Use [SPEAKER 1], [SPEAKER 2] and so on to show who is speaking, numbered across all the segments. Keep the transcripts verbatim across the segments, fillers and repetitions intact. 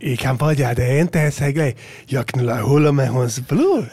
[SPEAKER 1] i Kambodja, det är inte ens en grej. Jag knullar håller med hans bror.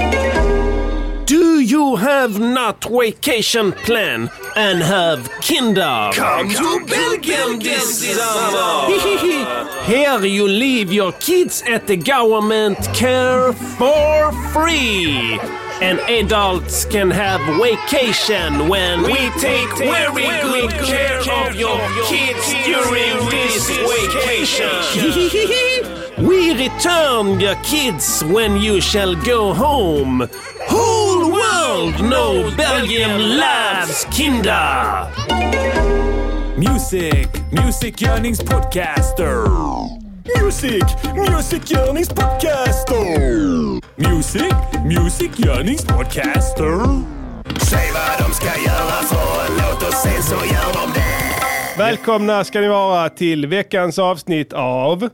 [SPEAKER 2] Do you have not vacation plan and have kinder?
[SPEAKER 3] Come to Belgium this summer.
[SPEAKER 2] Here you leave your kids at the government care for free. And adults can have vacation when we take very good care of your kids during this vacation. We return your kids when you shall go home. Whole world know Belgium loves kinder.
[SPEAKER 4] Music, musikgörningspodcaster. Music, musikgörningspodcaster. Music, musikgörningspodcaster.
[SPEAKER 3] Säg vad de ska göra för en låt och sen så gör de det.
[SPEAKER 1] Välkomna ska ni vara till veckans avsnitt av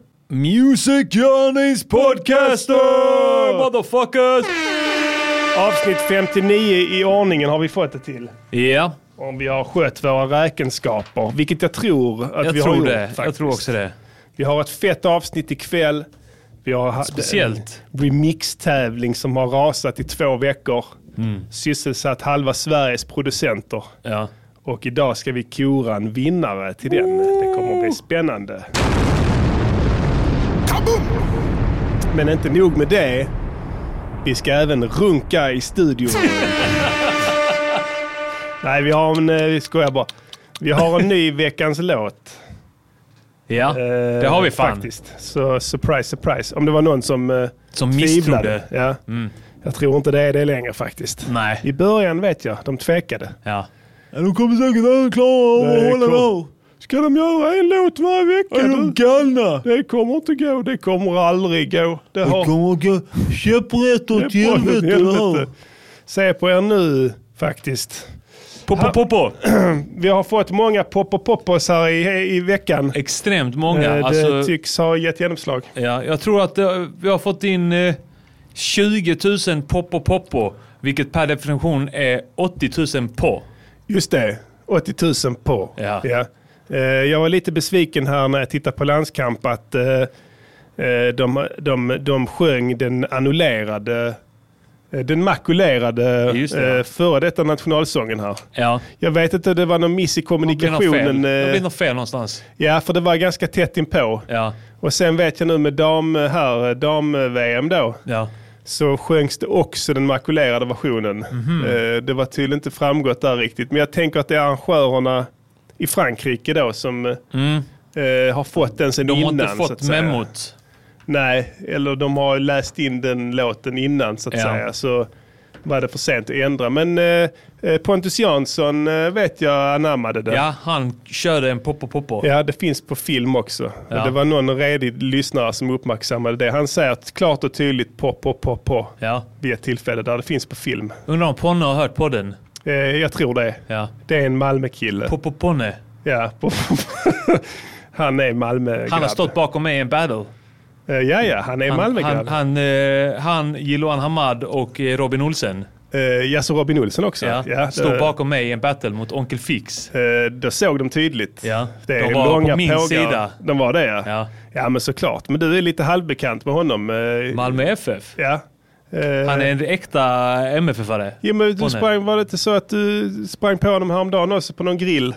[SPEAKER 4] Musikgörningspodcaster. Motherfuckers.
[SPEAKER 1] Avsnitt femtionio i ordningen har vi fått det till.
[SPEAKER 4] Ja.
[SPEAKER 1] Om vi har skött våra räkenskaper, vilket jag tror att
[SPEAKER 4] jag
[SPEAKER 1] vi
[SPEAKER 4] tror
[SPEAKER 1] har gjort
[SPEAKER 4] det.
[SPEAKER 1] faktiskt.
[SPEAKER 4] Jag tror också det.
[SPEAKER 1] Vi har ett fett avsnitt ikväll. Vi har haft
[SPEAKER 4] Speciellt.
[SPEAKER 1] en remix-tävling som har rasat i två veckor.
[SPEAKER 4] Mm.
[SPEAKER 1] Sysselsatt halva Sveriges producenter.
[SPEAKER 4] Ja.
[SPEAKER 1] Och idag ska vi kora en vinnare till den. Det kommer att bli spännande. Men inte nog med det. Vi ska även runka i studion. Nej, vi har en... Vi skojar bara. Vi har en ny veckans låt.
[SPEAKER 4] Ja, det har vi fan.
[SPEAKER 1] Faktiskt. Så surprise, surprise. Om det var någon som uh,
[SPEAKER 4] Som misstrodde.
[SPEAKER 1] Ja.
[SPEAKER 4] Mm.
[SPEAKER 1] Jag tror inte det är det längre faktiskt.
[SPEAKER 4] Nej.
[SPEAKER 1] I början vet jag, de tvekade.
[SPEAKER 4] Ja.
[SPEAKER 1] Ja, de kommer säkert att klara att hålla på. Ska de göra en låt varje vecka? Är de galna? Det kommer inte gå. Det kommer aldrig gå. Det, har...
[SPEAKER 5] det kommer gå käpprätt åt helvete.
[SPEAKER 1] Se på er nu faktiskt.
[SPEAKER 4] Poppo, poppo.
[SPEAKER 1] Vi har fått många poppo-poppos här i, i veckan.
[SPEAKER 4] Extremt många.
[SPEAKER 1] Det
[SPEAKER 4] alltså,
[SPEAKER 1] tycks ha gett genomslag.
[SPEAKER 4] Ja, jag tror att det, vi har fått in eh, tjugo tusen poppo-poppo. Vilket per definition är åttio tusen på.
[SPEAKER 1] Just det, åttio tusen på.
[SPEAKER 4] Ja.
[SPEAKER 1] Ja. Eh, jag var lite besviken här när jag tittade på landskamp att eh, de, de, de sjöng den annullerade, den makulerade eh, före detta nationalsången här.
[SPEAKER 4] Ja.
[SPEAKER 1] Jag vet inte, det var någon miss i kommunikationen.
[SPEAKER 4] Det blir något fel någonstans.
[SPEAKER 1] Ja, för det var ganska tätt inpå.
[SPEAKER 4] Ja.
[SPEAKER 1] Och sen vet jag nu med dam här, dam-V M då.
[SPEAKER 4] Ja.
[SPEAKER 1] Så sjöngs det också den makulerade versionen. Mm-hmm. Eh, det var tydligen inte framgått där riktigt. Men jag tänker att det är arrangörerna i Frankrike då som mm. eh, har fått den sen
[SPEAKER 4] de
[SPEAKER 1] innan.
[SPEAKER 4] De har inte fått memot.
[SPEAKER 1] Nej, eller de har läst in den låten innan så att ja. säga. Så var det för sent att ändra. Men eh, Pontus Jansson eh, vet jag anammade det.
[SPEAKER 4] Ja, han körde en poppo-poppo.
[SPEAKER 1] Ja, det finns på film också.
[SPEAKER 4] Ja.
[SPEAKER 1] Det var någon redig lyssnare som uppmärksammade det. Han säger att klart och tydligt pop, pop, pop, pop
[SPEAKER 4] ja.
[SPEAKER 1] vid ett tillfälle där det finns på film.
[SPEAKER 4] Undrar om Ponne har hört på den?
[SPEAKER 1] Eh, jag tror det.
[SPEAKER 4] Ja.
[SPEAKER 1] Det är en Malmö-kille.
[SPEAKER 4] Poppo-Ponne.
[SPEAKER 1] Ja, pop, pop. Han är Malmö-grabb.
[SPEAKER 4] Han har stått bakom mig i en battle.
[SPEAKER 1] Uh, ja, ja, han är Malmö-grabb.
[SPEAKER 4] Han, han, uh, han Jiloan Hamad och uh, Robin Olsen.
[SPEAKER 1] Uh, ja, så Robin Olsen också.
[SPEAKER 4] Ja,
[SPEAKER 1] ja,
[SPEAKER 4] stod
[SPEAKER 1] det,
[SPEAKER 4] bakom mig i en battle mot Onkel Fix.
[SPEAKER 1] Uh, då såg de tydligt.
[SPEAKER 4] Ja,
[SPEAKER 1] det är
[SPEAKER 4] de var
[SPEAKER 1] långa
[SPEAKER 4] på min
[SPEAKER 1] pågar.
[SPEAKER 4] sida.
[SPEAKER 1] De var det, ja.
[SPEAKER 4] ja.
[SPEAKER 1] Ja, men såklart. Men du är lite halvbekant med honom. Uh,
[SPEAKER 4] Malmö F F.
[SPEAKER 1] Ja.
[SPEAKER 4] Uh, han är en äkta M F F-are.
[SPEAKER 1] Ja, men du sprang, var det inte så att du sprang på honom häromdagen också på någon grill?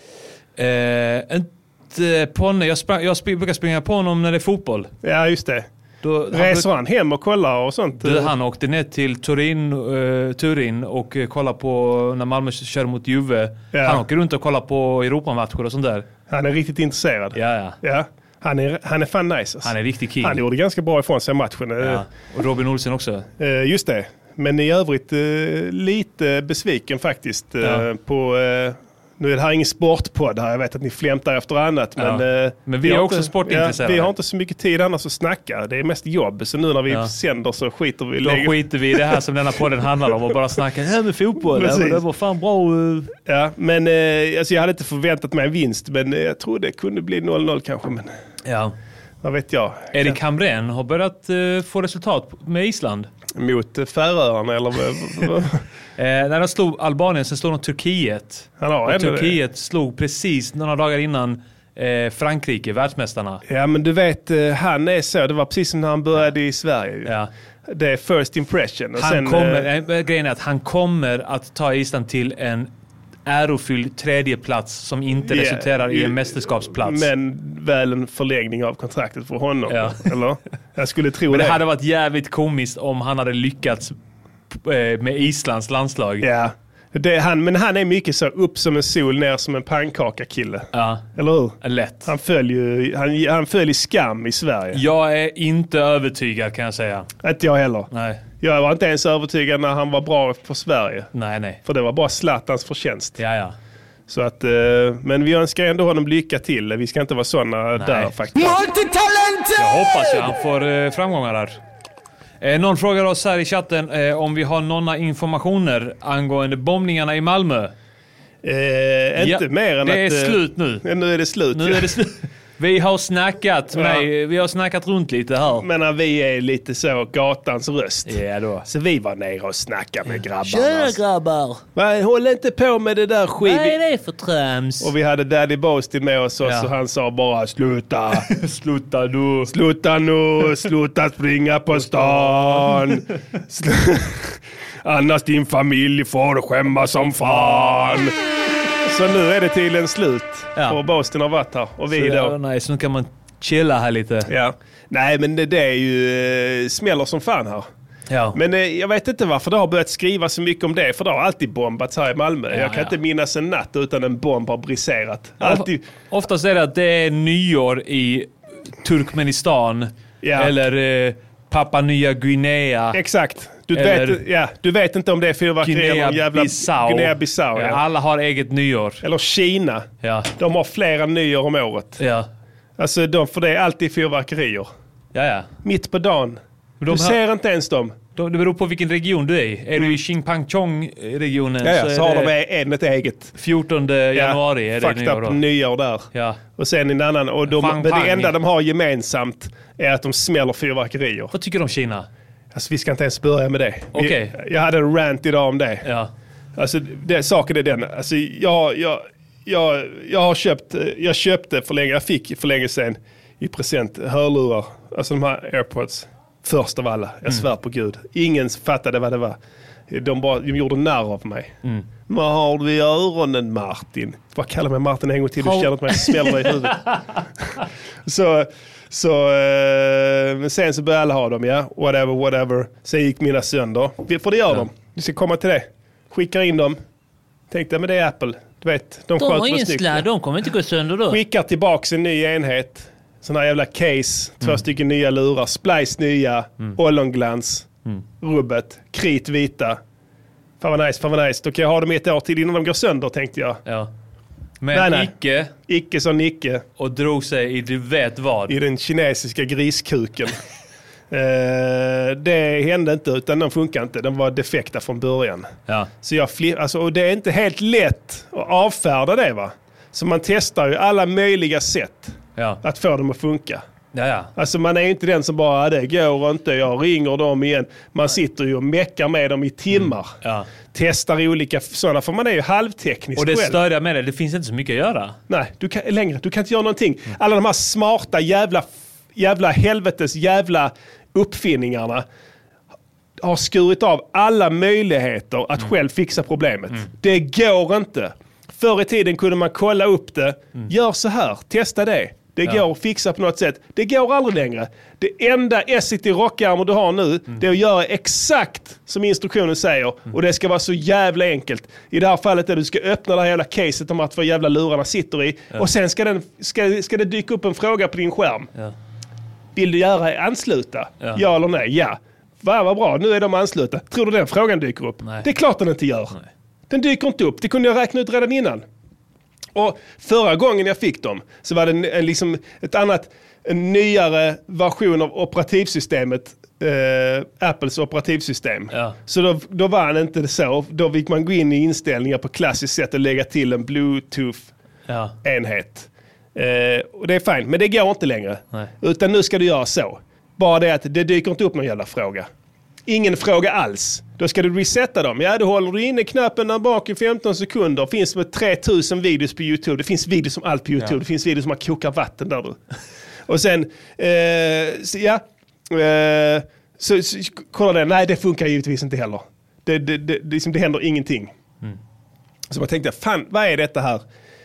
[SPEAKER 4] Uh, inte Ponne. Jag, sprang, jag sp- brukar springa på honom när det är fotboll.
[SPEAKER 1] Ja, just det.
[SPEAKER 4] Då,
[SPEAKER 1] Reser han, han hem och kollar och sånt?
[SPEAKER 4] Du, han åkte ner till Turin, uh, Turin och uh, kollade på när Malmö kör mot Juve. Ja. Han åker runt och kollar på Europamatcher och sånt där.
[SPEAKER 1] Han är riktigt intresserad.
[SPEAKER 4] Ja, ja.
[SPEAKER 1] ja. Han, är, han är fan nice. Alltså.
[SPEAKER 4] Han är riktigt king.
[SPEAKER 1] Han gjorde ganska bra ifrån sig matchen.
[SPEAKER 4] Ja. Och Robin Olsen också.
[SPEAKER 1] Uh, just det. Men i övrigt uh, lite besviken faktiskt uh, ja. på... Uh, Nu är det här ingen sportpodd här. Jag vet att ni flämtar efter annat. Men,
[SPEAKER 4] ja.
[SPEAKER 1] eh,
[SPEAKER 4] men vi, vi är också inte, sportintresserade.
[SPEAKER 1] Ja, vi har inte så mycket tid annars att snacka. Det är mest jobb. Så nu när vi ja. sänder så skiter vi.
[SPEAKER 4] Då lägger... skiter vi i det här som denna podden handlar om. Och bara snacka här med fotboll. Ja, det var fan bra.
[SPEAKER 1] Ja, men eh, alltså jag hade inte förväntat mig en vinst. Men eh, jag tror det kunde bli noll noll kanske. Men
[SPEAKER 4] ja.
[SPEAKER 1] vad vet jag.
[SPEAKER 4] Erik Hamrén har börjat eh, få resultat med Island.
[SPEAKER 1] Mot eh, Färöarna eller vad?
[SPEAKER 4] Eh, när de slog Albanien så slog de Turkiet.
[SPEAKER 1] Och Turkiet
[SPEAKER 4] det. slog precis några dagar innan eh, Frankrike, världsmästarna.
[SPEAKER 1] Ja, men du vet, han är så. Det var precis som när han började ja. i Sverige.
[SPEAKER 4] Ja.
[SPEAKER 1] Det är first impression. Och
[SPEAKER 4] han
[SPEAKER 1] sen,
[SPEAKER 4] kommer, äh, grejen är att han kommer att ta Island till en ärofylld tredje plats som inte yeah, resulterar i en mästerskapsplats.
[SPEAKER 1] Men väl en förlängning av kontraktet för honom.
[SPEAKER 4] Ja.
[SPEAKER 1] Eller? Jag skulle tro
[SPEAKER 4] men det.
[SPEAKER 1] det
[SPEAKER 4] hade varit jävligt komiskt om han hade lyckats eh, med Islands landslag.
[SPEAKER 1] Ja. Det är han, men han är mycket så upp som en sol, ner som en pannkaka-kille.
[SPEAKER 4] Ja.
[SPEAKER 1] Eller hur?
[SPEAKER 4] Lätt.
[SPEAKER 1] Han följer han, han följer skam i Sverige.
[SPEAKER 4] Jag är inte övertygad, kan jag säga.
[SPEAKER 1] Inte jag heller.
[SPEAKER 4] Nej.
[SPEAKER 1] Jag var inte ens övertygad när han var bra för Sverige.
[SPEAKER 4] Nej, nej.
[SPEAKER 1] För det var bara Zlatans förtjänst.
[SPEAKER 4] Ja, ja.
[SPEAKER 1] Så att, men vi önskar ändå honom lycka till. Vi ska inte vara sådana där faktiskt.
[SPEAKER 3] Multitalenter!
[SPEAKER 4] Jag hoppas ju han får eh, framgångar där. Eh, någon frågar oss här i chatten eh, om vi har några informationer angående bombningarna i Malmö.
[SPEAKER 1] Eh, inte
[SPEAKER 4] ja,
[SPEAKER 1] mer än
[SPEAKER 4] det
[SPEAKER 1] att...
[SPEAKER 4] Det är slut nu.
[SPEAKER 1] Ja, nu är det slut.
[SPEAKER 4] Nu är det slut. Vi har snackat
[SPEAKER 1] ja.
[SPEAKER 4] med, vi har snackat runt lite här.
[SPEAKER 1] Men vi är lite så gatans röst.
[SPEAKER 4] Ja då.
[SPEAKER 1] Så vi var nere och snackade med grabbarna.
[SPEAKER 6] Tjena grabbar.
[SPEAKER 1] Va, håll inte på med det där skit.
[SPEAKER 6] Vad är det för trams?
[SPEAKER 1] Och vi hade Daddy Boastin med oss och
[SPEAKER 4] ja.
[SPEAKER 1] så han sa bara sluta.
[SPEAKER 4] Sluta nu.
[SPEAKER 1] Sluta nu. Sluta springa på stan. Annars din familj får skämma som fan. Så nu är det tydligen slut. Ja. Och Boastin har varit här. Och vi
[SPEAKER 4] så
[SPEAKER 1] då.
[SPEAKER 4] Nej, så nu kan man chilla här lite.
[SPEAKER 1] Ja. Nej, men det, det är ju eh, smäller som fan här.
[SPEAKER 4] Ja.
[SPEAKER 1] Men eh, jag vet inte varför det har börjat skriva så mycket om det. För det har alltid bombats här i Malmö.
[SPEAKER 4] Ja,
[SPEAKER 1] jag kan
[SPEAKER 4] ja.
[SPEAKER 1] inte minnas en natt utan en bomb har briserat. Alltid.
[SPEAKER 4] Oftast är det att det är nyår i Turkmenistan. Ja. Eller eh, Papua Nya Guinea.
[SPEAKER 1] Exakt. Du vet, ja, du vet inte om det är fyrverkeri eller jävla
[SPEAKER 4] Bissau.
[SPEAKER 1] Guinea-Bissau.
[SPEAKER 4] Ja,
[SPEAKER 1] Ja.
[SPEAKER 4] alla har eget nyår.
[SPEAKER 1] Eller Kina.
[SPEAKER 4] Ja.
[SPEAKER 1] De har flera nyår om året.
[SPEAKER 4] Ja.
[SPEAKER 1] Alltså de, för det är alltid fyrverkerier.
[SPEAKER 4] Ja, ja.
[SPEAKER 1] Mitt på dagen.
[SPEAKER 4] De
[SPEAKER 1] du
[SPEAKER 4] har...
[SPEAKER 1] ser inte ens dem.
[SPEAKER 4] Det beror på vilken region du är i. Är du i Xingpangchong-regionen
[SPEAKER 1] ja, ja,
[SPEAKER 4] så,
[SPEAKER 1] så har de en ett eget.
[SPEAKER 4] fjortonde januari ja, är det
[SPEAKER 1] fucked
[SPEAKER 4] nyår
[SPEAKER 1] up
[SPEAKER 4] då.
[SPEAKER 1] nyår där.
[SPEAKER 4] Ja.
[SPEAKER 1] Och sen en annan. Och de,
[SPEAKER 4] Fang,
[SPEAKER 1] men
[SPEAKER 4] fang.
[SPEAKER 1] det enda de har gemensamt är att de smäller fyrverkerier.
[SPEAKER 4] Vad tycker du om Kina?
[SPEAKER 1] Alltså vi ska inte ens börja med det.
[SPEAKER 4] Okay.
[SPEAKER 1] Vi, jag hade en rant idag om det.
[SPEAKER 4] Ja.
[SPEAKER 1] Alltså det, saken är den. Alltså jag, jag, jag, jag har köpt, jag köpte för länge, jag fick för länge sedan i present hörlurar. Alltså de här AirPods. Först av alla, jag svär på Gud. Ingen fattade vad det var. De, bara, de gjorde narr av mig. Mm. Vad har du i öronen, Martin? Vad kallar mig Martin en gång till? Du känner att man smäller mig i huvudet. så, så, eh, men sen så började alla ha dem, ja. Whatever, whatever. Sen gick mina sönder. För det gör ja. de. Vi ska komma till det. Skickar in dem. Tänkte, men det är Apple. Du vet, de,
[SPEAKER 6] de har ingen sladd, de kommer inte gå sönder då.
[SPEAKER 1] Skickar tillbaka en ny enhet. Sån här jävla case, två mm. stycken nya lurar, Splice nya, mm. ollonglans, mm. rubbet, kritvita. Fan vad nice, fan vad nice. Då kan jag ha dem ett år till innan de går sönder, tänkte jag.
[SPEAKER 4] Ja. Men nej, nej. icke.
[SPEAKER 1] Icke som Nicke.
[SPEAKER 4] Och drog sig i du vet vad.
[SPEAKER 1] I den kinesiska griskuken. eh, det hände inte, utan den funkar inte. Den var defekta från början.
[SPEAKER 4] Ja.
[SPEAKER 1] Så jag fli- alltså, och det är inte helt lätt att avfärda det, va? Så man testar ju alla möjliga sätt. Ja. Att få dem att funka.
[SPEAKER 4] Ja, ja.
[SPEAKER 1] Alltså man är ju inte den som bara, det går inte, jag ringer dem igen. Man sitter ju och meckar med dem i timmar. Mm. Ja. Testar olika sådana, för man är ju halvteknisk.
[SPEAKER 4] Och det
[SPEAKER 1] själv.
[SPEAKER 4] Störiga med det, det finns inte så mycket att göra.
[SPEAKER 1] Nej, du kan, längre, du kan inte göra någonting. Mm. Alla de här smarta jävla, jävla helvetes jävla uppfinningarna har skurit av alla möjligheter att mm. själv fixa problemet. Mm. Det går inte. Förr i tiden kunde man kolla upp det. Mm. Gör så här, testa det. Det ja. går att fixa på något sätt. Det går aldrig längre. Det enda esset i rockärmor du har nu, mm. det är att göra exakt som instruktionen säger. Mm. Och det ska vara så jävla enkelt. I det här fallet är det att du ska öppna det här jävla caset de här två jävla lurarna sitter i. Ja. Och sen ska, den, ska, ska det dyka upp en fråga på din skärm. Ja. Vill du göra ansluta? Ja, ja eller nej? Ja. Vad var bra, nu är de anslutna. Tror du den frågan dyker upp? Nej. Det är klart den inte gör. Nej. Den dyker inte upp. Det kunde jag räkna ut redan innan. Och förra gången jag fick dem så var det en, en, liksom ett annat, en nyare version av operativsystemet, eh, Apples operativsystem. Ja. Så då, då var det inte så. Då fick man gå in i inställningar på klassiskt sätt och lägga till en Bluetooth-enhet. Ja. Eh, och det är fint, men det går inte längre. Nej. Utan nu ska du göra så. Bara det att det dyker inte upp någon jävla fråga. ingen fråga alls. Då ska du resetta dem. Ja, du håller du inne knappen där bak i femton sekunder. Det finns med tre tusen videos på YouTube. Det finns videos som allt på YouTube. Ja. Det finns videos som man kokar vatten där du. Och sen, eh, så, ja, eh, så, så kolla det. Nej, det funkar givetvis inte heller. Det, det, det, det, liksom, det händer ingenting. Mm. Så man tänkte, fan, vad är detta här?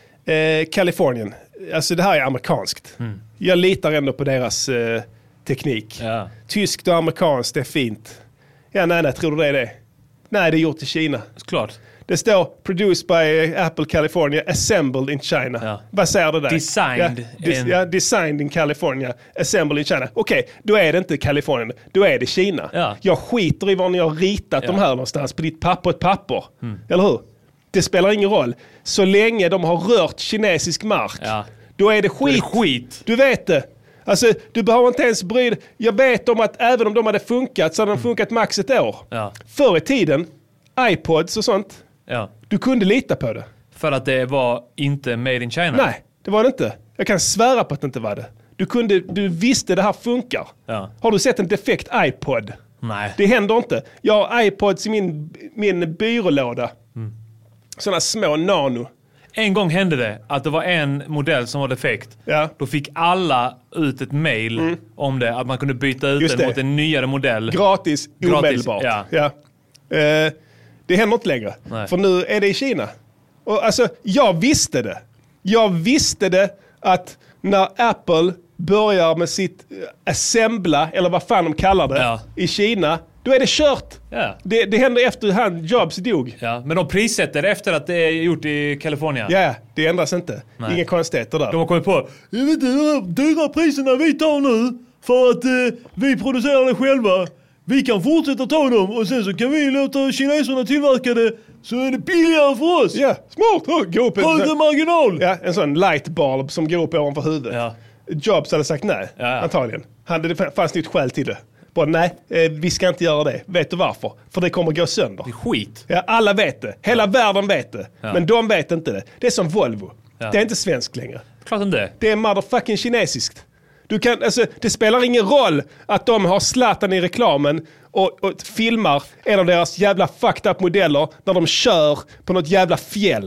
[SPEAKER 1] Eh, Kalifornien. Alltså det här är amerikanskt. Mm. Jag litar ändå på deras eh, teknik. Ja. Tyskt och amerikanskt, det är fint. Ja, nej, nej, tror du det är det? Nej, det är gjort i Kina.
[SPEAKER 4] Klart.
[SPEAKER 1] Det står produced by Apple California, assembled in China. Ja. Vad säger det där?
[SPEAKER 4] Designed.
[SPEAKER 1] Ja, dis- in... ja, designed in California, assembled in China. Okej, okay, då är det inte Kalifornien, då är det Kina. Ja. Jag skiter i var ni har ritat ja. de här någonstans på ditt papper ett papper. Mm. Eller hur? Det spelar ingen roll. Så länge de har rört kinesisk mark, ja. då är det skit.
[SPEAKER 4] Det är skit.
[SPEAKER 1] Du vet det. Alltså, du behöver inte ens bry dig. Jag vet om att även om de hade funkat så hade de funkat max ett år. Ja. Förr i tiden, iPods och sånt, ja. du kunde lita på det.
[SPEAKER 4] För att det var inte made in China?
[SPEAKER 1] Nej, det var det inte. Jag kan svära på att det inte var det. Du, kunde, du visste det här funkar. Ja. Har du sett en defekt iPod?
[SPEAKER 4] Nej.
[SPEAKER 1] Det händer inte. Jag har iPods i min, min byrålåda. Mm. Sådana små nano.
[SPEAKER 4] En gång hände det att det var en modell som var defekt. Ja. Då fick alla ut ett mail mm. om det. Att man kunde byta ut den mot en nyare modell.
[SPEAKER 1] Gratis, omedelbart. Ja. Ja. Eh, det händer inte längre. Nej. För nu är det i Kina. Och alltså, jag visste det. Jag visste det att när Apple börjar med sitt assembla, eller vad fan de kallar det, ja. i Kina, då är det kört. Ja. Det, det händer efter han Jobs dog.
[SPEAKER 4] Ja, men de prissätter efter att det är gjort i Kalifornien.
[SPEAKER 1] Ja, det ändras inte. Nej. Inga konstigheter där.
[SPEAKER 4] De har kommit på,
[SPEAKER 5] jag vet inte, de dyra priserna vi tar nu för att eh, vi producerar det själva. Vi kan fortsätta ta dem och sen så kan vi låta kineserna tillverka det så är det billigare för oss.
[SPEAKER 1] Ja, smart. Gå upp en,
[SPEAKER 5] högre marginal.
[SPEAKER 1] Ja, en sån lightbulb som går upp ovanför huvudet. Ja. Jobs hade sagt nej, ja, ja. antagligen. Han, det fanns nytt skäl till det. Bara, nej, eh, vi ska inte göra det. Vet du varför? För det kommer gå sönder.
[SPEAKER 4] Det är skit.
[SPEAKER 1] Ja, alla vet det. Hela ja. världen vet det. Ja. Men de vet inte det. Det är som Volvo. Ja. Det är inte svenskt längre.
[SPEAKER 4] Klart inte.
[SPEAKER 1] Det är motherfucking kinesiskt. Du kan, alltså, det spelar ingen roll att de har Zlatan i reklamen och, och filmar en av deras jävla fucked up modeller när de kör på något jävla fjäll.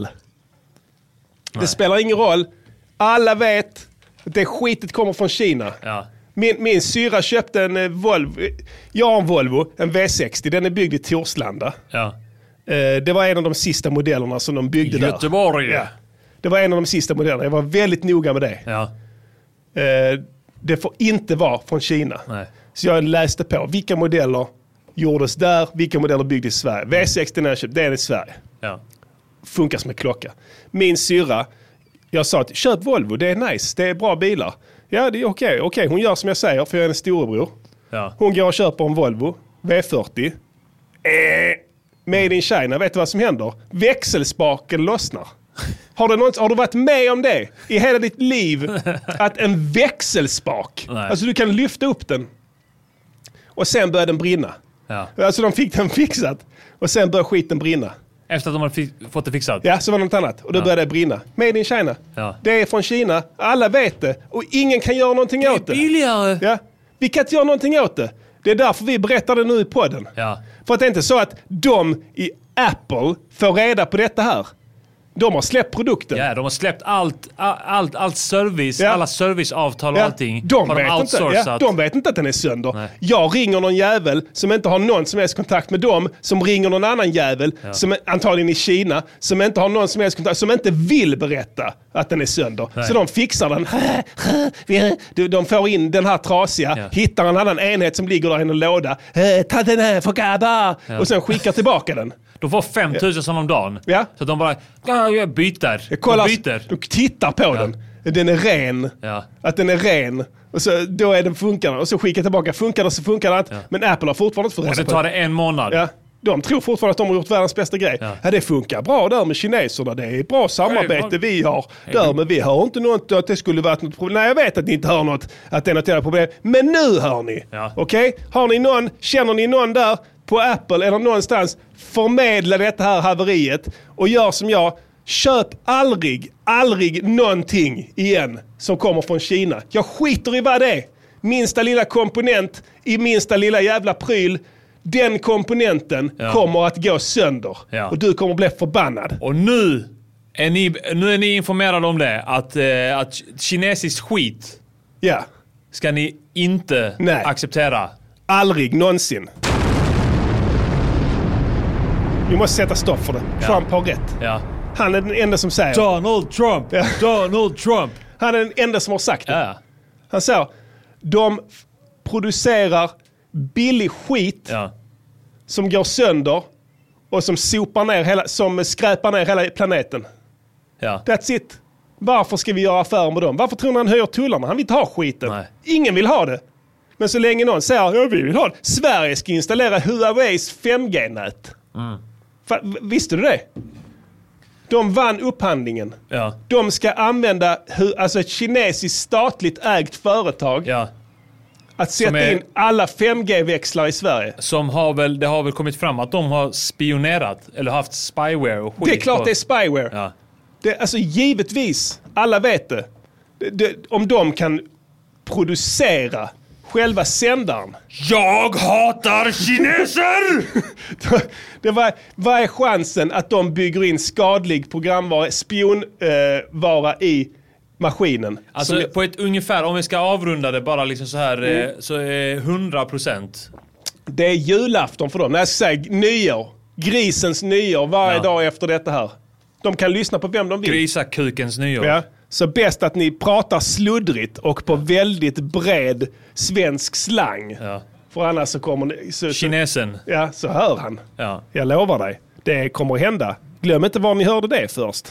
[SPEAKER 1] Nej. Det spelar ingen roll. Alla vet att det skitet kommer från Kina. Ja. Min, min syra köpte en Volvo. Jag har en Volvo, en V sextio. Den är byggd i Torslanda. Ja. Eh, det var en av de sista modellerna som de byggde där.
[SPEAKER 4] Göteborg.
[SPEAKER 1] Ja. Det var en av de sista modellerna. Jag var väldigt noga med det. Ja. Eh, det får inte vara från Kina. Nej. Så jag läste på vilka modeller gjordes där, vilka modeller byggdes i Sverige. V sextio när jag köpte, det är i Sverige. Ja. Funkar som en klocka. Min syra, jag sa att köp Volvo, det är nice, det är bra bilar. Ja, det är okej. Okay. okay. Hon gör som jag säger, för jag är en storebror. Ja. Hon går och köper en Volvo V fyrtio. Eh, made in China, vet du vad som händer? Växelspaken lossnar. Har du, något, har du varit med om det i hela ditt liv? Att en växelspak, nej. Alltså du kan lyfta upp den och sen börjar den brinna. Ja. Alltså de fick den fixat och sen börjar skiten brinna.
[SPEAKER 4] Efter att de har fi- fått det fixat?
[SPEAKER 1] Ja, så var det något annat. Och då ja. började det brinna. Made in China. Ja. Det är från Kina. Alla vet det. Och ingen kan göra någonting
[SPEAKER 4] det
[SPEAKER 1] åt det.
[SPEAKER 4] Det är billigare.
[SPEAKER 1] Ja. Vi kan inte göra någonting åt det. Det är därför vi berättar det nu i podden. Ja. För att det är inte så att de i Apple får reda på detta här. De har släppt produkten.
[SPEAKER 4] Ja, de har släppt allt, allt, allt service, ja. alla serviceavtal och
[SPEAKER 1] ja.
[SPEAKER 4] allting.
[SPEAKER 1] De vet, de, inte, ja, de vet inte att den är sönder. Nej. Jag ringer någon jävel som inte har någon som helst kontakt med dem, som ringer någon annan jävel, ja. som är antagligen i Kina, som inte har någon som helst kontakt, som inte vill berätta att den är sönder. Nej. Så de fixar den. De får in den här trasiga, ja. hittar en annan enhet som ligger där i en låda. Ta den här, för grabbar! Ja. Och sen skickar tillbaka den.
[SPEAKER 4] De får fem tusen sådana om dagen. Ja. Så de bara, ja, jag byter.
[SPEAKER 1] Jag kollar,
[SPEAKER 4] de byter.
[SPEAKER 1] Du tittar på ja. den. Den är ren. Ja. Att den är ren. Och så, då är den funkar. Och så skickar tillbaka. Funkar det så funkar det inte. Ja. Men Apple har fortfarande inte fått reda på.
[SPEAKER 4] Och så tar det en månad.
[SPEAKER 1] Ja. De tror fortfarande att de har gjort världens bästa grej. Ja. Ja, det funkar bra där med kineserna. Det är bra samarbete vi har där. Men vi hör inte något att det skulle varit något problem. Nej, jag vet att ni inte hör något. Att det är något jävla problem. Men nu hör ni. Ja. Okej? Okay? Har ni någon, känner ni någon där på Apple eller någonstans, förmedla detta här haveriet och gör som jag. Köp aldrig, aldrig någonting igen som kommer från Kina. Jag skiter i vad det är. Minsta lilla komponent i minsta lilla jävla pryl. Den komponenten ja. kommer att gå sönder. Ja. Och du kommer att bli förbannad.
[SPEAKER 4] Och nu är ni, nu är ni informerade om det. Att, eh, att kinesisk skit
[SPEAKER 1] ja.
[SPEAKER 4] ska ni inte
[SPEAKER 1] Nej.
[SPEAKER 4] acceptera.
[SPEAKER 1] Aldrig någonsin. Vi måste sätta stopp för det. Ja. Trump har rätt.
[SPEAKER 4] Ja.
[SPEAKER 1] Han är den enda som säger.
[SPEAKER 5] Donald Trump. Ja. Donald Trump.
[SPEAKER 1] Han är den enda som har sagt det.
[SPEAKER 4] Ja.
[SPEAKER 1] Han säger, de producerar billig skit
[SPEAKER 4] ja.
[SPEAKER 1] som går sönder och som sopar ner hela, som skräpar ner hela planeten.
[SPEAKER 4] Ja.
[SPEAKER 1] That's it. Varför ska vi göra affärer med dem? Varför tror ni han höjer tullarna? Han vill inte ha skiten.
[SPEAKER 4] Nej.
[SPEAKER 1] Ingen vill ha det. Men så länge någon säger, ja vi vill ha det. Sverige ska installera Huaweis fem G-nät. Mm. Fa- visste du det? De vann upphandlingen.
[SPEAKER 4] Ja.
[SPEAKER 1] De ska använda hu- alltså ett kinesiskt statligt ägt företag
[SPEAKER 4] ja.
[SPEAKER 1] att sätta är, in alla fem G-växlar i Sverige.
[SPEAKER 4] Som har väl, det har väl kommit fram att de har spionerat eller haft spyware och skit.
[SPEAKER 1] Det är klart
[SPEAKER 4] på.
[SPEAKER 1] det är spyware.
[SPEAKER 4] Ja.
[SPEAKER 1] Det, alltså givetvis, alla vet det. Det, det. Om de kan producera själva sändaren.
[SPEAKER 4] Jag hatar kineser!
[SPEAKER 1] det var, vad är chansen att de bygger in skadlig programvara, spionvara eh, i maskinen?
[SPEAKER 4] Alltså
[SPEAKER 1] Som,
[SPEAKER 4] på ett ungefär, om vi ska avrunda det bara liksom så här, mm. så är hundra procent.
[SPEAKER 1] Det är julafton för dem. När jag ska säga nyår, grisens nyår varje ja. dag efter detta här. De kan lyssna på vem de vill.
[SPEAKER 4] Grisakukens nyår.
[SPEAKER 1] Ja. Så bäst att ni pratar sluddrigt och på väldigt bred svensk slang.
[SPEAKER 4] Ja.
[SPEAKER 1] För annars så kommer ni... Så,
[SPEAKER 4] Kinesen.
[SPEAKER 1] Så, ja, så hör han.
[SPEAKER 4] Ja.
[SPEAKER 1] Jag lovar dig. Det kommer att hända. Glöm inte var ni hörde det först.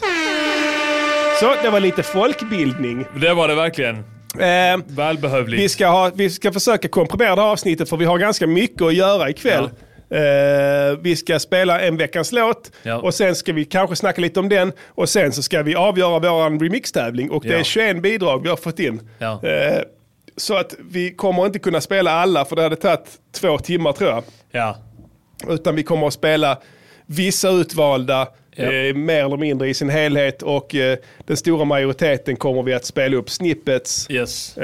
[SPEAKER 1] Så, det var lite folkbildning.
[SPEAKER 4] Det var det verkligen.
[SPEAKER 1] Eh,
[SPEAKER 4] Välbehövligt.
[SPEAKER 1] Vi ska, ha, vi ska försöka komprimera det här avsnittet för vi har ganska mycket att göra ikväll. Ja. Uh, vi ska spela en veckans låt ja. och sen ska vi kanske snacka lite om den och sen så ska vi avgöra vår remix-tävling och det ja. är tjugoett bidrag vi har fått in. Ja. Uh, så att vi kommer inte kunna spela alla för det hade tagit två timmar tror jag.
[SPEAKER 4] Ja.
[SPEAKER 1] Utan vi kommer att spela vissa utvalda
[SPEAKER 4] ja.
[SPEAKER 1] uh, mer eller mindre i sin helhet och uh, den stora majoriteten kommer vi att spela upp snippets
[SPEAKER 4] yes.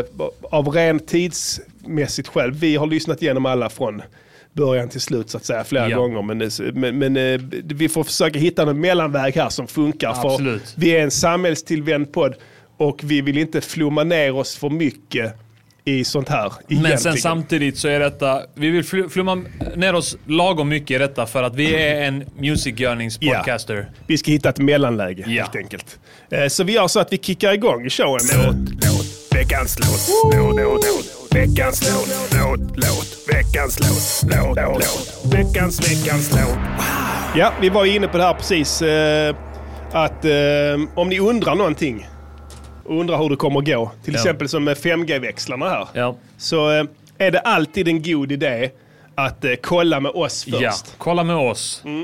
[SPEAKER 1] av ren tidsmässigt själv. Vi har lyssnat igenom alla från början till slut så att säga flera ja. gånger men, men, men vi får försöka hitta en mellanväg här som funkar.
[SPEAKER 4] Absolut.
[SPEAKER 1] För vi är en samhällstillvänd podd och vi vill inte flumma ner oss för mycket i sånt här.
[SPEAKER 4] Men egentligen. Sen samtidigt så är detta, vi vill flumma ner oss lagom mycket i detta för att vi är en musikgörningspodcaster.
[SPEAKER 1] Ja. Vi ska hitta ett mellanläge ja. helt enkelt. Så vi gör så att vi kickar igång showen.
[SPEAKER 3] Låt, låt, veckans låt, låt, låt, låt. Veckans låt, låt, låt, veckans låt, låt, låt, veckans, veckans låt.
[SPEAKER 1] Ja, vi var inne på det här precis. Eh, att eh, om ni undrar någonting, undrar hur det kommer att gå, till ja. exempel som med fem G-växlarna här,
[SPEAKER 4] ja.
[SPEAKER 1] så eh, är det alltid en god idé att eh, kolla med oss först.
[SPEAKER 4] Ja, kolla med oss. Mm.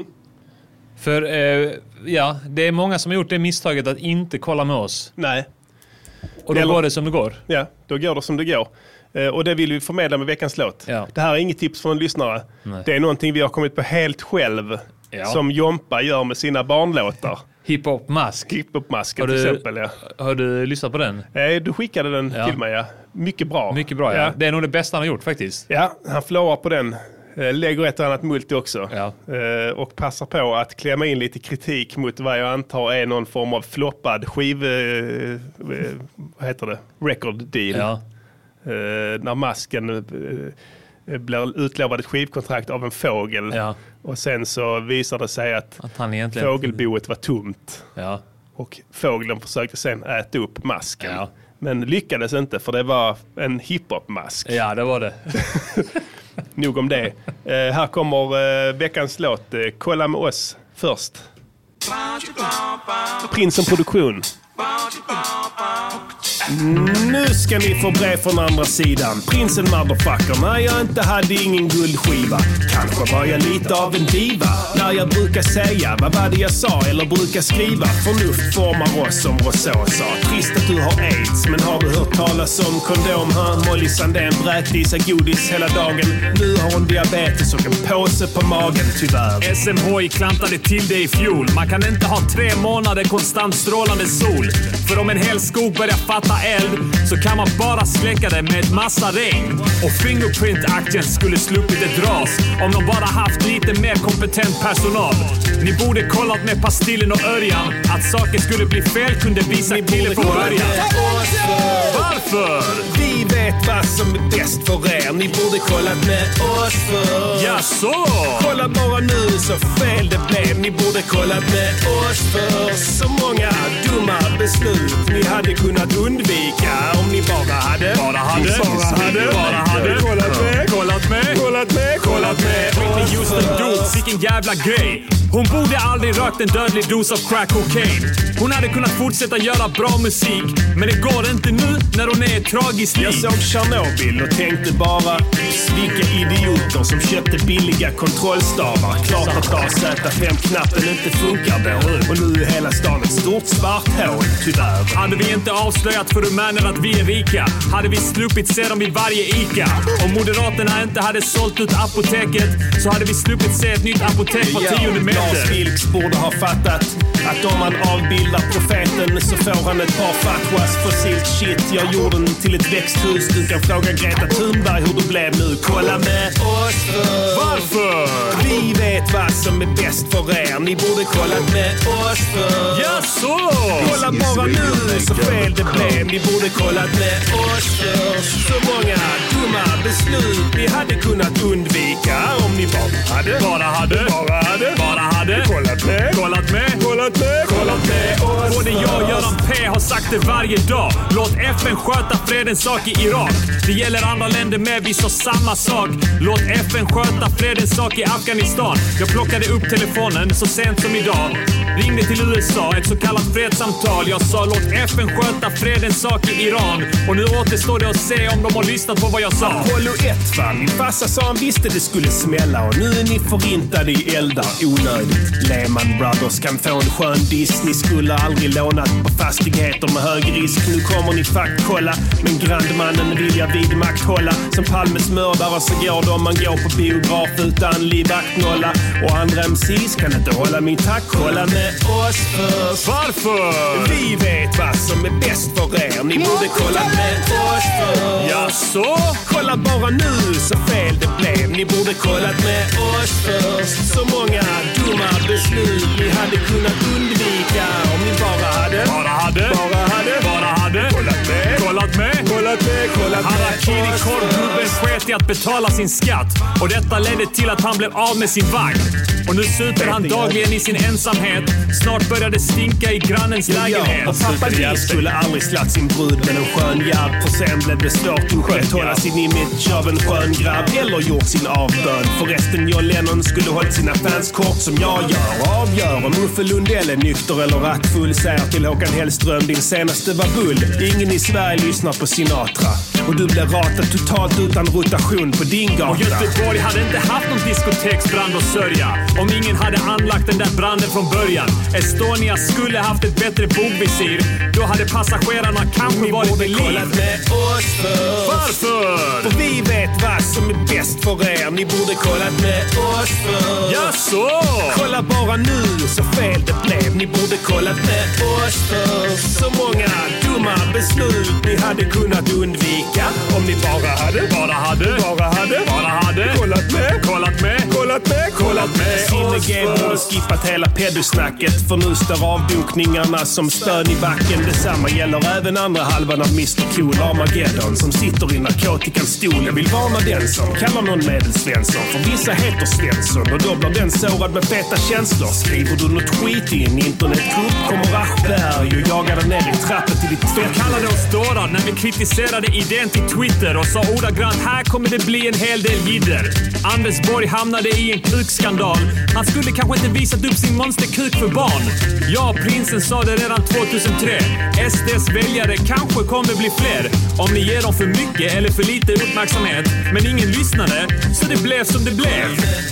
[SPEAKER 4] För eh, ja, det är många som har gjort det misstaget att inte kolla med oss.
[SPEAKER 1] Nej.
[SPEAKER 4] Och då Eller, går det som det går.
[SPEAKER 1] Ja, då går det som det går. Och det vill vi förmedla med veckans låt.
[SPEAKER 4] Ja.
[SPEAKER 1] Det här är inget tips från en lyssnare. Nej. Det är någonting vi har kommit på helt själv. Ja. Som Jompa gör med sina barnlåtar.
[SPEAKER 4] Hiphop Mask.
[SPEAKER 1] Hiphop Mask till exempel, ja.
[SPEAKER 4] Har du lyssnat på den?
[SPEAKER 1] Nej, du skickade den ja. till mig, ja. Mycket bra.
[SPEAKER 4] Mycket bra, ja. ja. Det är nog det bästa han har gjort faktiskt.
[SPEAKER 1] Ja, han flowar på den. Lägger ett annat multi också.
[SPEAKER 4] Ja.
[SPEAKER 1] Och passar på att klämma in lite kritik mot vad jag antar är någon form av floppad skiv... Vad heter det? Record deal.
[SPEAKER 4] Ja.
[SPEAKER 1] Uh, när Masken uh, blir utlovad ett skivkontrakt av en fågel
[SPEAKER 4] ja.
[SPEAKER 1] och sen så visar det sig att,
[SPEAKER 4] att han egentligen...
[SPEAKER 1] fågelboet var tomt
[SPEAKER 4] ja.
[SPEAKER 1] och fågeln försökte sen äta upp masken
[SPEAKER 4] ja.
[SPEAKER 1] men lyckades inte för det var en hiphop-mask.
[SPEAKER 4] Ja, det var det.
[SPEAKER 1] Nog om det. Uh, här kommer uh, veckans låt. Uh, kolla med oss först. Prinsen Produktion. Nu ska ni få brev från andra sidan. Prinsen motherfucker, när jag inte hade ingen guldskiva. Kanske var jag lite av en diva. När jag brukar säga, vad var det jag sa? Eller brukar skriva, förnuft formar oss som Rousseau sa. Trist att du har aids, men har du hört talas om kondom? Här Molly Sandén bräkte i sig godis hela dagen. Nu har hon diabetes och en påse på magen, tyvärr.
[SPEAKER 7] S M H I klantade till det i fjol. Man kan inte ha tre månader konstant strålande sol. För om en hel skog börjar fatta tändbara eld så kan man bara släcka det med ett massa regn. Och Fingerprint-aktien skulle sluppit ett ras om de bara haft lite mer kompetent personal. Ni borde kollat med Pastillen och Örjan att saker skulle bli fel kunde visa till från början. Varför?
[SPEAKER 2] Vi vet vad som är bäst för er. Ni borde kollat med oss för.
[SPEAKER 7] Ja, så.
[SPEAKER 2] Kolla bara nu så fel det blev. Ni borde kollat med oss för. Så många dumma beslut ni hade kunnat undvika om ni bara hade.
[SPEAKER 7] Bara hade.
[SPEAKER 2] Bara hade.
[SPEAKER 7] Bara hade.
[SPEAKER 2] Kollat med.
[SPEAKER 7] Kollat med.
[SPEAKER 2] Kollat med. Kollat med.
[SPEAKER 7] Whitney Houston dog, vilken jävla grej. Hon borde aldrig rökt en dödlig dos av crack cocaine. Hon hade kunnat fortsätta göra bra musik, men det går inte nu när hon är tragiskt lik.
[SPEAKER 2] Jag såg Tjernobyl och tänkte bara vilka idioter som köpte billiga kontrollstavar. Klart att A Z fem-knappen inte funkar då. Och nu är hela stan ett stort svart hål, tyvärr.
[SPEAKER 7] Hade vi inte avslöjat för rumäner att vi är rika, hade vi sluppit se dem vid varje Ica. Om Moderaterna inte hade sålt ut apoteket så hade vi sluppit se ett nytt apotek på tionde meter.
[SPEAKER 2] Lars Vilks borde ha fattat att om man avbildar profeten så får han ett par fatwas. Fossilt shit, jag gjorde den till ett växthus. Du kan fråga Greta Thunberg hur det blev nu. Kolla med oss för.
[SPEAKER 7] Varför?
[SPEAKER 2] Vi vet vad som är bäst för er. Ni borde kollat med oss för.
[SPEAKER 7] Ja, så.
[SPEAKER 2] Kolla bara nu så fel det blev. Ni borde kollat med oss för. Så många dumma beslut ni hade kunnat undvika om ni bara hade.
[SPEAKER 7] Bara hade.
[SPEAKER 2] Bara hade.
[SPEAKER 7] Bara hade.
[SPEAKER 2] Kollat med.
[SPEAKER 7] Kollat med.
[SPEAKER 2] Kollat med. Kollat med oss.
[SPEAKER 7] Både jag och Göran P har sagt det varje dag. Låt F N sköta fredens sak i Irak. Det gäller andra länder med, vi sa samma sak. Låt F N sköta fredens sak i Afghanistan. Jag plockade upp telefonen så sent som idag. Ringde till U S A, ett så kallat fredssamtal. Jag sa låt F N sköta fredens sak i Iran. Och nu återstår det att se om de har lyssnat på vad jag sa.
[SPEAKER 2] Apollo ett va? Min farsa sa han visste det skulle smälla. Och nu är ni förintade i eldar. Onödigt. Lehman Brothers kan få en skön Disney. Skulle aldrig lånat på fastigheter med hög risk. Nu kommer ni faktkolla. Men grandmannen vill jag vidmakthålla. Som Palmes mördare så går de man går på biograf utan livvaktnolla. Och andra M Cs kan inte hålla min tack. Kolla med oss först.
[SPEAKER 7] Varför?
[SPEAKER 2] Vi vet vad som är bäst för er. Ni borde kolla med oss först.
[SPEAKER 7] Ja, så.
[SPEAKER 2] Kolla bara nu så fel det blev. Ni borde kollat med oss först. Så många dumma beslut ni hade kunnat undvika om ni bara hade.
[SPEAKER 7] Bara hade.
[SPEAKER 2] Bara hade.
[SPEAKER 7] Bara hade.
[SPEAKER 2] Kollat med.
[SPEAKER 7] Kollat med.
[SPEAKER 2] Kollat med. Kollat med.
[SPEAKER 7] Harakiri-korvgubben sket i att betala sin skatt. Och detta ledde till att han blev av med sin vagn. Och nu super han dagligen i sin ensamhet. Snart börjar det stinka i grannens lägenhet.
[SPEAKER 2] Ja, och pappa Lee skulle aldrig slatt sin brud med en skön jabb. För sen blev det svårt att upprätthålla sin image av en skön grabb. Eller gjort sin avbön. Förresten John Lennon skulle hållit sina fans kort som jag gör. Avgör om Uffe Lundell är nykter eller rattfull. Säger till Håkan Hellström din senaste var bull. Ingen i Sverige lyssnar på Sinatra. Och du blev ratad totalt utan rotation på din gata.
[SPEAKER 7] Och Göteborg hade inte haft någon diskoteksbrand att sörja om ingen hade anlagt den där branden från början. Estonia skulle haft ett bättre bogvisir. Då hade passagerarna kanske varit vid liv.
[SPEAKER 2] Kollat med oss först.
[SPEAKER 7] Varför?
[SPEAKER 2] För vi vet vad som är bäst för er. Ni borde kollat med oss först.
[SPEAKER 7] Ja, så.
[SPEAKER 2] Kolla bara nu så fel det blev. Ni borde kollat med oss först. Så många dumma beslut ni hade kunnat undvika om ni bara hade.
[SPEAKER 7] Bara hade.
[SPEAKER 2] Bara hade.
[SPEAKER 7] Bara hade.
[SPEAKER 2] Kollat med.
[SPEAKER 7] Kollat med.
[SPEAKER 2] Kollat med. Kollat med. Sinnegem borde skippat hela pedusnacket. För nu står avbokningarna som stön i backen. Detsamma gäller även andra halvan av mister Cool Armageddon som sitter i narkotikans stol. Jag vill varna den som kallar någon medelsvensson. För vissa heter Svensson och då blir den sårad med feta känslor. Skriver du något skit i en internetgrupp kommer Aschberg och jagar den ner i trappen till ditt fett.
[SPEAKER 7] De kallade oss dårar när vi kritiserade idén till Twitter och sa ordagrant här kommer det bli en hel del jidder. Anders Borg hamnade i en kukskandal. Han skulle kanske inte visat upp sin monsterkuk för barn. Ja, prinsen sa det redan tjugohundratre. S D:s väljare kanske kommer bli fler om ni ger dem för mycket eller för lite uppmärksamhet. Men ingen lyssnade, så det blev som det blev.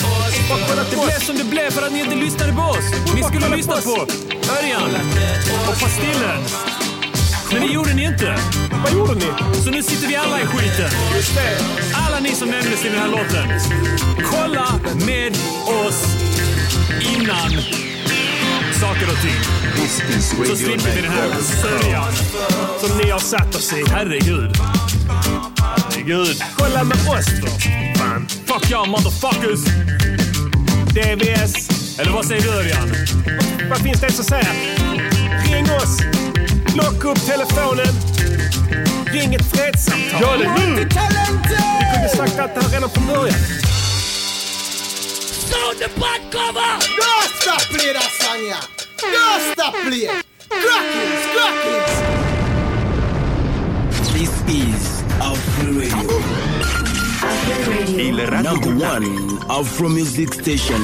[SPEAKER 7] Det blev som det blev för att ni inte lyssnade på oss. Ni skulle ha lyssnat på Örjan och Pastillen. Men det gjorde ni inte.
[SPEAKER 2] Vad gjorde ni?
[SPEAKER 7] Så nu sitter vi alla i skiten.
[SPEAKER 2] Just det.
[SPEAKER 7] Alla ni som nämndes i den här låten. Kolla med oss innan saker och ting. Så slipper vi den här sörjan som ni har satt oss i. Herregud. Herregud.
[SPEAKER 1] Kolla med oss då.
[SPEAKER 7] Fan. Fuck y'all motherfuckers.
[SPEAKER 1] D V S.
[SPEAKER 7] Eller vad säger du, Örjan?
[SPEAKER 1] Vad finns det att säga? Ring oss. Lock upp telefonen. Ring ett fredssamtal.
[SPEAKER 7] Gör det nu!
[SPEAKER 1] Vi kunde sagt allt det här redan från början.
[SPEAKER 8] Sound the butt cover!
[SPEAKER 9] Don't stop play that song, yeah. Don't stop play. Crackings, crackings.
[SPEAKER 10] This is Afro Radio. Number one Afro Music Station.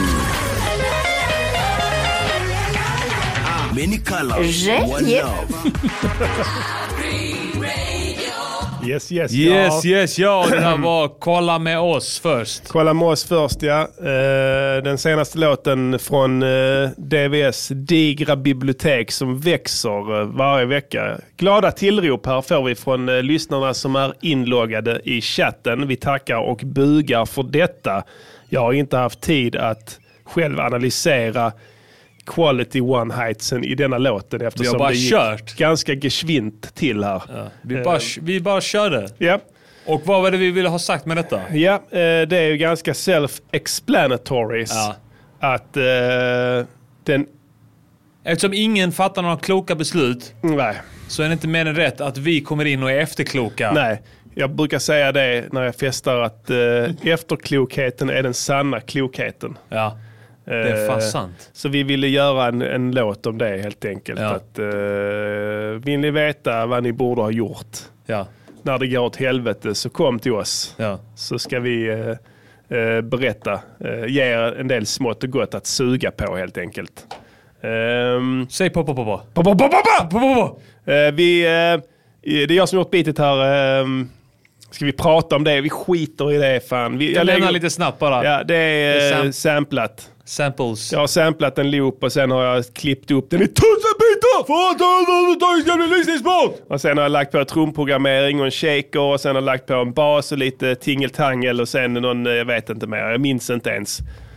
[SPEAKER 10] Many colors, one love.
[SPEAKER 1] Yes, yes,
[SPEAKER 4] yes,
[SPEAKER 1] ja.
[SPEAKER 4] yes, ja. Det här var Kolla med oss först.
[SPEAKER 1] Kolla med oss först, ja. Uh, den senaste låten från uh, D V S digra bibliotek som växer uh, varje vecka. Glada tillrop här får vi från uh, lyssnarna som är inloggade i chatten. Vi tackar och bugar för detta. Jag har inte haft tid att själv analysera quality one-heightsen i denna låten eftersom
[SPEAKER 4] bara
[SPEAKER 1] det gick
[SPEAKER 4] kört.
[SPEAKER 1] ganska geschwint till här.
[SPEAKER 4] Ja, vi, bara, vi bara körde.
[SPEAKER 1] Ja.
[SPEAKER 4] Och vad var det vi ville ha sagt med detta?
[SPEAKER 1] Ja, eh, det är ju ganska self-explanatory
[SPEAKER 4] Ja.
[SPEAKER 1] att eh, den...
[SPEAKER 4] Eftersom ingen fattar några kloka beslut
[SPEAKER 1] Nej.
[SPEAKER 4] så är det inte mer än rätt att vi kommer in och är efterkloka.
[SPEAKER 1] Nej, jag brukar säga det när jag festar att eh, efterklokheten är den sanna klokheten.
[SPEAKER 4] Ja. Det är fan sant.
[SPEAKER 1] Så vi ville göra en, en låt om det helt enkelt.
[SPEAKER 4] Ja.
[SPEAKER 1] Att, uh, vill ni veta vad ni borde ha gjort?
[SPEAKER 4] Ja.
[SPEAKER 1] När det går åt helvete så kom till oss.
[SPEAKER 4] Ja.
[SPEAKER 1] Så ska vi uh, uh, berätta. Uh, ge er en del smått och gott att suga på helt enkelt. Um,
[SPEAKER 4] Säg på, på, på, på.
[SPEAKER 1] på, på, på, på,
[SPEAKER 4] på, på, på.
[SPEAKER 1] Uh, vi, uh, det är jag som har gjort bitet här. Um, Ska vi prata om det? Vi skiter i det fan. Vi,
[SPEAKER 4] jag lämnar lite snabbt bara.
[SPEAKER 1] Ja, det är, det är sam- samplat.
[SPEAKER 4] Samples.
[SPEAKER 1] Jag har samplat en loop och sen har jag klippt upp den i tusen bitar för att överhuvudtaget ska bli lyssningsbart. Och sen har jag lagt på trumprogrammering och en shaker och sen har jag lagt på en bas och lite tingeltangel och sen någon, jag vet inte mer, jag minns inte ens.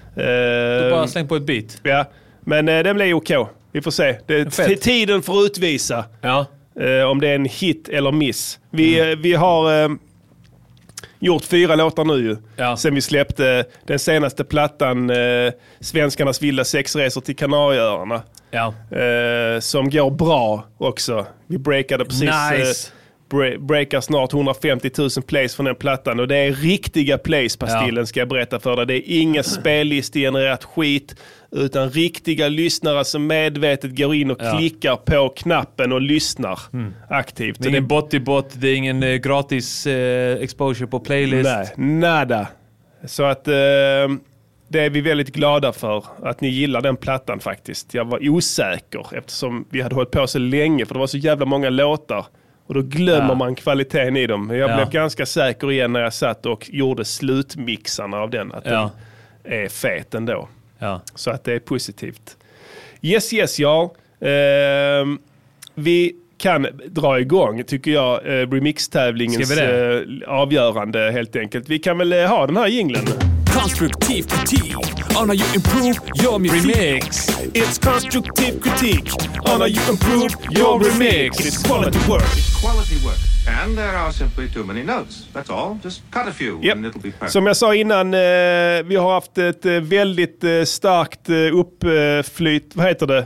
[SPEAKER 4] Du bara släng på ett beat.
[SPEAKER 1] Ja, men uh, den blir okej. Vi får se. Det är t- tiden för att utvisa
[SPEAKER 4] ja.
[SPEAKER 1] uh, om det är en hit eller miss. Vi, mm. uh, vi har... Uh, gjort fyra låtar nu ju. Ja. Sen vi släppte den senaste plattan eh, Svenskarnas vilda sexresor till Kanarieöarna.
[SPEAKER 4] Ja.
[SPEAKER 1] Eh, som går bra också. Vi breakade precis
[SPEAKER 4] nice.
[SPEAKER 1] eh, bre- breakar snart hundrafemtio tusen plays från den plattan och det är riktiga plays Pastillen ja. Ska jag berätta för dig. Det är inga spellistegenererat skit utan riktiga lyssnare som medvetet går in och ja. Klickar på knappen och lyssnar mm. aktivt.
[SPEAKER 4] Det är ingen bot i bot, det är ingen eh, gratis eh, exposure på playlist.
[SPEAKER 1] Nej, nada. Så att eh, det är vi väldigt glada för att ni gillar den plattan faktiskt. Jag var osäker eftersom vi hade hållit på så länge för det var så jävla många låtar. Och då glömmer ja. Man kvaliteten i dem. Jag ja. Blev ganska säker igen när jag satt och gjorde slutmixarna av den. Att ja. Den är fet ändå. Ja. Så att det är positivt. Yes, yes, ja. Eh, vi kan dra igång, tycker jag, eh, remix-tävlingens eh, avgörande helt enkelt. Vi kan väl eh, ha den här jinglen.
[SPEAKER 8] Konstruktiv kritik on how you improve your remix.
[SPEAKER 1] It's constructive critique on how you improve your remix. It's quality work.
[SPEAKER 11] It's quality work. And there are simply too many notes. That's all. Just cut a few
[SPEAKER 1] yep.
[SPEAKER 11] and it'll be perfect.
[SPEAKER 1] Som jag sa innan, eh, vi har haft ett eh, väldigt eh, starkt eh, uppflyt, vad heter det?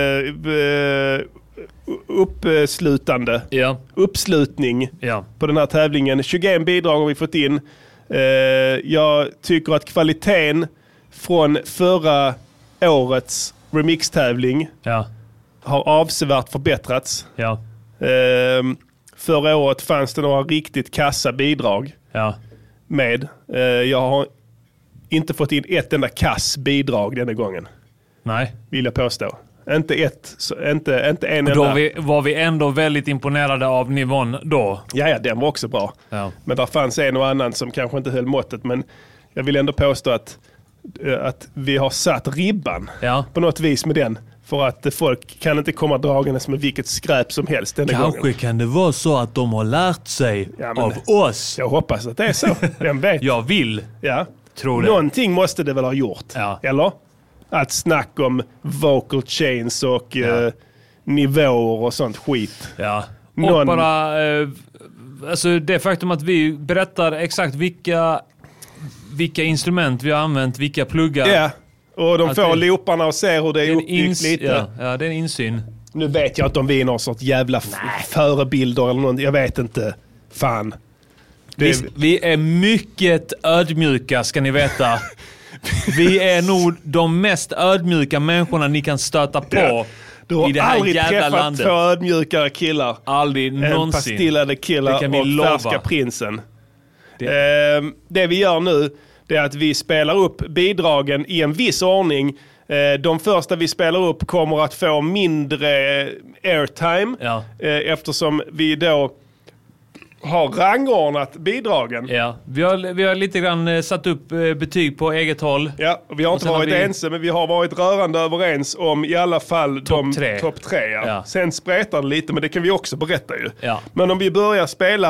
[SPEAKER 1] Eh, eh, uppslutande.
[SPEAKER 4] Ja.
[SPEAKER 1] Uppslutning
[SPEAKER 4] ja.
[SPEAKER 1] På den här tävlingen. tjugoett bidrag har vi fått in. Eh, jag tycker att kvaliteten från förra årets remixtävling
[SPEAKER 4] ja.
[SPEAKER 1] Har avsevärt förbättrats.
[SPEAKER 4] Ja.
[SPEAKER 1] Eh, förra året fanns det några riktigt kassa bidrag
[SPEAKER 4] ja.
[SPEAKER 1] Med. Eh, jag har inte fått in ett enda kass bidrag denna gången.
[SPEAKER 4] Nej.
[SPEAKER 1] Vill jag påstå. Inte ett, så, inte, inte en
[SPEAKER 4] då
[SPEAKER 1] enda.
[SPEAKER 4] Vi, var vi ändå väldigt imponerade av nivån då.
[SPEAKER 1] Ja, ja, den var också bra.
[SPEAKER 4] Ja.
[SPEAKER 1] Men där fanns en och annan som kanske inte höll måttet. Men jag vill ändå påstå att, att vi har satt ribban
[SPEAKER 4] ja.
[SPEAKER 1] På något vis med den. För att folk kan inte komma dragandes med vilket skräp som helst denna
[SPEAKER 4] Kanske
[SPEAKER 1] gången.
[SPEAKER 4] kan det vara så att de har lärt sig ja, av oss.
[SPEAKER 1] Jag hoppas att det är så. Vem vet?
[SPEAKER 4] Jag vill.
[SPEAKER 1] Ja.
[SPEAKER 4] Tror det.
[SPEAKER 1] Någonting måste det väl ha gjort.
[SPEAKER 4] Ja.
[SPEAKER 1] Eller? att snack om vocal chains och ja. eh, nivåer och sånt skit.
[SPEAKER 4] Ja. Och
[SPEAKER 1] Någon...
[SPEAKER 4] bara eh, alltså det faktum att vi berättar exakt vilka vilka instrument vi har använt, vilka pluggar.
[SPEAKER 1] Ja, och de
[SPEAKER 4] att
[SPEAKER 1] får
[SPEAKER 4] det,
[SPEAKER 1] looparna och ser hur det är uppbyggt ins- lite.
[SPEAKER 4] Ja, ja, det är en insyn.
[SPEAKER 1] Nu vet jag inte om vi är någon sorts jävla f- förebilder eller något. Jag vet inte. Fan. Det...
[SPEAKER 4] Vi, vi är mycket ödmjuka, ska ni veta. Vi är nog de mest ödmjuka människorna ni kan stöta på. Ja.
[SPEAKER 1] Du har
[SPEAKER 4] i det här
[SPEAKER 1] aldrig
[SPEAKER 4] jävla
[SPEAKER 1] träffat
[SPEAKER 4] landet.
[SPEAKER 1] två ödmjukare killar.
[SPEAKER 4] Aldrig
[SPEAKER 1] en
[SPEAKER 4] någonsin. En
[SPEAKER 1] pastillade killar och
[SPEAKER 4] lova.
[SPEAKER 1] färska prinsen. Det. Eh, det vi gör nu det är att vi spelar upp bidragen i en viss ordning. Eh, de första vi spelar upp kommer att få mindre airtime.
[SPEAKER 4] Ja.
[SPEAKER 1] Eh, eftersom vi då har rangordnat bidragen.
[SPEAKER 4] Ja, vi har, vi har lite grann satt upp betyg på eget håll.
[SPEAKER 1] Ja, vi har inte varit har vi... ense, men vi har varit rörande överens om i alla fall
[SPEAKER 4] top
[SPEAKER 1] de
[SPEAKER 4] tre.
[SPEAKER 1] topp tre. Ja.
[SPEAKER 4] Ja.
[SPEAKER 1] Sen spretar det lite, men det kan vi också berätta ju.
[SPEAKER 4] Ja.
[SPEAKER 1] Men om vi börjar spela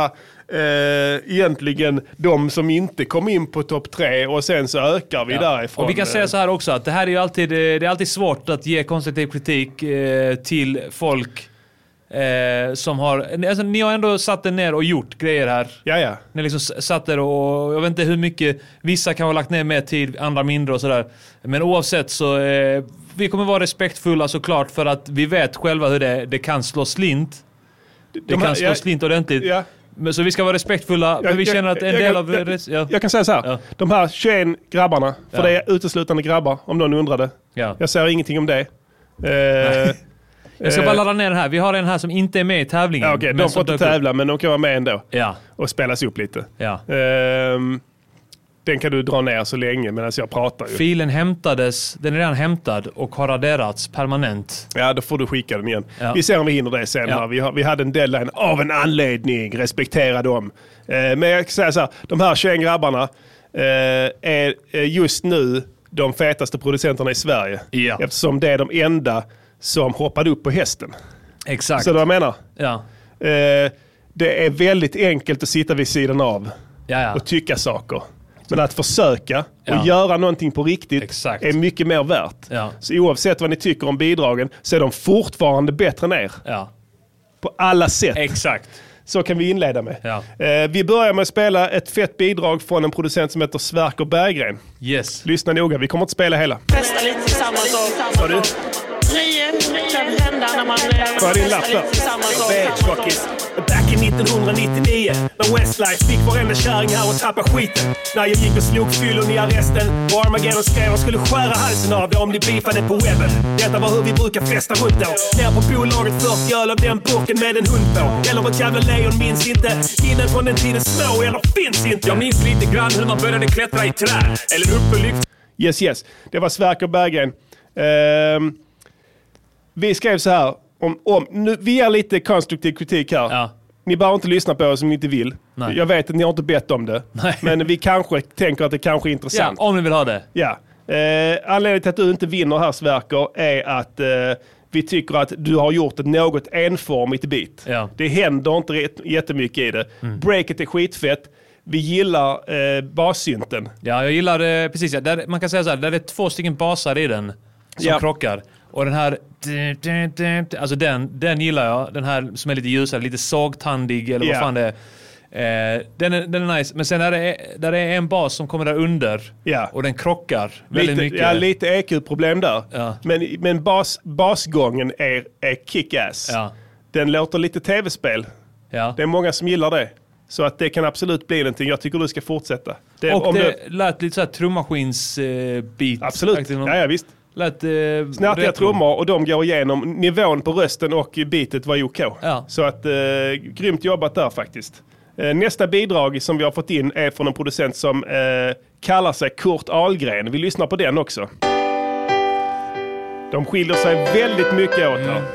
[SPEAKER 1] eh, egentligen de som inte kom in på topp tre och sen så ökar vi ja. därifrån.
[SPEAKER 4] Och vi kan säga så här också, att det här är ju alltid, det är alltid svårt att ge konstruktiv kritik eh, till folk Eh, som har, alltså, ni har ändå satt er ner och gjort grejer här.
[SPEAKER 1] Ja, ja.
[SPEAKER 4] Ni liksom satt er och jag vet inte hur mycket, vissa kan ha lagt ner mer tid, andra mindre och sådär. Men oavsett så eh, vi kommer vara respektfulla såklart, för att vi vet själva hur det, det kan slå slint. Det De kan här, slå ja, slint ordentligt. Ja. Men, så vi ska vara respektfulla, ja, men vi jag, känner att en jag, del jag, av...
[SPEAKER 1] Jag, ja. jag kan säga så här, ja. de här tjugoen grabbarna, för ja. det är uteslutande grabbar, om någon undrade. Ja. Jag säger ingenting om det. Eh,
[SPEAKER 4] Jag ska bara ladda ner den här. Vi har en här som inte är med i tävlingen.
[SPEAKER 1] Ja, okej, okay. De får inte tävla, men de kan vara med ändå.
[SPEAKER 4] Ja.
[SPEAKER 1] Och spelas upp lite.
[SPEAKER 4] Ja.
[SPEAKER 1] Um, den kan du dra ner så länge medan jag pratar. Ju.
[SPEAKER 4] Filen hämtades, den är redan hämtad och har raderats permanent.
[SPEAKER 1] Ja, då får du skicka den igen. Ja. Vi ser om vi hinner det sen. Ja. Här. Vi, har, vi hade en deadline av en anledning. Respektera dem. Uh, men jag kan säga så här, de här tjugoen grabbarna uh, är just nu de fetaste producenterna i Sverige.
[SPEAKER 4] Ja.
[SPEAKER 1] Eftersom det är de enda som hoppade upp på hästen.
[SPEAKER 4] Exakt.
[SPEAKER 1] Så vad jag menar?
[SPEAKER 4] Ja.
[SPEAKER 1] Eh, det är väldigt enkelt att sitta vid sidan av
[SPEAKER 4] ja, ja.
[SPEAKER 1] och tycka saker. Men att försöka
[SPEAKER 4] ja.
[SPEAKER 1] och göra någonting på riktigt
[SPEAKER 4] Exakt.
[SPEAKER 1] är mycket mer värt.
[SPEAKER 4] Ja.
[SPEAKER 1] Så oavsett vad ni tycker om bidragen så är de fortfarande bättre än er.
[SPEAKER 4] Ja.
[SPEAKER 1] På alla sätt.
[SPEAKER 4] Exakt.
[SPEAKER 1] Så kan vi inleda med.
[SPEAKER 4] Ja.
[SPEAKER 1] Eh, vi börjar med att spela ett fett bidrag från en producent som heter Sverker Berggren.
[SPEAKER 4] Yes.
[SPEAKER 1] Lyssna noga, vi kommer inte spela hela.
[SPEAKER 12] Festa lite tillsammans och...
[SPEAKER 1] Vad du?
[SPEAKER 12] Grejer kan hända när man
[SPEAKER 1] festar lite
[SPEAKER 12] tillsammans och...
[SPEAKER 3] Back in nittonhundranittionio när Westlife fick varenda kärring här och tappa skiten. När jag gick och slog fyllon i arresten och Armageddon skrev och skulle skära halsen av det om de beefade på webben. Detta var hur vi brukar festa runt då. Ner på bolaget fyrtio öl av den burken med en hund på. Eller ett jävla lejon minns inte. Innan från den tiden små eller finns inte.
[SPEAKER 7] Jag minns lite grann hur man började klättra i träd. Eller upp och lyft.
[SPEAKER 1] Yes, yes. Det var Sverker Berggren. Ehm... Vi skrev så här, om, om, nu, vi ger lite konstruktiv kritik här.
[SPEAKER 4] Ja.
[SPEAKER 1] Ni behöver inte lyssna på oss om ni inte vill.
[SPEAKER 4] Nej.
[SPEAKER 1] Jag vet att ni har inte bett om det.
[SPEAKER 4] Nej.
[SPEAKER 1] Men vi kanske tänker att det kanske är intressant.
[SPEAKER 4] Ja, om ni vill ha det.
[SPEAKER 1] Ja. Eh, anledningen till att du inte vinner här, Sverker, är att eh, vi tycker att du har gjort ett något enformigt beat.
[SPEAKER 4] Ja.
[SPEAKER 1] Det händer inte jättemycket i det. Mm. Breaket är skitfett. Vi gillar eh, bassynten.
[SPEAKER 4] Ja, jag gillar eh, precis. Ja. Där, man kan säga så här, där är två stycken basar i den som
[SPEAKER 1] ja.
[SPEAKER 4] krockar. Och den här, alltså den, den gillar jag. Den här som är lite ljusare, lite sågtandig eller
[SPEAKER 1] yeah.
[SPEAKER 4] vad fan det är. Eh, den är. Den är nice. Men sen är det, där är en bas som kommer där under.
[SPEAKER 1] Yeah.
[SPEAKER 4] Och den krockar väldigt
[SPEAKER 1] lite,
[SPEAKER 4] mycket.
[SPEAKER 1] Ja, lite E Q-problem där.
[SPEAKER 4] Ja.
[SPEAKER 1] Men, men bas, basgången är, är kick-ass.
[SPEAKER 4] Ja.
[SPEAKER 1] Den låter lite tv-spel.
[SPEAKER 4] Ja.
[SPEAKER 1] Det är många som gillar det. Så att det kan absolut bli någonting. Jag tycker du ska fortsätta. Det,
[SPEAKER 4] och
[SPEAKER 1] om
[SPEAKER 4] det
[SPEAKER 1] du...
[SPEAKER 4] lät lite så här trummaskins-beat.
[SPEAKER 1] Eh, absolut, ja, ja visst.
[SPEAKER 4] Lät, eh,
[SPEAKER 1] snärtiga trummor och de går igenom. Nivån på rösten och beatet var OK.
[SPEAKER 4] Ja.
[SPEAKER 1] Så att eh, grymt jobbat där faktiskt. Eh, nästa bidrag som vi har fått in är från en producent som eh, kallar sig Kurt Ahlgren. Vi lyssnar på den också. De skiljer sig väldigt mycket åt här. Mm.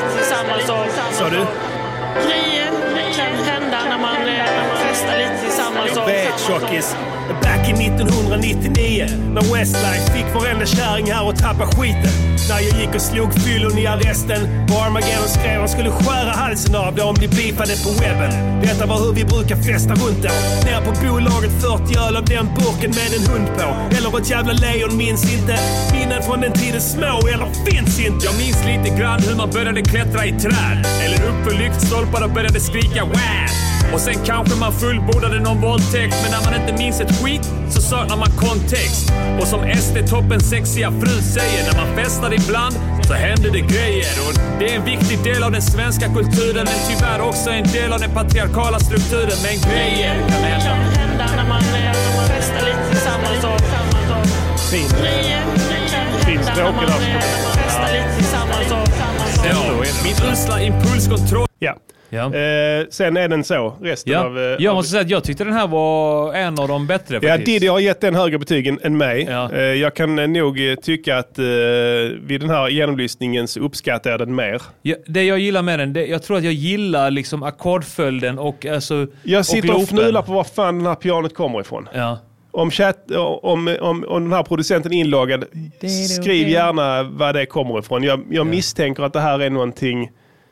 [SPEAKER 12] Sa
[SPEAKER 1] du?
[SPEAKER 12] Grejer kan hända när man festar lite tillsammans samma sak.
[SPEAKER 3] Vet tjockis. Back i nittonhundranittionio när Westlife fick varenda kärring här och tappa skiten. När jag gick och slog fyllon i arresten och Armageddon skrev han skulle skära halsen av det om de beefade på webben. Detta var hur vi brukar festa runt då. Ner på bolaget fyrtio öl av den burken med en hund på. Eller ett jävla lejon, minns inte. Minnen från den tiden små eller finns inte.
[SPEAKER 7] Jag minns lite grann hur man började klättra i träd. Eller upp för lyktstolpar och började skrika wow. Och sen kanske man fullbordade någon våldtäkt. Men när man inte minns ett skit så saknar man kontext. Och som S D-toppens sexiga fru säger, när man festar ibland så händer det grejer. Och det är en viktig del av den svenska kulturen, men tyvärr också en del av den patriarkala strukturen. Men grejer kan
[SPEAKER 12] Det kan hända när man, när man festar lite tillsammans och
[SPEAKER 1] Fint. Fint stråk idag.
[SPEAKER 12] festar lite tillsammans och
[SPEAKER 7] Ja, min usla impulskontroll.
[SPEAKER 1] Ja.
[SPEAKER 4] Ja.
[SPEAKER 1] Eh, sen är den så, resten
[SPEAKER 4] Ja.
[SPEAKER 1] av... Eh,
[SPEAKER 4] jag måste säga att jag tyckte den här var en av de bättre faktiskt.
[SPEAKER 1] Ja, Diddy har gett den högre betygen än mig.
[SPEAKER 4] Ja.
[SPEAKER 1] Eh, jag kan eh, nog eh, tycka att eh, vid den här genomlyssningen så uppskattar jag den mer.
[SPEAKER 4] Ja, det jag gillar med den, det, jag tror att jag gillar liksom ackordföljden och alltså...
[SPEAKER 1] Jag sitter och,
[SPEAKER 4] loopen.
[SPEAKER 1] fnular på var fan den här pianot kommer ifrån.
[SPEAKER 4] Ja.
[SPEAKER 1] Om, chat, om, om, om den här producenten är inloggad, skriv gärna vad det kommer ifrån. Jag, jag misstänker att det här är någonting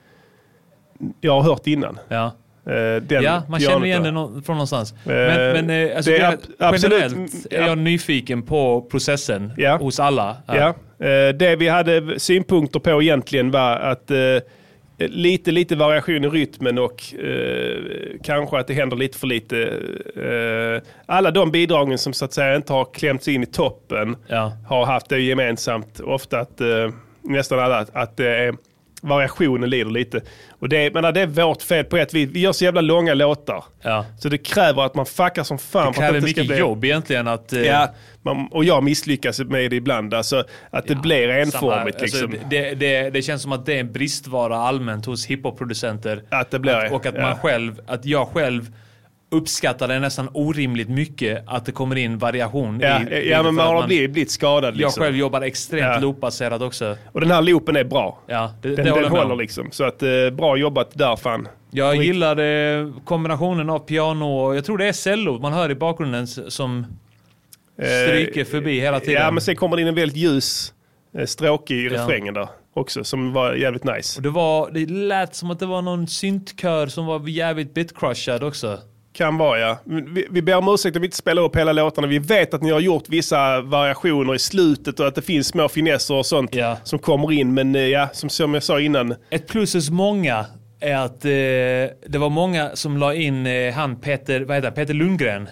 [SPEAKER 1] jag har hört innan.
[SPEAKER 4] Ja.
[SPEAKER 1] Uh, den
[SPEAKER 4] ja, man känner igen det no- från någonstans. Uh, men men uh, alltså
[SPEAKER 1] det är
[SPEAKER 4] det,
[SPEAKER 1] ab- absolut,
[SPEAKER 4] generellt är jag nyfiken på processen
[SPEAKER 1] ja.
[SPEAKER 4] hos alla.
[SPEAKER 1] Ja. Uh, det vi hade synpunkter på egentligen var att uh, lite, lite variation i rytmen och uh, kanske att det händer lite för lite. Uh, alla de bidragen som så att säga inte har klämts in i toppen
[SPEAKER 4] ja.
[SPEAKER 1] har haft det gemensamt. Ofta att uh, nästan alla att, att det är variationen lider lite. Och det, men det är vårt fel på ett vi, vi gör så jävla långa låtar.
[SPEAKER 4] Ja.
[SPEAKER 1] Så det kräver att man fuckar som fan.
[SPEAKER 4] Det kräver
[SPEAKER 1] för att det
[SPEAKER 4] mycket
[SPEAKER 1] ska bli...
[SPEAKER 4] jobb egentligen. Att, eh...
[SPEAKER 1] ja, man, och jag misslyckas med det ibland. Alltså, att det
[SPEAKER 4] ja,
[SPEAKER 1] blir enformigt.
[SPEAKER 4] alltså,
[SPEAKER 1] liksom.
[SPEAKER 4] det, det, det känns som att det är en bristvara allmänt hos hiphop-producenter.
[SPEAKER 1] Att det blir,
[SPEAKER 4] att, och att,
[SPEAKER 1] ja.
[SPEAKER 4] man själv, att jag själv uppskattar det nästan orimligt mycket att det kommer in variation.
[SPEAKER 1] Ja,
[SPEAKER 4] i, i
[SPEAKER 1] ja men man har
[SPEAKER 4] man,
[SPEAKER 1] blivit, blivit skadad. Liksom.
[SPEAKER 4] Jag själv jobbar extremt ja. loopbaserat också.
[SPEAKER 1] Och den här loopen är bra.
[SPEAKER 4] Ja, det,
[SPEAKER 1] den
[SPEAKER 4] det
[SPEAKER 1] den
[SPEAKER 4] håller,
[SPEAKER 1] håller liksom. Så att, eh, bra jobbat där fan.
[SPEAKER 4] Jag gillar eh, kombinationen av piano och jag tror det är cello man hör i bakgrunden som stryker eh, förbi hela tiden.
[SPEAKER 1] Ja, men sen kommer det in en väldigt ljus eh, stråk i ja. refrängen där också som var jävligt nice.
[SPEAKER 4] Och det, var, det lät som att det var någon syntkör som var jävligt bitcrushad också.
[SPEAKER 1] Kan vara, ja. Vi, vi ber om ursäkt att vi inte spelar upp hela låtarna. Vi vet att ni har gjort vissa variationer i slutet och att det finns små finesser och sånt
[SPEAKER 4] ja.
[SPEAKER 1] som kommer in. Men ja, som, som jag sa innan.
[SPEAKER 4] Ett plus hos många är att eh, det var många som la in eh, han Peter, vad heter Peter Lundgren.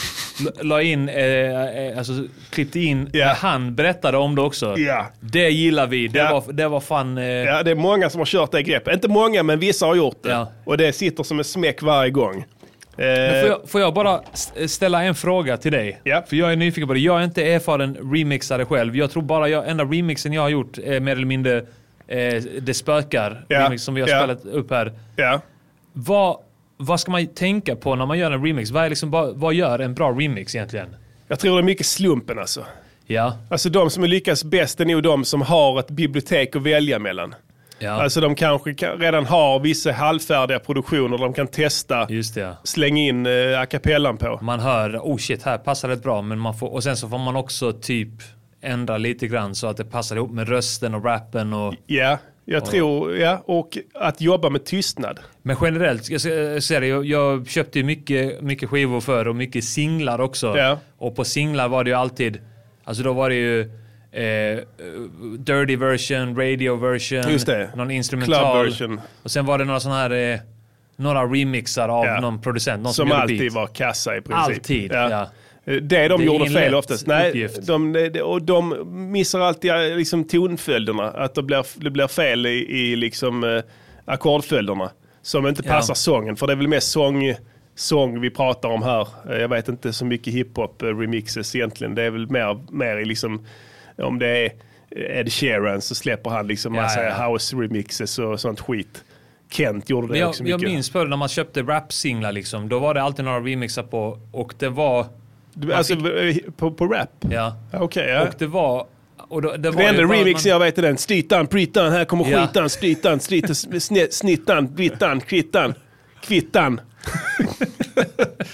[SPEAKER 4] L- la in, eh, alltså klippte in, yeah. han berättade om det också.
[SPEAKER 1] Yeah.
[SPEAKER 4] Det gillar vi. Det,
[SPEAKER 1] yeah.
[SPEAKER 4] var, det var fan... Eh...
[SPEAKER 1] Ja, det är många som har kört det greppet. Inte många, men vissa har gjort det. Ja. Och det sitter som en smäck varje gång.
[SPEAKER 4] Men får, jag, får jag bara ställa en fråga till dig?
[SPEAKER 1] Ja.
[SPEAKER 4] För jag är nyfiken på det. Jag är inte erfaren remixare själv. Jag tror bara jag, enda remixen jag har gjort är mer eller mindre eh, Det spökar. Ja. Remix som vi har ja. spelat upp här.
[SPEAKER 1] Ja.
[SPEAKER 4] Vad, vad ska man tänka på när man gör en remix? Vad, är liksom, vad, vad gör en bra remix egentligen?
[SPEAKER 1] Jag tror det är mycket slumpen alltså.
[SPEAKER 4] Ja.
[SPEAKER 1] Alltså de som lyckas bäst är nog de som har ett bibliotek att välja mellan. Ja. Alltså de kanske redan har vissa halvfärdiga produktioner de kan testa.
[SPEAKER 4] Just det, ja.
[SPEAKER 1] Slänga in uh, a cappellan på.
[SPEAKER 4] Man hör, oh shit, här passar det bra. Men man får, och sen så får man också typ ändra lite grann så att det passar ihop med rösten och rappen. Och,
[SPEAKER 1] ja, jag och, tror, ja. Och att jobba med tystnad.
[SPEAKER 4] Men generellt, jag säger det, jag, jag köpte ju mycket, mycket skivor för och mycket singlar också.
[SPEAKER 1] Ja.
[SPEAKER 4] Och på singlar var det ju alltid, alltså då var det ju Eh, dirty version, radio version,
[SPEAKER 1] just det.
[SPEAKER 4] Någon instrumental
[SPEAKER 1] club version.
[SPEAKER 4] Och sen var det några sådana här eh, några remixar av ja. någon producent, någon
[SPEAKER 1] som,
[SPEAKER 4] som
[SPEAKER 1] alltid
[SPEAKER 4] beat.
[SPEAKER 1] var kassa i princip.
[SPEAKER 4] Alltid, ja. ja.
[SPEAKER 1] Det de det gjorde fel oftast. Nej,
[SPEAKER 4] de,
[SPEAKER 1] de, och de missar alltid liksom tonföljderna, att det blir, det blir fel i, i liksom eh, ackordföljderna som inte passar ja. sången, för det är väl mest sång sång vi pratar om här. Jag vet inte så mycket hiphop remixes egentligen. Det är väl mer, mer i liksom, om det är Ed Sheeran så släpper han liksom
[SPEAKER 4] ja,
[SPEAKER 1] massa
[SPEAKER 4] ja.
[SPEAKER 1] house remixes och sånt skit. Kent gjorde det
[SPEAKER 4] Men jag,
[SPEAKER 1] också mycket.
[SPEAKER 4] Jag minns förr när man köpte rap-singlar liksom, då var det alltid några remixar på, och det var...
[SPEAKER 1] Alltså fick, på, på rap?
[SPEAKER 4] Ja.
[SPEAKER 1] Okej, okay, ja.
[SPEAKER 4] Och det var... Och då, det
[SPEAKER 1] det
[SPEAKER 4] var
[SPEAKER 1] enda remixen
[SPEAKER 4] man...
[SPEAKER 1] jag vet är den. Stritan, pritan, här kommer
[SPEAKER 4] ja.
[SPEAKER 1] skitan, stritan, stritan, snittan, blittan, kvittan, kvittan.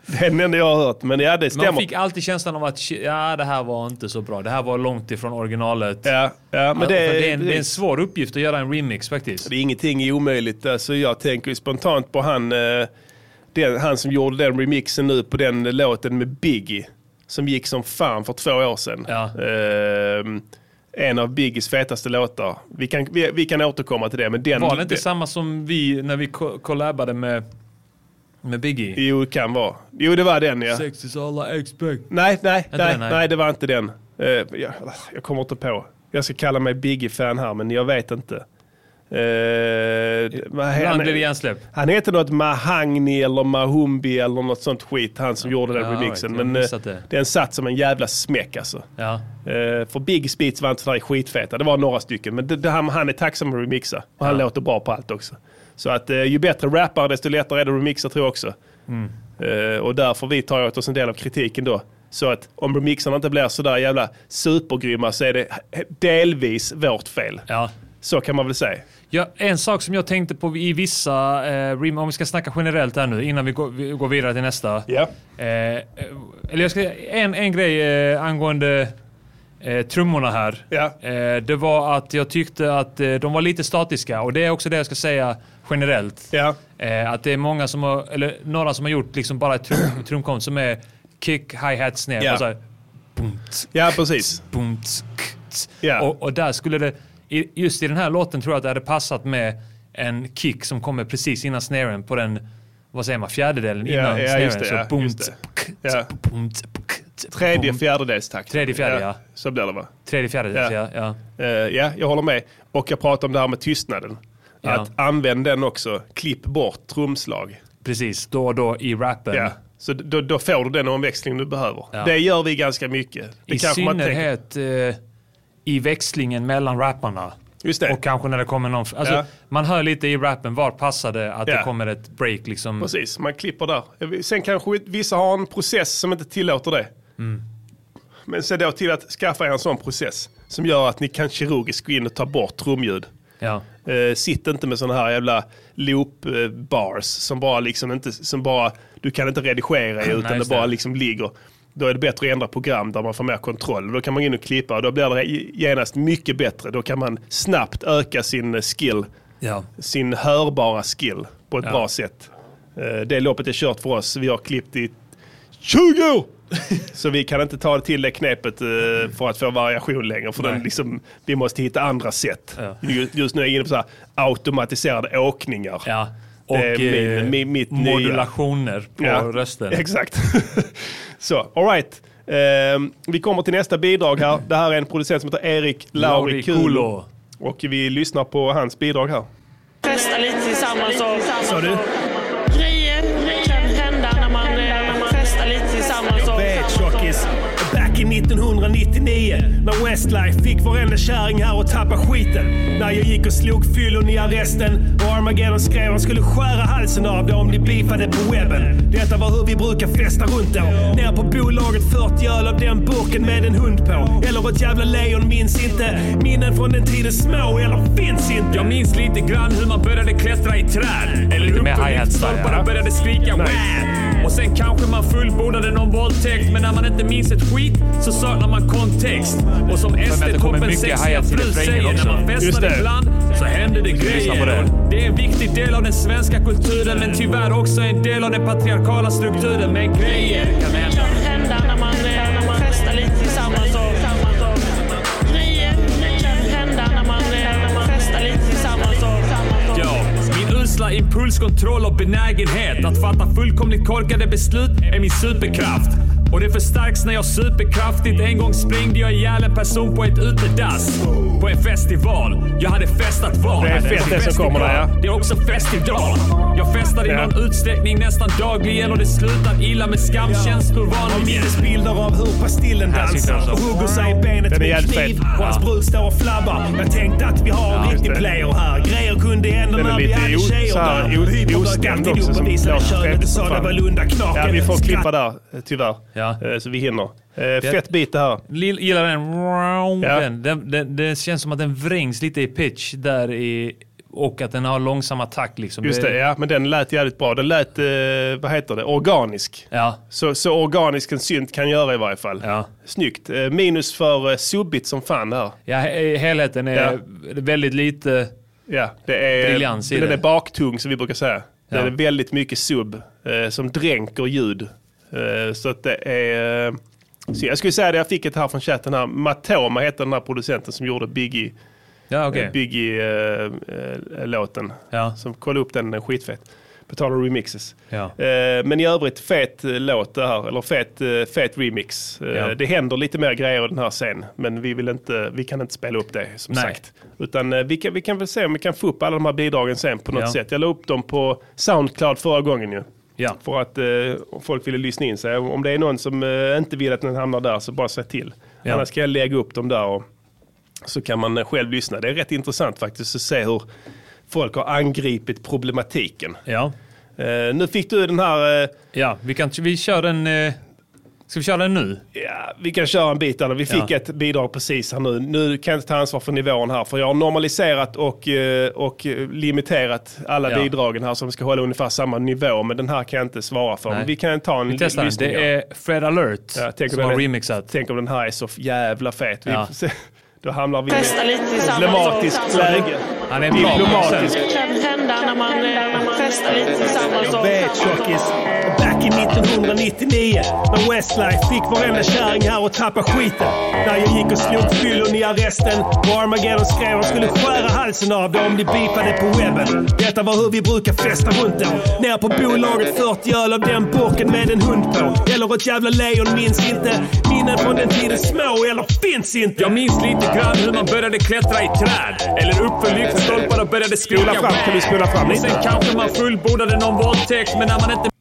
[SPEAKER 1] Det är den enda jag har hört. Men ja, det stämmer.
[SPEAKER 4] Man fick alltid känslan av att ja, det här var inte så bra. Det här var långt ifrån originalet.
[SPEAKER 1] Ja, ja, men det,
[SPEAKER 4] det, är en, det är en svår uppgift att göra en remix faktiskt.
[SPEAKER 1] Det är ingenting omöjligt. Alltså, jag tänker ju spontant på han, den, han som gjorde den remixen nu på den låten med Biggie. Som gick som fan för två år sedan.
[SPEAKER 4] Ja.
[SPEAKER 1] Uh, en av Biggies fetaste låtar. Vi kan, vi, vi kan återkomma till det. Men den,
[SPEAKER 4] var det inte
[SPEAKER 1] det,
[SPEAKER 4] samma som vi när vi ko- kollabade med, med Biggie?
[SPEAKER 1] Jo, det kan vara. Jo, det var den, ja.
[SPEAKER 4] Sex is all I expect.
[SPEAKER 1] Nej, nej, nej,
[SPEAKER 4] den,
[SPEAKER 1] nej.
[SPEAKER 4] nej.
[SPEAKER 1] nej, det var inte den. Uh, jag, jag kommer inte på. Jag ska kalla mig Biggie-fan här, men jag vet inte. Uh,
[SPEAKER 4] Ibland blir det hjärnsläpp.
[SPEAKER 1] Han heter något Mahagni eller Mahumbi eller något sånt skit, han som ja, gjorde den ja, remixen. Vet, men uh, det. den satt som en jävla smäck alltså.
[SPEAKER 4] Ja.
[SPEAKER 1] Uh, för Biggie Beats var inte sådär skitfeta. Det var några stycken, men det, det, han, han är tacksam att remixa. Och han ja. låter bra på allt också. Så att uh, ju bättre rappare desto lättare är det att remixa, tror jag också. Mm. Uh, och därför vi tar åt oss en del av kritiken då. Så att om remixarna inte blir sådär jävla supergrymma så är det delvis vårt fel.
[SPEAKER 4] Ja.
[SPEAKER 1] Så kan man väl säga.
[SPEAKER 4] Ja, en sak som jag tänkte på i vissa, eh, rim, om vi ska snacka generellt här nu innan vi går, vi går vidare till nästa.
[SPEAKER 1] Ja.
[SPEAKER 4] Eh, eller jag ska, en, en grej eh, angående eh, trummorna här.
[SPEAKER 1] Ja.
[SPEAKER 4] Eh, det var att jag tyckte att eh, de var lite statiska, och det är också det jag ska säga generellt.
[SPEAKER 1] Ja.
[SPEAKER 4] Eh, att det är många som har, eller några som har gjort liksom bara ett trum, trumkomp som är kick, hi-hat, snare.
[SPEAKER 1] Ja.
[SPEAKER 4] Och så här,
[SPEAKER 1] ja, precis.
[SPEAKER 4] Ja. Och, och där skulle det, just i den här låten tror jag att det hade passat med en kick som kommer precis innan snaren på den, vad säger man, fjärdedelen innan
[SPEAKER 1] ja,
[SPEAKER 4] snaren.
[SPEAKER 1] Just det,
[SPEAKER 4] så
[SPEAKER 1] ja,
[SPEAKER 4] boom,
[SPEAKER 1] just det. Ja. Tredje fjärdedelstakt.
[SPEAKER 4] Tredje fjärde, ja.
[SPEAKER 1] Så blir det, va?
[SPEAKER 4] Tredje fjärdedels, ja. Ja.
[SPEAKER 1] Ja. Uh, ja, jag håller med. Och jag pratar om det här med tystnaden.
[SPEAKER 4] Ja.
[SPEAKER 1] Att använda den också. Klipp bort trumslag.
[SPEAKER 4] Precis, då och då i rappen.
[SPEAKER 1] Ja. Så då, då får du den omväxling du behöver.
[SPEAKER 4] Ja.
[SPEAKER 1] Det gör vi ganska mycket. Det
[SPEAKER 4] I synnerhet eh, i växlingen mellan rapparna.
[SPEAKER 1] Just det.
[SPEAKER 4] Och kanske när det kommer någon... Alltså,
[SPEAKER 1] ja.
[SPEAKER 4] Man hör lite i rappen, var passade att ja. det kommer ett break liksom.
[SPEAKER 1] Precis, man klipper där. Sen kanske vissa har en process som inte tillåter det.
[SPEAKER 4] Mm.
[SPEAKER 1] Men se då till att skaffa er en sån process som gör att ni kan kirurgiskt gå in och ta bort trumljud.
[SPEAKER 4] Ja.
[SPEAKER 1] Uh, sitt inte med såna här jävla loop uh, bars som bara liksom inte, som bara, du kan inte redigera i, utan det bara liksom ligger. Då är det bättre att ändra program där man får mer kontroll. Då kan man gå in och klippa och då blir det genast mycket bättre. Då kan man snabbt öka sin skill,
[SPEAKER 4] ja.
[SPEAKER 1] sin hörbara skill på ett ja. bra sätt. Uh, det loppet är kört för oss. Vi har klippt i tjugo år! Så vi kan inte ta det till det knepet uh, för att få variation längre. För den, liksom, vi måste hitta andra sätt. Ja. Just, just nu är jag inne på så här automatiserade åkningar.
[SPEAKER 4] Ja. Och min, eh, min, mitt modulationer nya. på ja, rösten.
[SPEAKER 1] Exakt. Så, all right. Uh, vi kommer till nästa bidrag här. Det här är en producent som heter Erik Laurikulo. Och vi lyssnar på hans bidrag här.
[SPEAKER 12] Festa lite tillsammans och...
[SPEAKER 1] Så du?
[SPEAKER 12] Grejer kan hända när man, när man festar lite tillsammans och...
[SPEAKER 3] Jag vet, tjockis. Back in nittonhundranittionio när Westlife fick varenda kärring här och tappa skiten. När jag gick och slog fyllon i arresten och Armageddon skrev han skulle skära halsen av det om de beefade på webben. Detta var hur vi brukar festa runt då. Ner på bolaget fyrtio öl av den burken med en hund på. Eller ett jävla lejon, minns inte. Minnen från den tiden små eller finns inte.
[SPEAKER 7] Jag minns lite grann hur man började klättra i träd. Eller hur bara började skrika wow. Och sen kanske man fullbordade någon våldtäkt. Men när man inte minns ett skit så saknar man kontext. Och som S D-toppen sexiga fru säger, när man festar ibland så händer det grejer. Det. det är en viktig del av den svenska kulturen, men tyvärr också en del av den patriarkala strukturen. Men grejer kan hända.
[SPEAKER 12] Kan hända när man, när man festar lite tillsammans och... Grejer kan hända när man, när man festar lite tillsammans och...
[SPEAKER 7] Ja, min usla impulskontroll och benägenhet att fatta fullkomligt korkade beslut är min superkraft. Och det förstärks när jag superkraftigt en gång sprängde jag ihjäl en person på ett utedass. På en festival. Jag hade festat var.
[SPEAKER 1] Det är fest det som kommer där, ja.
[SPEAKER 7] Det är också fest idag. Jag festar i
[SPEAKER 1] ja.
[SPEAKER 7] någon utsträckning nästan dagligen och det slutar illa med skamkänslor vanligen.
[SPEAKER 3] Jag bilder av hur pastillen dansar och hugger sig i benet med en kniv och hans brud står och flabbar. Jag tänkte att vi har en ja, riktig player här. Grejer kunde hända när vi hade tjejer där.
[SPEAKER 1] Hyperrökat ihop och visade könet och sa det var Lunda knaken. Ja, vi får klippa där, tyvärr.
[SPEAKER 4] Ja.
[SPEAKER 1] Så vi hinner. Eh, fett bit det här.
[SPEAKER 4] Gillar den. Ja. Den, den, den. Det känns som att den vrängs lite i pitch där i och att den har långsamma takt liksom.
[SPEAKER 1] Just det, ja, men den lät jävligt bra. Den lät, eh, vad heter det, organisk.
[SPEAKER 4] Ja.
[SPEAKER 1] Så, så organisk en synt kan göra i varje fall.
[SPEAKER 4] Ja.
[SPEAKER 1] Snyggt. Eh, minus för eh, subbigt som fan här.
[SPEAKER 4] Ja, he- helheten är
[SPEAKER 1] Ja.
[SPEAKER 4] väldigt lite
[SPEAKER 1] ja, det är,
[SPEAKER 4] briljans i
[SPEAKER 1] den
[SPEAKER 4] det.
[SPEAKER 1] är baktung som vi brukar säga.
[SPEAKER 4] Ja.
[SPEAKER 1] Det är väldigt mycket sub eh, som dränker ljud. Eh, så att det är... Eh, så jag skulle säga det, jag fick ett här från chatten här. Matoma heter den här producenten som gjorde Biggie.
[SPEAKER 4] Ja, okay.
[SPEAKER 1] eh, Biggie-låten.
[SPEAKER 4] Eh, ja.
[SPEAKER 1] Som kollade upp den, den skitfett. Betalar remixes.
[SPEAKER 4] Ja.
[SPEAKER 1] Eh, men i övrigt fet eh, låt det här. Eller fet, eh, fet remix. Eh,
[SPEAKER 4] Ja.
[SPEAKER 1] Det händer lite mer grejer i den här scenen. Men vi, vill inte, vi kan inte spela upp det som
[SPEAKER 4] Nej.
[SPEAKER 1] sagt. Utan eh, vi, kan, vi kan väl se om vi kan få upp alla de här bidragen sen på något
[SPEAKER 4] Ja.
[SPEAKER 1] sätt. Jag la upp dem på Soundcloud förra gången ju.
[SPEAKER 4] Ja.
[SPEAKER 1] För att eh, folk ville lyssna in sig. Om det är någon som eh, inte vill att den hamnar där så bara säg till.
[SPEAKER 4] Ja.
[SPEAKER 1] Annars ska jag lägga upp dem där och så kan man eh, själv lyssna. Det är rätt intressant faktiskt att se hur folk har angripit problematiken.
[SPEAKER 4] Ja.
[SPEAKER 1] Eh, nu fick du den här... Eh,
[SPEAKER 4] ja, vi kan vi kör den... Eh, ska vi köra den nu?
[SPEAKER 1] Ja, vi kan köra en bit där. Vi fick
[SPEAKER 4] Ja.
[SPEAKER 1] ett bidrag precis här nu. Nu kan jag inte ta ansvar för nivån här. För jag har normaliserat och, eh, och limiterat alla
[SPEAKER 4] Ja.
[SPEAKER 1] bidragen här som ska hålla ungefär samma nivå. Men den här kan jag inte svara för.
[SPEAKER 4] Nej.
[SPEAKER 1] Men vi kan ta en
[SPEAKER 4] Vi testar den.
[SPEAKER 1] lyssning.
[SPEAKER 4] Det är Fred Alert
[SPEAKER 1] Ja, tänk
[SPEAKER 4] som
[SPEAKER 1] om
[SPEAKER 4] har
[SPEAKER 1] den-
[SPEAKER 4] remixat.
[SPEAKER 1] Tänk om den här är så jävla fet. Vi
[SPEAKER 4] Ja.
[SPEAKER 1] får se. Då hamnar vi i
[SPEAKER 12] Testa lite
[SPEAKER 1] ett
[SPEAKER 12] tillsammans.
[SPEAKER 1] problematiskt läge.
[SPEAKER 4] Han är en bra
[SPEAKER 1] Diplomatisk.
[SPEAKER 12] Det kan hända när man eh, festar lite tillsammans.
[SPEAKER 3] Jag vet, tjockis. Back i nittonhundranittionio när Westlife fick varenda kärring här och tappa skiten. När jag gick och slog fyllon i arresten och Armageddon skrev han skulle skära halsen av det om de beepade på webben. Detta var hur vi brukar festa runt då. Ner på bolaget fyrtio öl av den burken med en hund på. Eller ett jävla lejon, minns inte. Minnen från den tiden små eller finns inte.
[SPEAKER 7] Jag minns lite grann hur man började klättra i träd. Eller upp för lyktstolpar och började skrika.
[SPEAKER 1] Spola fram, kan vi spola fram
[SPEAKER 7] Och
[SPEAKER 1] lite?
[SPEAKER 7] sen kanske man fullbordade någon våldtäkt, men när man inte...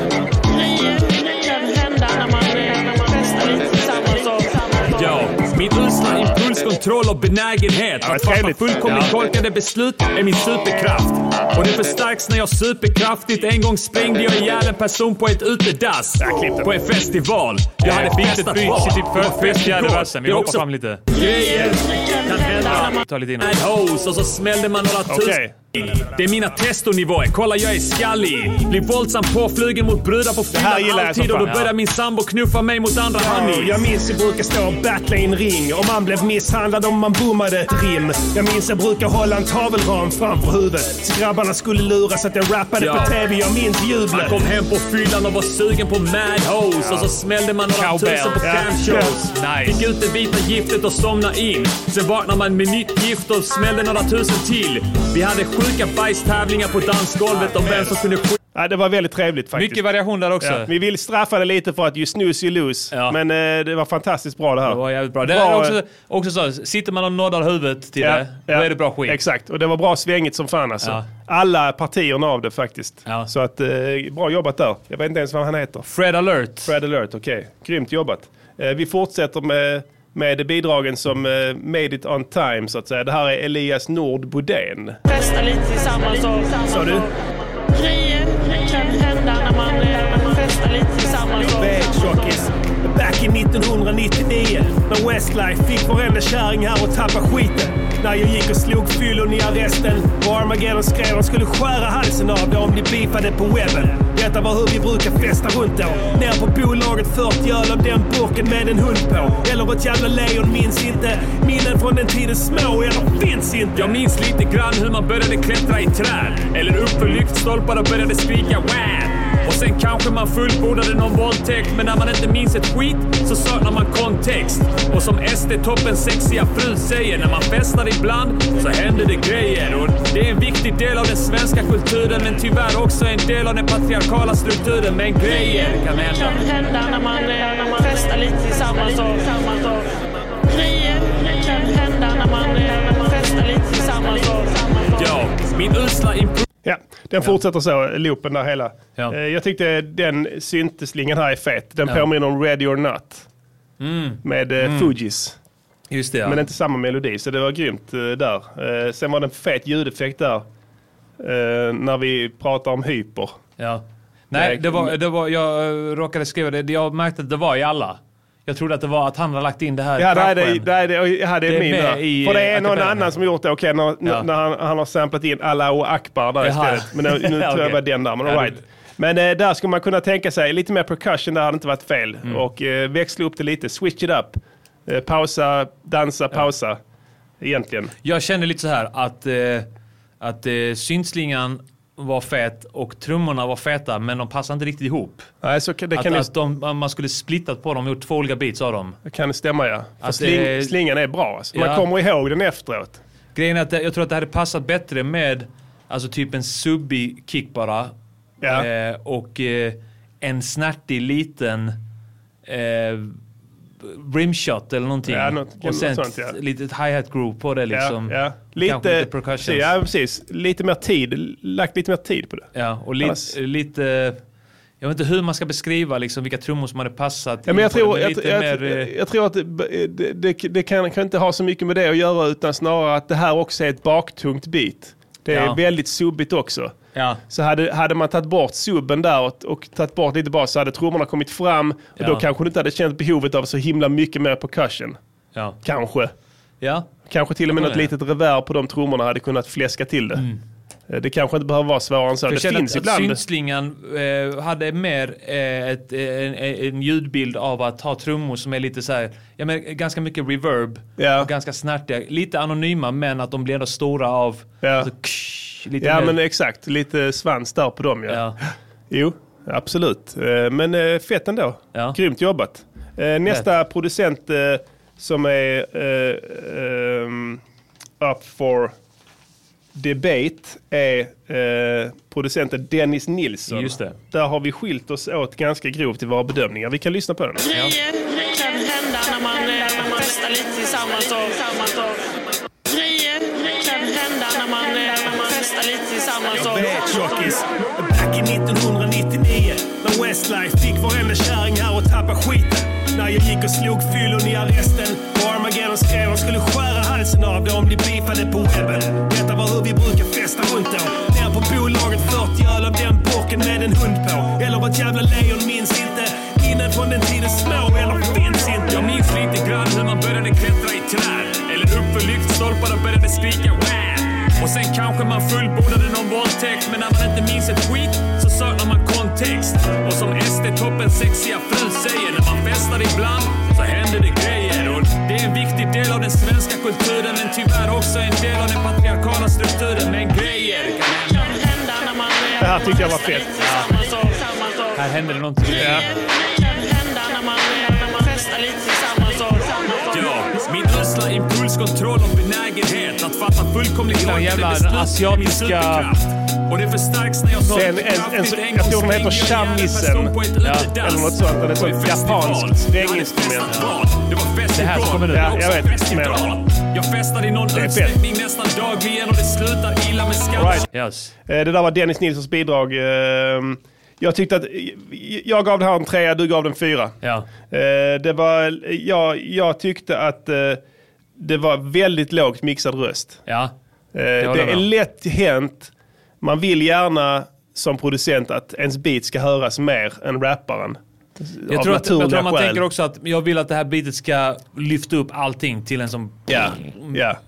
[SPEAKER 12] Grejer kan hända när man eh, festar lite tillsammans.
[SPEAKER 7] Ja, min usla impulskontroll och benägenhet
[SPEAKER 1] Ja,
[SPEAKER 7] att fatta
[SPEAKER 1] trevligt.
[SPEAKER 7] fullkomligt
[SPEAKER 1] Ja.
[SPEAKER 7] korkade beslut är min superkraft. Och det förstärks när jag superkraftigt en gång sprängde jag ihjäl en person på ett utedass.
[SPEAKER 1] klipp den.
[SPEAKER 7] På en festival. Jag hade
[SPEAKER 4] Bitet
[SPEAKER 7] festat
[SPEAKER 4] bryts
[SPEAKER 7] bra.
[SPEAKER 4] i typ
[SPEAKER 7] Det var
[SPEAKER 4] för
[SPEAKER 7] fest
[SPEAKER 4] fjärde
[SPEAKER 7] igår.
[SPEAKER 4] versen. Vi
[SPEAKER 7] Det är
[SPEAKER 4] hoppar
[SPEAKER 7] också
[SPEAKER 4] fram lite.
[SPEAKER 7] grejer kan hända.
[SPEAKER 4] Ta lite innan.
[SPEAKER 7] Mad hose och så smällde man några tusen.
[SPEAKER 1] Okej.
[SPEAKER 7] Det är mina testonivåer. Kolla, jag är skallig. Blir våldsamt påflygen mot brudar på
[SPEAKER 1] här
[SPEAKER 7] fyllan
[SPEAKER 1] gillar jag som
[SPEAKER 7] alltid. Och då
[SPEAKER 1] fan.
[SPEAKER 7] börjar min sambo knuffa mig mot andra honeys.
[SPEAKER 3] Jag minns jag brukar stå och battla i en ring. Om man blev misshandlad om man bommade ett rim. Jag minns jag brukar hålla en tavelram framför huvudet. Så grabbarna skulle luras att jag rappade
[SPEAKER 7] Ja.
[SPEAKER 3] på tv. Jag minns
[SPEAKER 7] Man
[SPEAKER 3] jublet.
[SPEAKER 7] kom hem på fyllan och var sugen på mad hose. Och så smällde man några
[SPEAKER 4] Cowbell.
[SPEAKER 7] tusen på
[SPEAKER 1] Ja.
[SPEAKER 7] camshows.
[SPEAKER 4] Nice.
[SPEAKER 7] Fick ut det vita giftet och somna in. Sen vaknade man med nytt gift och smällde några tusen till. Vi hade sjuka bajstävlingar på dansgolvet om vem som kunde skjuta.
[SPEAKER 1] Ja, det var väldigt trevligt faktiskt.
[SPEAKER 4] Mycket variation där också.
[SPEAKER 1] Ja, vi vill straffa det lite för att you snooze you lose.
[SPEAKER 4] Ja.
[SPEAKER 1] Men eh, det var fantastiskt bra det här.
[SPEAKER 4] Det var jävligt bra. Det
[SPEAKER 1] Bra,
[SPEAKER 4] är också, också så, sitter man och noddar huvudet till det, då är det bra skit.
[SPEAKER 1] Exakt, och det var bra svängigt som fan alltså.
[SPEAKER 4] Ja.
[SPEAKER 1] Alla partierna av det faktiskt.
[SPEAKER 4] Ja.
[SPEAKER 1] Så att, eh, bra jobbat där. Jag vet inte ens vad han heter.
[SPEAKER 4] Fred Alert.
[SPEAKER 1] Fred Alert, okej. Okay. Grymt jobbat. Eh, vi fortsätter med, med bidragen som eh, made it on time så att säga. Det här är Elias Nord Bodén.
[SPEAKER 12] Festa lite tillsammans.
[SPEAKER 1] Sa du?
[SPEAKER 12] Grejer kan hända när man eh, festar lite tillsammans.
[SPEAKER 3] Jag vet, tjockis. Back i nittonhundranittionio när Westlife fick varenda kärring här och tappa skiten. När jag gick och slog fyllon i arresten och Armageddon skrev han skulle skära halsen av det om de beefade på webben. Detta var hur vi brukar festa runt då. Ner på bolaget fyrtio öl av den burken med en hund på. Eller ett jävla lejon, minns inte. Minnen från den tiden små eller finns inte.
[SPEAKER 7] Jag minns lite grann hur man började klättra i träd. Eller upp för lyktstolpar och började skrika wham. Och sen kanske man fullbordade någon våldtäkt. Men när man inte minns ett skit så saknar man kontext. Och som S D-toppens sexiga fru säger, när man festar ibland så händer det grejer. Och det är en viktig del av den svenska kulturen, men tyvärr också en del av den patriarkala strukturen. Men grejer kan hända.
[SPEAKER 12] kan hända när man, eh, när man festar lite tillsammans. Grejer kan hända när man eh, festar lite tillsammans.
[SPEAKER 7] Ja, min usla imp-
[SPEAKER 1] Ja, den fortsätter så, loopen där hela.
[SPEAKER 4] Ja.
[SPEAKER 1] Eh, jag tyckte den synteslingen här är fet. Den
[SPEAKER 4] Ja.
[SPEAKER 1] påminner om Ready or Not.
[SPEAKER 4] Mm.
[SPEAKER 1] Med eh,
[SPEAKER 4] Mm.
[SPEAKER 1] Fugees.
[SPEAKER 4] Just det, ja.
[SPEAKER 1] Men inte samma melodi, så det var grymt eh, där. Eh, sen var det en fet ljudeffekt där. Eh, när vi pratar om hyper.
[SPEAKER 4] Ja. Nej, det var, det var, jag råkade skriva det. Jag märkte att det var i alla. Jag trodde att det var att han hade lagt in det här.
[SPEAKER 1] Ja, det är det, det, är det, ja, det är
[SPEAKER 4] det är
[SPEAKER 1] min där.
[SPEAKER 4] i,
[SPEAKER 1] För det är någon
[SPEAKER 4] acapella.
[SPEAKER 1] annan som gjort det. Okej, okay, när,
[SPEAKER 4] ja.
[SPEAKER 1] när han, han har samplat in Allahu Akbar där
[SPEAKER 4] Jaha.
[SPEAKER 1] istället. Men nu, nu tror
[SPEAKER 4] okay.
[SPEAKER 1] jag var den där, men all
[SPEAKER 4] ja,
[SPEAKER 1] right. Men eh, där skulle man kunna tänka sig lite mer percussion, där hade inte varit fel.
[SPEAKER 4] Mm.
[SPEAKER 1] Och eh, växla upp det lite, switch it up. Eh, pausa, dansa, pausa. Ja. Egentligen.
[SPEAKER 4] Jag kände lite så här att, eh, att eh, syntslingan var fet och trummorna var feta, men de passade inte riktigt ihop.
[SPEAKER 1] Nej, så kan, det
[SPEAKER 4] att,
[SPEAKER 1] kan
[SPEAKER 4] att de, man skulle splittat på dem och gjort två olika beats av dem.
[SPEAKER 1] Det kan stämma, ja. För
[SPEAKER 4] att,
[SPEAKER 1] sling,
[SPEAKER 4] eh,
[SPEAKER 1] slingan är bra. Alltså. Man
[SPEAKER 4] ja.
[SPEAKER 1] kommer ihåg den efteråt.
[SPEAKER 4] Grejen är att jag tror att det hade passat bättre med alltså typ en subbig kick bara.
[SPEAKER 1] Ja.
[SPEAKER 4] Eh, och eh, en snärtig liten eh, rimshot eller någonting.
[SPEAKER 1] Ja, något,
[SPEAKER 4] och sen
[SPEAKER 1] sånt, ja.
[SPEAKER 4] lite hi-hat groove på det liksom.
[SPEAKER 1] Ja, ja. Lite,
[SPEAKER 4] lite percussions.
[SPEAKER 1] Ja, precis. Lite mer tid. Lagt lite mer tid på det.
[SPEAKER 4] Ja, och li-
[SPEAKER 1] Annars...
[SPEAKER 4] lite... Jag vet inte hur man ska beskriva liksom, vilka trummor som hade passat.
[SPEAKER 1] Ja, men jag, tror,
[SPEAKER 4] det,
[SPEAKER 1] jag,
[SPEAKER 4] lite
[SPEAKER 1] jag,
[SPEAKER 4] mer,
[SPEAKER 1] jag, jag tror att det, det, det, det kan, kan inte ha så mycket med det att göra, utan snarare att det här också är ett baktungt beat. Det är
[SPEAKER 4] ja.
[SPEAKER 1] väldigt subbigt också.
[SPEAKER 4] Ja.
[SPEAKER 1] Så hade, hade man tagit bort subben där och, och tagit bort lite bas, så hade trummorna kommit fram och
[SPEAKER 4] ja.
[SPEAKER 1] då kanske du inte hade känt behovet av så himla mycket mer percussion.
[SPEAKER 4] Ja.
[SPEAKER 1] Kanske.
[SPEAKER 4] Ja.
[SPEAKER 1] Kanske till och med
[SPEAKER 4] ja,
[SPEAKER 1] något
[SPEAKER 4] ja.
[SPEAKER 1] litet reverb på de trummorna hade kunnat fläska till det. Mm. Det kanske inte behöver vara svårare än så.
[SPEAKER 4] För
[SPEAKER 1] det
[SPEAKER 4] jag
[SPEAKER 1] finns
[SPEAKER 4] att,
[SPEAKER 1] ibland.
[SPEAKER 4] Att syntslingan eh, hade mer eh, ett, en, en ljudbild av att ha trummor som är lite så här, ja, men ganska mycket reverb
[SPEAKER 1] ja.
[SPEAKER 4] och ganska snärtiga, lite anonyma, men att de blir ändå stora av
[SPEAKER 1] ja,
[SPEAKER 4] alltså, ksh, lite
[SPEAKER 1] ja
[SPEAKER 4] mer.
[SPEAKER 1] Men exakt, lite svans där på dem. Ja.
[SPEAKER 4] Ja.
[SPEAKER 1] Jo, absolut. Men fett ändå.
[SPEAKER 4] Ja.
[SPEAKER 1] Grymt jobbat. Nästa Rätt. producent som är uh, um, up for debate är eh, producenten Dennis Nilsson.
[SPEAKER 4] Just det.
[SPEAKER 1] Där har vi skilt oss åt ganska grovt i våra bedömningar. Vi kan lyssna på den.
[SPEAKER 12] Grejer kan hända när man, när man festar lite tillsammans. Och, grejer kan hända när man, när man festar lite tillsammans.
[SPEAKER 3] Jag vet, tjockis. Back i nittonhundranittionio när Westlife fick varenda kärring här och tappa skiten. När jag gick och slog fyllon i arresten och Armageddon skrev de skulle skära halsen av det om de beefade på webben. Detta var hur vi brukar festa runt då. Ner på bolaget fyrtio öl av den burken med en hund på. Eller vad jävla lejon minns inte. Innan från den tiden små eller finns inte.
[SPEAKER 7] Jag minns lite grann hur man började klättra i träd. Eller upp för lyktstolpar och började skrika wow. Och sen kanske man fullbordade någon våldtäkt. Men när man inte minns ett skit så saknar man kontext. Och som S D-toppen sexiga fru säger, när man festar ibland så händer det grejer. Och det är en viktig del av den svenska kulturen, men tyvärr också en del av den patriarkala strukturen. Men grejer kan hända när man...
[SPEAKER 1] Det här tyckte jag var fett.
[SPEAKER 4] Ja. Här händer det någonting.
[SPEAKER 12] Ja. Kan hända när man, när man festar lite tillsammans.
[SPEAKER 7] Ja, min usla impulskontroll och benägenhet att fatta fullkomligt
[SPEAKER 4] klart
[SPEAKER 7] jävla
[SPEAKER 4] asiatiska...
[SPEAKER 7] Och det förstärks när jag sa
[SPEAKER 1] en, en, en, en, jag tror de heter shamisen. Ja. Eller något sånt. Det är ett japanskt stränginstrument.
[SPEAKER 4] Det här som kommer nu.
[SPEAKER 1] Ja, jag vet.
[SPEAKER 7] Jag festade i någon utsträckning nästan dagligen och det slutar illa med skam.
[SPEAKER 1] Right.
[SPEAKER 4] Yes.
[SPEAKER 1] Det där var Dennis Nilssons bidrag. Jag tyckte att jag gav det här en trea, du gav den fyra.
[SPEAKER 4] Ja.
[SPEAKER 1] Det var, jag, jag tyckte att det var väldigt lågt mixad röst.
[SPEAKER 4] Ja.
[SPEAKER 1] Det, det är lätt hänt. Man vill gärna som producent att ens beat ska höras mer än rapparen.
[SPEAKER 4] Jag tror, att, jag tror man skäl. tänker också att jag vill att det här beatet ska lyfta upp allting till en som
[SPEAKER 1] ja. Ja.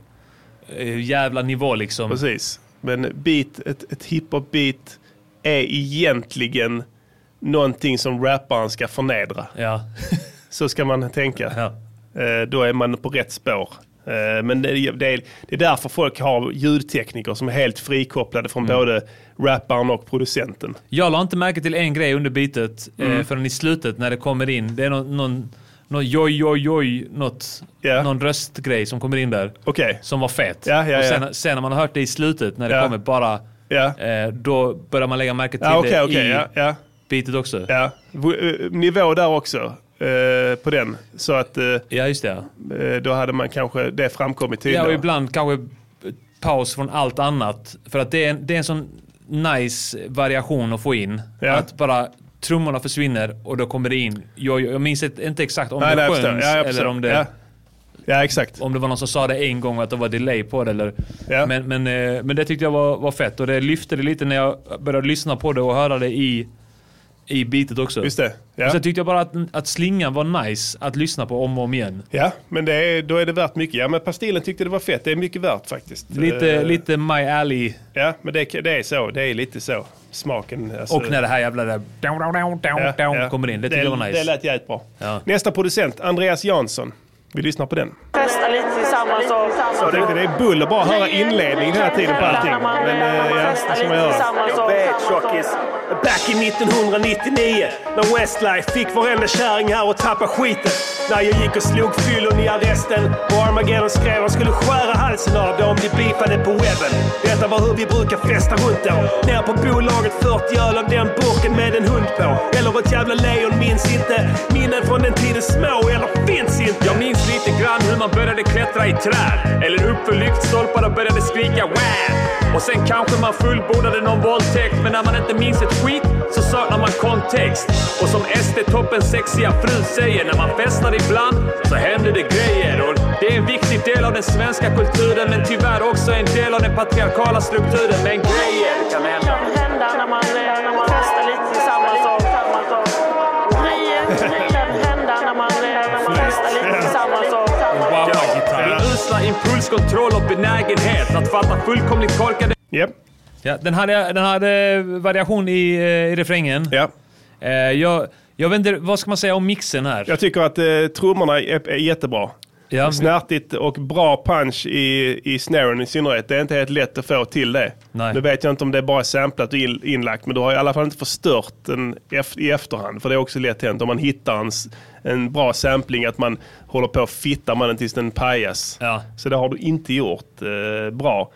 [SPEAKER 4] jävla nivå liksom.
[SPEAKER 1] Precis. Men beat, ett, ett hiphop-beat är egentligen någonting som rapparen ska förnedra.
[SPEAKER 4] Ja.
[SPEAKER 1] Så ska man tänka.
[SPEAKER 4] Ja.
[SPEAKER 1] Eh, då är man på rätt spår. Eh, men det är, det, är, det är därför folk har ljudtekniker som är helt frikopplade från mm. både rapparen och producenten.
[SPEAKER 4] Jag la inte märke till en grej under beatet
[SPEAKER 1] mm.
[SPEAKER 4] eh, förrän i slutet när det kommer in. Det är någon, någon, någon joj joj joj något,
[SPEAKER 1] yeah.
[SPEAKER 4] någon röstgrej som kommer in där.
[SPEAKER 1] Okay.
[SPEAKER 4] Som var fet.
[SPEAKER 1] Ja, ja,
[SPEAKER 4] och sen,
[SPEAKER 1] ja.
[SPEAKER 4] sen när man har hört det i slutet när det
[SPEAKER 1] ja.
[SPEAKER 4] kommer bara
[SPEAKER 1] ja.
[SPEAKER 4] eh, då börjar man lägga märke till
[SPEAKER 1] ja, okay,
[SPEAKER 4] det
[SPEAKER 1] okay,
[SPEAKER 4] i
[SPEAKER 1] ja, ja.
[SPEAKER 4] beatet också.
[SPEAKER 1] Ja. Nivå där också. Uh, på den. Så att uh,
[SPEAKER 4] ja, just det.
[SPEAKER 1] Uh, då hade man kanske det framkommit tydligare.
[SPEAKER 4] Ja, och ibland kanske paus från allt annat. För att det är en, det är en sån nice variation att få in.
[SPEAKER 1] Ja.
[SPEAKER 4] Att bara trummorna försvinner och då kommer det in. Jag, jag minns inte exakt om
[SPEAKER 1] nej,
[SPEAKER 4] det
[SPEAKER 1] nej,
[SPEAKER 4] sjöngs
[SPEAKER 1] ja,
[SPEAKER 4] eller om det...
[SPEAKER 1] Ja. Ja, exakt.
[SPEAKER 4] Om det var någon som sa det en gång att det var delay på det. Eller,
[SPEAKER 1] ja.
[SPEAKER 4] men, men, men det tyckte jag var, var fett. Och det lyfte det lite när jag började lyssna på det och höra det i, i beatet också.
[SPEAKER 1] Just det. Ja.
[SPEAKER 4] Så tyckte jag bara att, att slingan var nice att lyssna på om och om igen.
[SPEAKER 1] Ja, men det är, då är det värt mycket. Ja, men Pastillen tyckte det var fett. Det är mycket värt faktiskt.
[SPEAKER 4] Lite,
[SPEAKER 1] uh,
[SPEAKER 4] lite My Alley.
[SPEAKER 1] Ja, men det, det är så. Det är lite så. Smaken. Alltså.
[SPEAKER 4] Och när det här jävla där, down, down, down, down,
[SPEAKER 1] ja, ja.
[SPEAKER 4] kommer in. Det tyckte
[SPEAKER 1] det,
[SPEAKER 4] jag var nice.
[SPEAKER 1] Det lät jävligt bra.
[SPEAKER 4] Ja.
[SPEAKER 1] Nästa producent, Andreas Jansson. Vi lyssnar på den.
[SPEAKER 12] Festa lite tillsammans och...
[SPEAKER 1] Så det, det är bull att bara höra inledningen hela tiden på allting. Men äh, ja, vad ska man göra?
[SPEAKER 3] Jag vet, tjockis. Back i nittonhundranittionio när Westlife fick varenda kärring här och tappa skiten. När jag gick och slog fyllon i arresten och Armageddon skrev han skulle skära halsen av det om de beefade på webben. Detta var hur vi brukar festa runt då. Ner på bolaget fyrtio öl av den burken med en hund på. Eller ett jävla lejon minns inte. Minnen från den tiden små eller finns inte.
[SPEAKER 7] Jag minns lite grann hur man började klättra i träd. Eller upp för lyktstolpar och började skrika wow. Och sen kanske man fullbordade någon våldtäkt. Men när man inte minns ett skit så saknar man kontext. Och som S D-toppens sexiga fru säger, när man festar ibland så händer det grejer. Och det är en viktig del av den svenska kulturen, men tyvärr också en del av den patriarkala strukturen. Men grejer kan hända.
[SPEAKER 12] kan hända när man, när man festar lite tillsammans och... Grejer kan hända när man, när man festar lite tillsammans och...
[SPEAKER 7] Min usla impulskontroll och benägenhet att fatta fullkomligt korkade...
[SPEAKER 1] Yep.
[SPEAKER 4] Ja, den hade, den hade variation i, i refrängen.
[SPEAKER 1] Ja.
[SPEAKER 4] Eh, jag, jag vet inte, vad ska man säga om mixen här?
[SPEAKER 1] Jag tycker att eh, trummorna är, är jättebra.
[SPEAKER 4] Ja.
[SPEAKER 1] Snärtigt och bra punch i, i snaren i synnerhet. Det är inte helt lätt att få till det.
[SPEAKER 4] Nej.
[SPEAKER 1] Nu vet jag inte om det är bara samplat och in, inlagt, men du har i alla fall inte förstört den efter, i efterhand. För det är också lätt hänt om man hittar en, en bra sampling att man håller på att fitta mannen tills den pajas.
[SPEAKER 4] Ja.
[SPEAKER 1] Så det har du inte gjort eh, bra.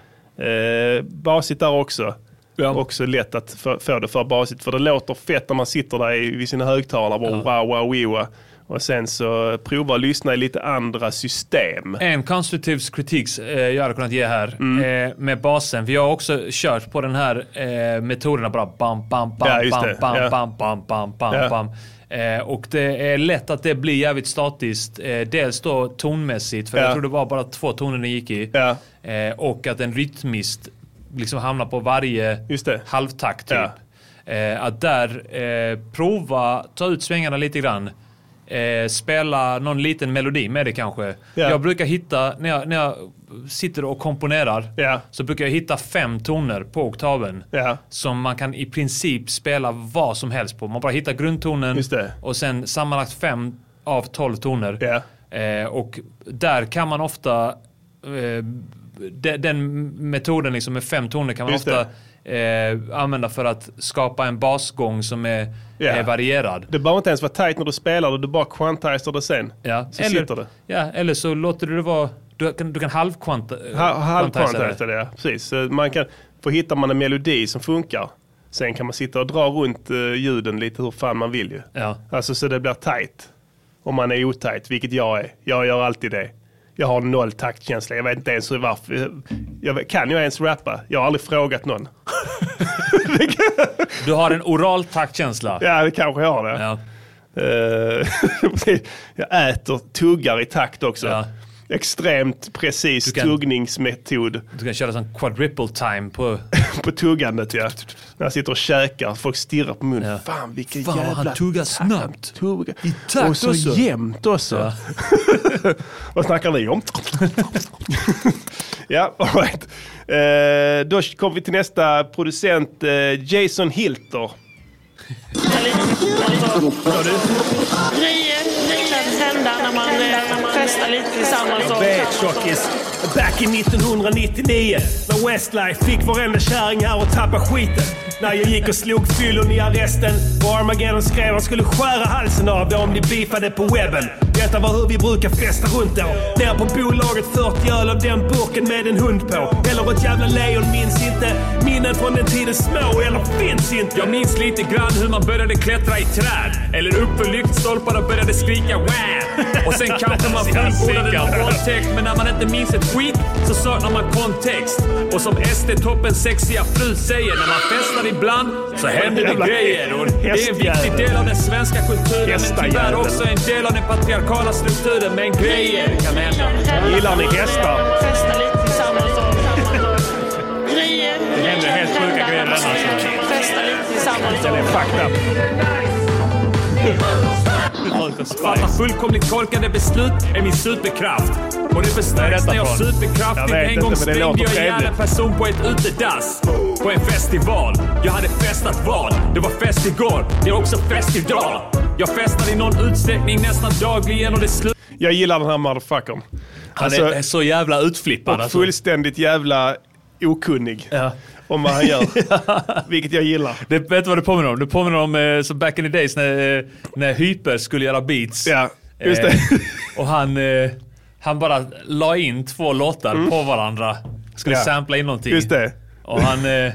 [SPEAKER 1] Eh, basigt där också. Ja. Också lätt att få, få det för basigt. För det låter fett när man sitter där i, vid sina högtalare. Ja. Wow, wow, wow. Och sen så prova att lyssna i lite andra system.
[SPEAKER 4] En konstruktiv kritik eh, jag hade kunnat ge här mm. eh, med basen. För jag har också kört på den här eh, metoden bara bam, bam, bam,
[SPEAKER 1] ja,
[SPEAKER 4] bam, bam,
[SPEAKER 1] ja.
[SPEAKER 4] bam, bam, bam, bam, ja. bam. Eh, och det är lätt att det blir jävligt statiskt. Eh, dels då tonmässigt, för ja. jag tror det var bara två toner den gick i. Ja. Eh, och att en rytmist liksom hamnar på varje halvtakt typ. Ja. Eh, att där eh, prova, ta ut svängarna lite grann. Eh, spela någon liten melodi med det kanske. Yeah. Jag brukar hitta, när jag, när jag sitter och komponerar yeah. så brukar jag hitta fem toner på oktaven yeah. som man kan i princip spela vad som helst på. Man bara hittar grundtonen och sen sammanlagt fem av tolv toner. Yeah. Eh, och där kan man ofta eh, de, den metoden liksom med fem toner kan man Just ofta Eh, använda för att skapa en basgång som är, yeah. är varierad.
[SPEAKER 1] Det behöver inte ens vara tight när du spelar det, du bara quantizer det sen.
[SPEAKER 4] Ja.
[SPEAKER 1] Så
[SPEAKER 4] eller,
[SPEAKER 1] sitter det.
[SPEAKER 4] Ja, eller så låter du det vara, du kan, du kan halv-quantizer
[SPEAKER 1] ha, halv det. Ja, precis. Så man kan, för hittar man en melodi som funkar, sen kan man sitta och dra runt uh, ljuden lite hur fan man vill ju.
[SPEAKER 4] Ja.
[SPEAKER 1] Alltså så det blir tight. Om man är otight, vilket jag är. Jag gör alltid det. Jag har noll taktkänsla. Jag vet inte ens varför. Jag, kan jag ens rappa? Jag har aldrig frågat någon.
[SPEAKER 4] Du har en oral taktkänsla.
[SPEAKER 1] Ja, det kanske jag har det.
[SPEAKER 4] Ja.
[SPEAKER 1] Uh, jag äter tuggar i takt också. Ja. Extremt precis kan, tuggningsmetod.
[SPEAKER 4] Du kan köra sån quadruple time på...
[SPEAKER 1] på tuggandet, ja. När jag sitter och käkar, folk stirrar på munnen.
[SPEAKER 4] Ja.
[SPEAKER 1] Fan, vilken
[SPEAKER 4] Fan,
[SPEAKER 1] jävla...
[SPEAKER 4] han tuggar snabbt.
[SPEAKER 1] Tugga.
[SPEAKER 4] I takt
[SPEAKER 1] och så
[SPEAKER 4] också.
[SPEAKER 1] jämnt också. Ja. Vad snackar ni om? Ja, all right. Uh, då kommer vi till nästa producent, uh, Jason Hilter.
[SPEAKER 12] Grejer kan hända när man, när man festar lite tillsammans.
[SPEAKER 3] Jag vet, tjockis. Back i nittonhundranittionio när Westlife fick varenda kärring här och tappa skiten. När jag gick och slog fyllon i arresten och Armageddon skrev han skulle skära halsen av det om de beefade på webben. Detta var hur vi brukar festa runt då. Ner på bolaget fyrtio öl av den burken med en hund på. Eller ett jävla lejon minns inte. Minnen från den tiden små eller finns inte.
[SPEAKER 7] Jag minns lite grann hur man började klättra i träd. Eller upp för lyktstolpar och började skrika wow. Och sen kanske man fullbordade någon våldtäkt. Men när man inte minns ett skit så saknar man kontext. Och som S D-toppens sexiga fru säger, när man festar ibland så händer det grejer. Och det är en viktig del av den svenska kulturen, men tyvärr också en del av den patriarkala strukturen. Men grejer kan hända.
[SPEAKER 1] Gillar ni hästar?
[SPEAKER 12] Festa lite tillsammans och... Grejer
[SPEAKER 4] det händer helt sjuka grejer.
[SPEAKER 12] Festa lite tillsammans och...
[SPEAKER 1] Den är fucked up.
[SPEAKER 7] Fatta fullkomligt korkade beslut är min superkraft. Och det förstärks när jag superkraftigt. En gång sprängde jag ihjäl en person på ett utedass. På en festival. Jag hade festat vad? Det var fest igår. Det är också fest idag. Jag festar i någon utsträckning nästan dagligen och det slut.
[SPEAKER 1] Jag gillar den här motherfuckern.
[SPEAKER 4] Han alltså, är så jävla utflippad.
[SPEAKER 1] Och
[SPEAKER 4] alltså.
[SPEAKER 1] fullständigt jävla okunnig. Ja. Om vad han gör. Vilket jag gillar.
[SPEAKER 4] Det, vet du vad det påminner om? Det påminner om eh, så back in the days när, när Hyper skulle göra beats.
[SPEAKER 1] Ja, just det.
[SPEAKER 4] Eh, och han, eh, han bara la in två låtar mm. på varandra. Skulle ja. sampla in någonting.
[SPEAKER 1] Just det.
[SPEAKER 4] Och han... Eh,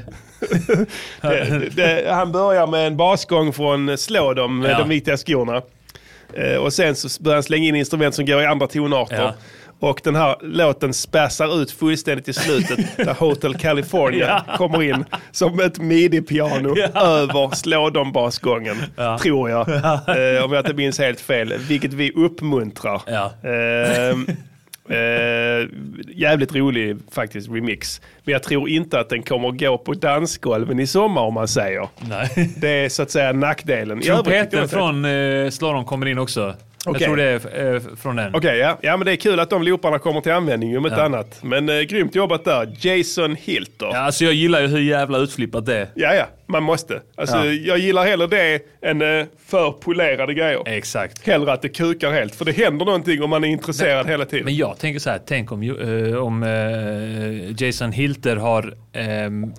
[SPEAKER 1] det, det, han börjar med en basgång från Slå dem med ja. de vita skorna. Eh, och sen så börjar han slänga in instrument som går i andra tonarter. Ja. Och den här låten spässar ut fullständigt i slutet där Hotel California ja. kommer in som ett midi-piano ja. över Slå dem basgången, ja. tror jag. Ja. Eh, om jag inte minns helt fel. Vilket vi uppmuntrar. Ja. Eh, eh, jävligt rolig faktiskt remix. Men jag tror inte att den kommer gå på dansgolven i sommar om man säger. Nej. Det är så att säga nackdelen.
[SPEAKER 4] Trumpeten från eh, Slå dem kommer in också. Okay. Jag tror det är eh, från den.
[SPEAKER 1] Okej, okay, ja. ja, men det är kul att de looparna kommer till användning om ett ja. annat. Men eh, grymt jobbat där. Jason Hilter.
[SPEAKER 4] Ja, alltså jag gillar ju hur jävla utflippat det är.
[SPEAKER 1] Ja, ja, man måste. Alltså ja. jag gillar hellre det än eh, för polerade grejer.
[SPEAKER 4] Exakt.
[SPEAKER 1] Hellre att det kukar helt. För det händer någonting om man är intresserad men, hela tiden.
[SPEAKER 4] Men jag tänker så här, tänk om, uh, om uh, Jason Hilter har um,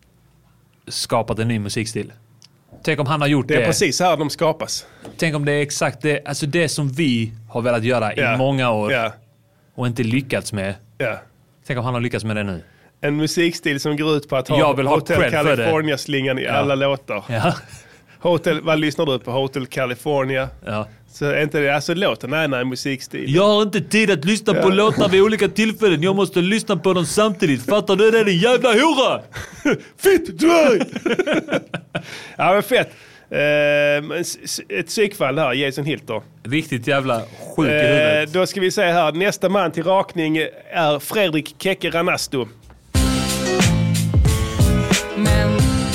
[SPEAKER 4] skapat en ny musikstil. Tänk om han har gjort det.
[SPEAKER 1] Det är precis här de skapas.
[SPEAKER 4] Tänk om det är exakt det, alltså det som vi har velat göra yeah. i många år yeah. och inte lyckats med. Yeah. Tänk om han har lyckats med det nu.
[SPEAKER 1] En musikstil som går ut på att ha Hotel California-slingan i ja. alla låtar. Ja. Hotel, vad lyssnar du på? Hotel California? Ja. Så är inte det alltså låten? Nej, nej, musikstil.
[SPEAKER 4] Jag har inte tid att lyssna ja. på låtar vid olika tillfällen. Jag måste lyssna på dem samtidigt. Fattar du det, din jävla hora?
[SPEAKER 1] Fitt dvärg! Ja, men fett. Uh, ett psykfall här, Jason Hilter.
[SPEAKER 4] Riktigt jävla sjuk i huvudet.
[SPEAKER 1] Uh, då ska vi se här. Nästa man till rakning är Fredrik Keke Ranasto. Men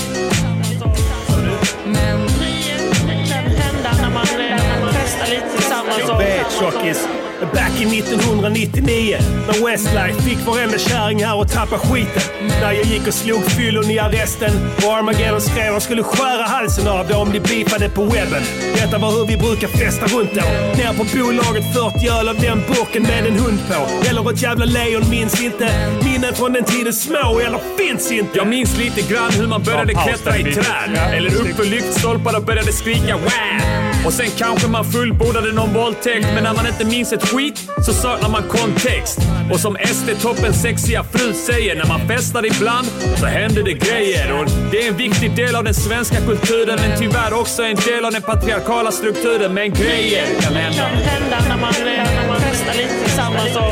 [SPEAKER 3] jag vet, tjockis. Back i nittonhundranittionio när Westlife fick varenda kärring här och tappa skiten. När jag gick och slog fyllon i arresten och Armageddon skrev de skulle skära halsen av det om de beefade på webben. Detta var hur vi brukar festa runt då. Ner på bolaget fyrtio öl av den boken med en hund på. Eller ett jävla lejon, minns inte. Minnen från den tiden små eller finns inte.
[SPEAKER 7] Jag minns lite grann hur man började klättra i träd. Eller upp för lyktstolpar och började skrika wow. Och sen kanske man fullbordade någon våldtäkt. Men när man inte minns ett skit så saknar man kontext. Och som S D-toppens sexiga fru säger, när man festar ibland så händer det grejer. Och det är en viktig del av den svenska kulturen, men tyvärr också en del av den patriarkala strukturen. Men grejer kan hända.
[SPEAKER 12] Det kan hända när man, när man festar lite tillsammans och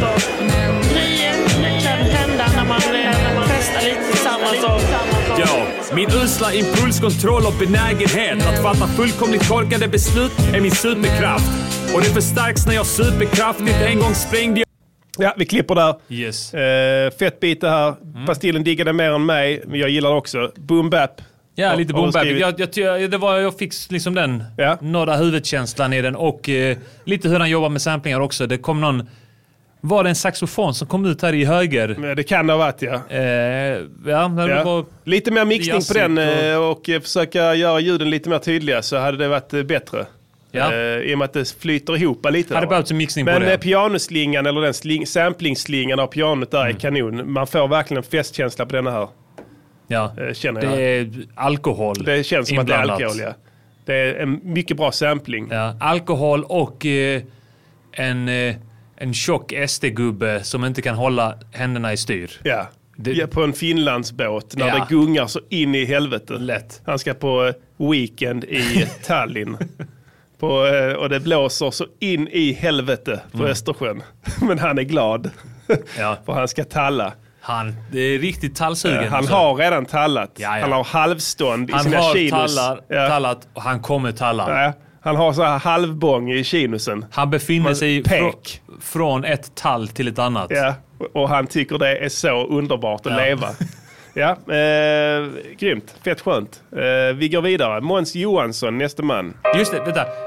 [SPEAKER 12] grejer kan hända när man, när man festar lite tillsammans och
[SPEAKER 7] ja, min usla impulskontroll och benägenhet att fatta fullkomligt korkade beslut är min superkraft. Och det förstärks när jag superkraftigt en gång sprängde.
[SPEAKER 1] Ja, vi klipper där.
[SPEAKER 4] Yes.
[SPEAKER 1] Uh, fett bit det här. Mm. Pastillen diggade mer än mig, men jag gillar också boom bap.
[SPEAKER 4] Ja, lite boom bap. Jag, jag, det var, jag fick liksom den ja. norra huvudkänslan i den och uh, lite hur han jobbar med samplingar också. Det kom någon... Var det en saxofon som kom ut här i höger?
[SPEAKER 1] Ja, det kan det ha varit, ja.
[SPEAKER 4] Eh, ja, när ja. Det var
[SPEAKER 1] lite mer mixning på den och... och försöka göra ljuden lite mer tydliga så hade det varit bättre. Ja. Eh, I och med att det flyter ihop lite.
[SPEAKER 4] Hade behövt en mixning
[SPEAKER 1] men
[SPEAKER 4] på det.
[SPEAKER 1] Men pianoslingan eller den sling, samplingslingan av pianot där mm. är kanon. Man får verkligen en festkänsla på denna här.
[SPEAKER 4] Ja,
[SPEAKER 1] eh, känner
[SPEAKER 4] det
[SPEAKER 1] jag.
[SPEAKER 4] är alkohol.
[SPEAKER 1] Det känns som inblandat. Att det är alkohol, ja. Det är en mycket bra sampling.
[SPEAKER 4] Ja, alkohol och eh, en... Eh, En tjock S D-gubbe som inte kan hålla händerna i styr.
[SPEAKER 1] Ja, det... ja på en Finlandsbåt när ja. det gungar så in i helvete.
[SPEAKER 4] Lätt.
[SPEAKER 1] Han ska på weekend i Tallinn. på, och det blåser så in i helvete på mm. Östersjön. Men han är glad.
[SPEAKER 4] ja.
[SPEAKER 1] För han ska talla.
[SPEAKER 4] Han det är riktigt tallsugen.
[SPEAKER 1] Ja, han så. har redan tallat. Ja, ja. Han har halvstånd
[SPEAKER 4] han
[SPEAKER 1] i sina chinos.
[SPEAKER 4] Han har ja. tallat och han kommer talla.
[SPEAKER 1] Ja. Han har så här halvbång i kinusen.
[SPEAKER 4] Han befinner sig fr- från ett tall till ett annat.
[SPEAKER 1] Ja, och han tycker det är så underbart att ja. leva. Ja, eh, grymt. Fett skönt. Eh, vi går vidare. Måns Johansson, nästa man.
[SPEAKER 4] Just det, vänta.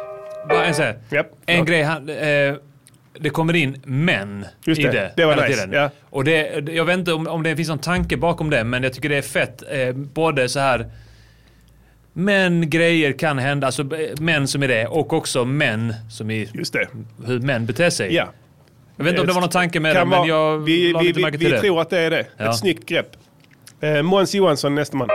[SPEAKER 4] bara en, så här,
[SPEAKER 1] yep.
[SPEAKER 4] en
[SPEAKER 1] ja.
[SPEAKER 4] grej, han, eh, det kommer in män
[SPEAKER 1] Just
[SPEAKER 4] i
[SPEAKER 1] det.
[SPEAKER 4] det.
[SPEAKER 1] Det var
[SPEAKER 4] hela
[SPEAKER 1] nice.
[SPEAKER 4] tiden.
[SPEAKER 1] Ja.
[SPEAKER 4] Och det, jag vet inte om, om det finns någon tanke bakom det, men jag tycker det är fett. Eh, både så här, män grejer kan hända, alltså män som är det, och också män som är
[SPEAKER 1] Just det.
[SPEAKER 4] hur män beter sig.
[SPEAKER 1] Ja.
[SPEAKER 4] Jag vet inte om det var någon tanke med det,
[SPEAKER 1] vara,
[SPEAKER 4] men jag
[SPEAKER 1] vi,
[SPEAKER 4] la
[SPEAKER 1] vi,
[SPEAKER 4] lite
[SPEAKER 1] vi,
[SPEAKER 4] märke till
[SPEAKER 1] vi
[SPEAKER 4] det.
[SPEAKER 1] tror att det är det.
[SPEAKER 4] Ja.
[SPEAKER 1] Ett snyggt grepp. Eh, Måns Johansson, nästa man.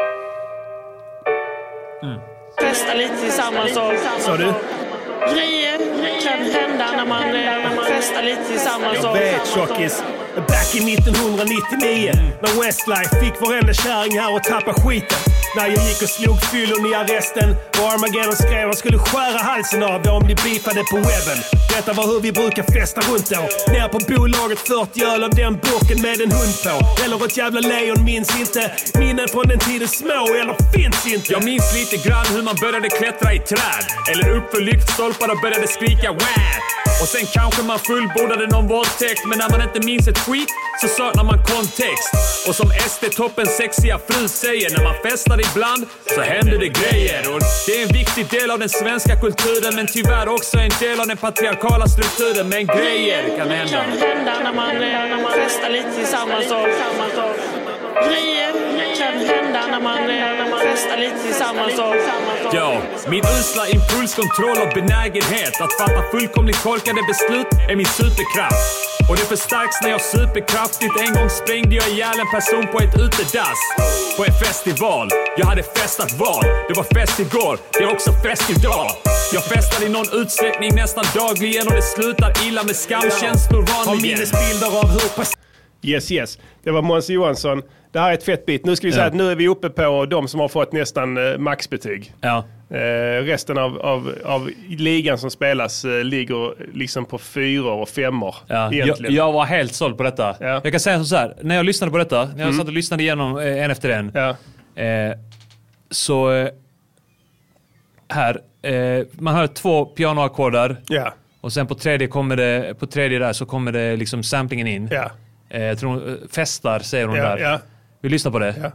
[SPEAKER 12] Mm. Festa lite tillsammans och...
[SPEAKER 1] Sa du?
[SPEAKER 12] Grejer kan hända när man, när man festar lite tillsammans.
[SPEAKER 3] Jag vet, tjockis. Back i nittonhundranittionio när Westlife fick varenda kärring här och tappa skiten. När jag gick och slog fyllon i arresten och Armageddon skrev han skulle skära halsen av det om ni beefade på webben. Detta var hur vi brukar festa runt då. Ner på bolaget fyrtio öl av den burken med en hund på. Eller ett jävla lejon, minns inte. Minnen från den tiden små eller finns inte.
[SPEAKER 7] Jag minns lite grann hur man började klättra i träd. Eller upp för lyktstolpar och började skrika wow. Och sen kanske man fullbordade någon våldtäkt. Men när man inte minns ett skit så saknar man kontext. Och som S D-toppens sexiga fru säger, när man festar ibland så händer det grejer. Och det är en viktig del av den svenska kulturen, men tyvärr också en del av den patriarkala strukturen. Men grejer kan hända.
[SPEAKER 12] kan hända när man, när man festar lite tillsammans och... Grejer kan hända när man, när man festar lite tillsammans och...
[SPEAKER 7] Ja, min usla impulskontroll och benägenhet att fatta fullkomligt korkade beslut är min superkraft. Och det förstärks när jag superkraftigt en gång sprängde jag ihjäl en person på ett utedass. På en festival, jag hade festat val. Det var fest igår, det är också fest idag. Jag festar i någon utsträckning nästan dagligen och det slutar illa med skamkänslor vanligen.
[SPEAKER 3] Har minnesbilder av hur pass...
[SPEAKER 1] Yes, yes. Det var Måns Johansson. Det här är ett fett bit. Nu ska vi säga
[SPEAKER 4] Ja.
[SPEAKER 1] att nu är vi uppe på de som har fått nästan eh, maxbetyg.
[SPEAKER 4] Ja.
[SPEAKER 1] Eh, resten av, av, av ligan som spelas eh, ligger liksom på fyra och femmor.
[SPEAKER 4] Ja,
[SPEAKER 1] Egentligen.
[SPEAKER 4] jag, jag var helt såld på detta.
[SPEAKER 1] Ja.
[SPEAKER 4] Jag kan säga så här, när jag lyssnade på detta, när jag
[SPEAKER 1] Mm.
[SPEAKER 4] satt och lyssnade igenom eh, en efter en,
[SPEAKER 1] Ja.
[SPEAKER 4] eh, så eh, här, eh, man hör två pianoackordar
[SPEAKER 1] Ja.
[SPEAKER 4] och sen på tredje kommer det, på tredje där så kommer det liksom samplingen in.
[SPEAKER 1] Ja.
[SPEAKER 4] Eh, jag tror, eh, festar säger hon
[SPEAKER 1] Ja,
[SPEAKER 4] där.
[SPEAKER 1] ja.
[SPEAKER 4] Vi lyssnar på det.
[SPEAKER 1] Ja.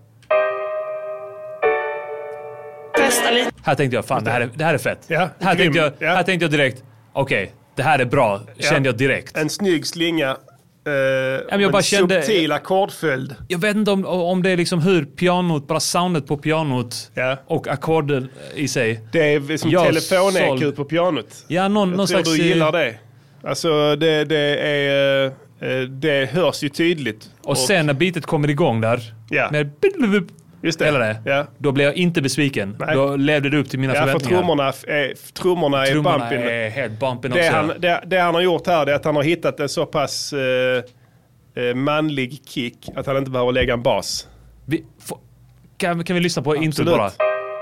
[SPEAKER 12] Festa lite.
[SPEAKER 4] Här tänkte jag, fan det här är, det här är fett.
[SPEAKER 1] Ja,
[SPEAKER 4] här,
[SPEAKER 1] grym.
[SPEAKER 4] tänkte jag,
[SPEAKER 1] Ja.
[SPEAKER 4] här tänkte jag direkt, okej, okay, det här är bra, kände jag direkt.
[SPEAKER 1] En snygg slinga. Eh,
[SPEAKER 4] jag
[SPEAKER 1] en
[SPEAKER 4] bara kände-
[SPEAKER 1] subtil ackordföljd.
[SPEAKER 4] Jag vet inte om, om det är liksom hur pianot, bara soundet på pianot
[SPEAKER 1] Ja.
[SPEAKER 4] och ackorden i sig.
[SPEAKER 1] Det är som
[SPEAKER 4] Jag
[SPEAKER 1] telefon-E Q
[SPEAKER 4] såld.
[SPEAKER 1] på pianot.
[SPEAKER 4] Ja, någon,
[SPEAKER 1] Jag
[SPEAKER 4] någon
[SPEAKER 1] tror
[SPEAKER 4] slags...
[SPEAKER 1] du gillar det. Alltså det, det är... eh, Det hörs ju tydligt.
[SPEAKER 4] Och sen när beatet kommer igång där,
[SPEAKER 1] Ja.
[SPEAKER 4] med
[SPEAKER 1] Just det.
[SPEAKER 4] hela det,
[SPEAKER 1] Ja.
[SPEAKER 4] då blev jag inte besviken.
[SPEAKER 1] Nej.
[SPEAKER 4] Då levde det upp till mina
[SPEAKER 1] Ja, för
[SPEAKER 4] förväntningar.
[SPEAKER 1] trummorna är, trummorna är
[SPEAKER 4] Trummorna
[SPEAKER 1] bumpin.
[SPEAKER 4] är helt bumpin
[SPEAKER 1] Det
[SPEAKER 4] också.
[SPEAKER 1] han, det, det han har gjort här är att han har hittat en så pass eh, eh, manlig kick att han inte behöver lägga en bas.
[SPEAKER 4] Vi, få, kan, kan vi lyssna på intro
[SPEAKER 1] Absolut.
[SPEAKER 4] bara?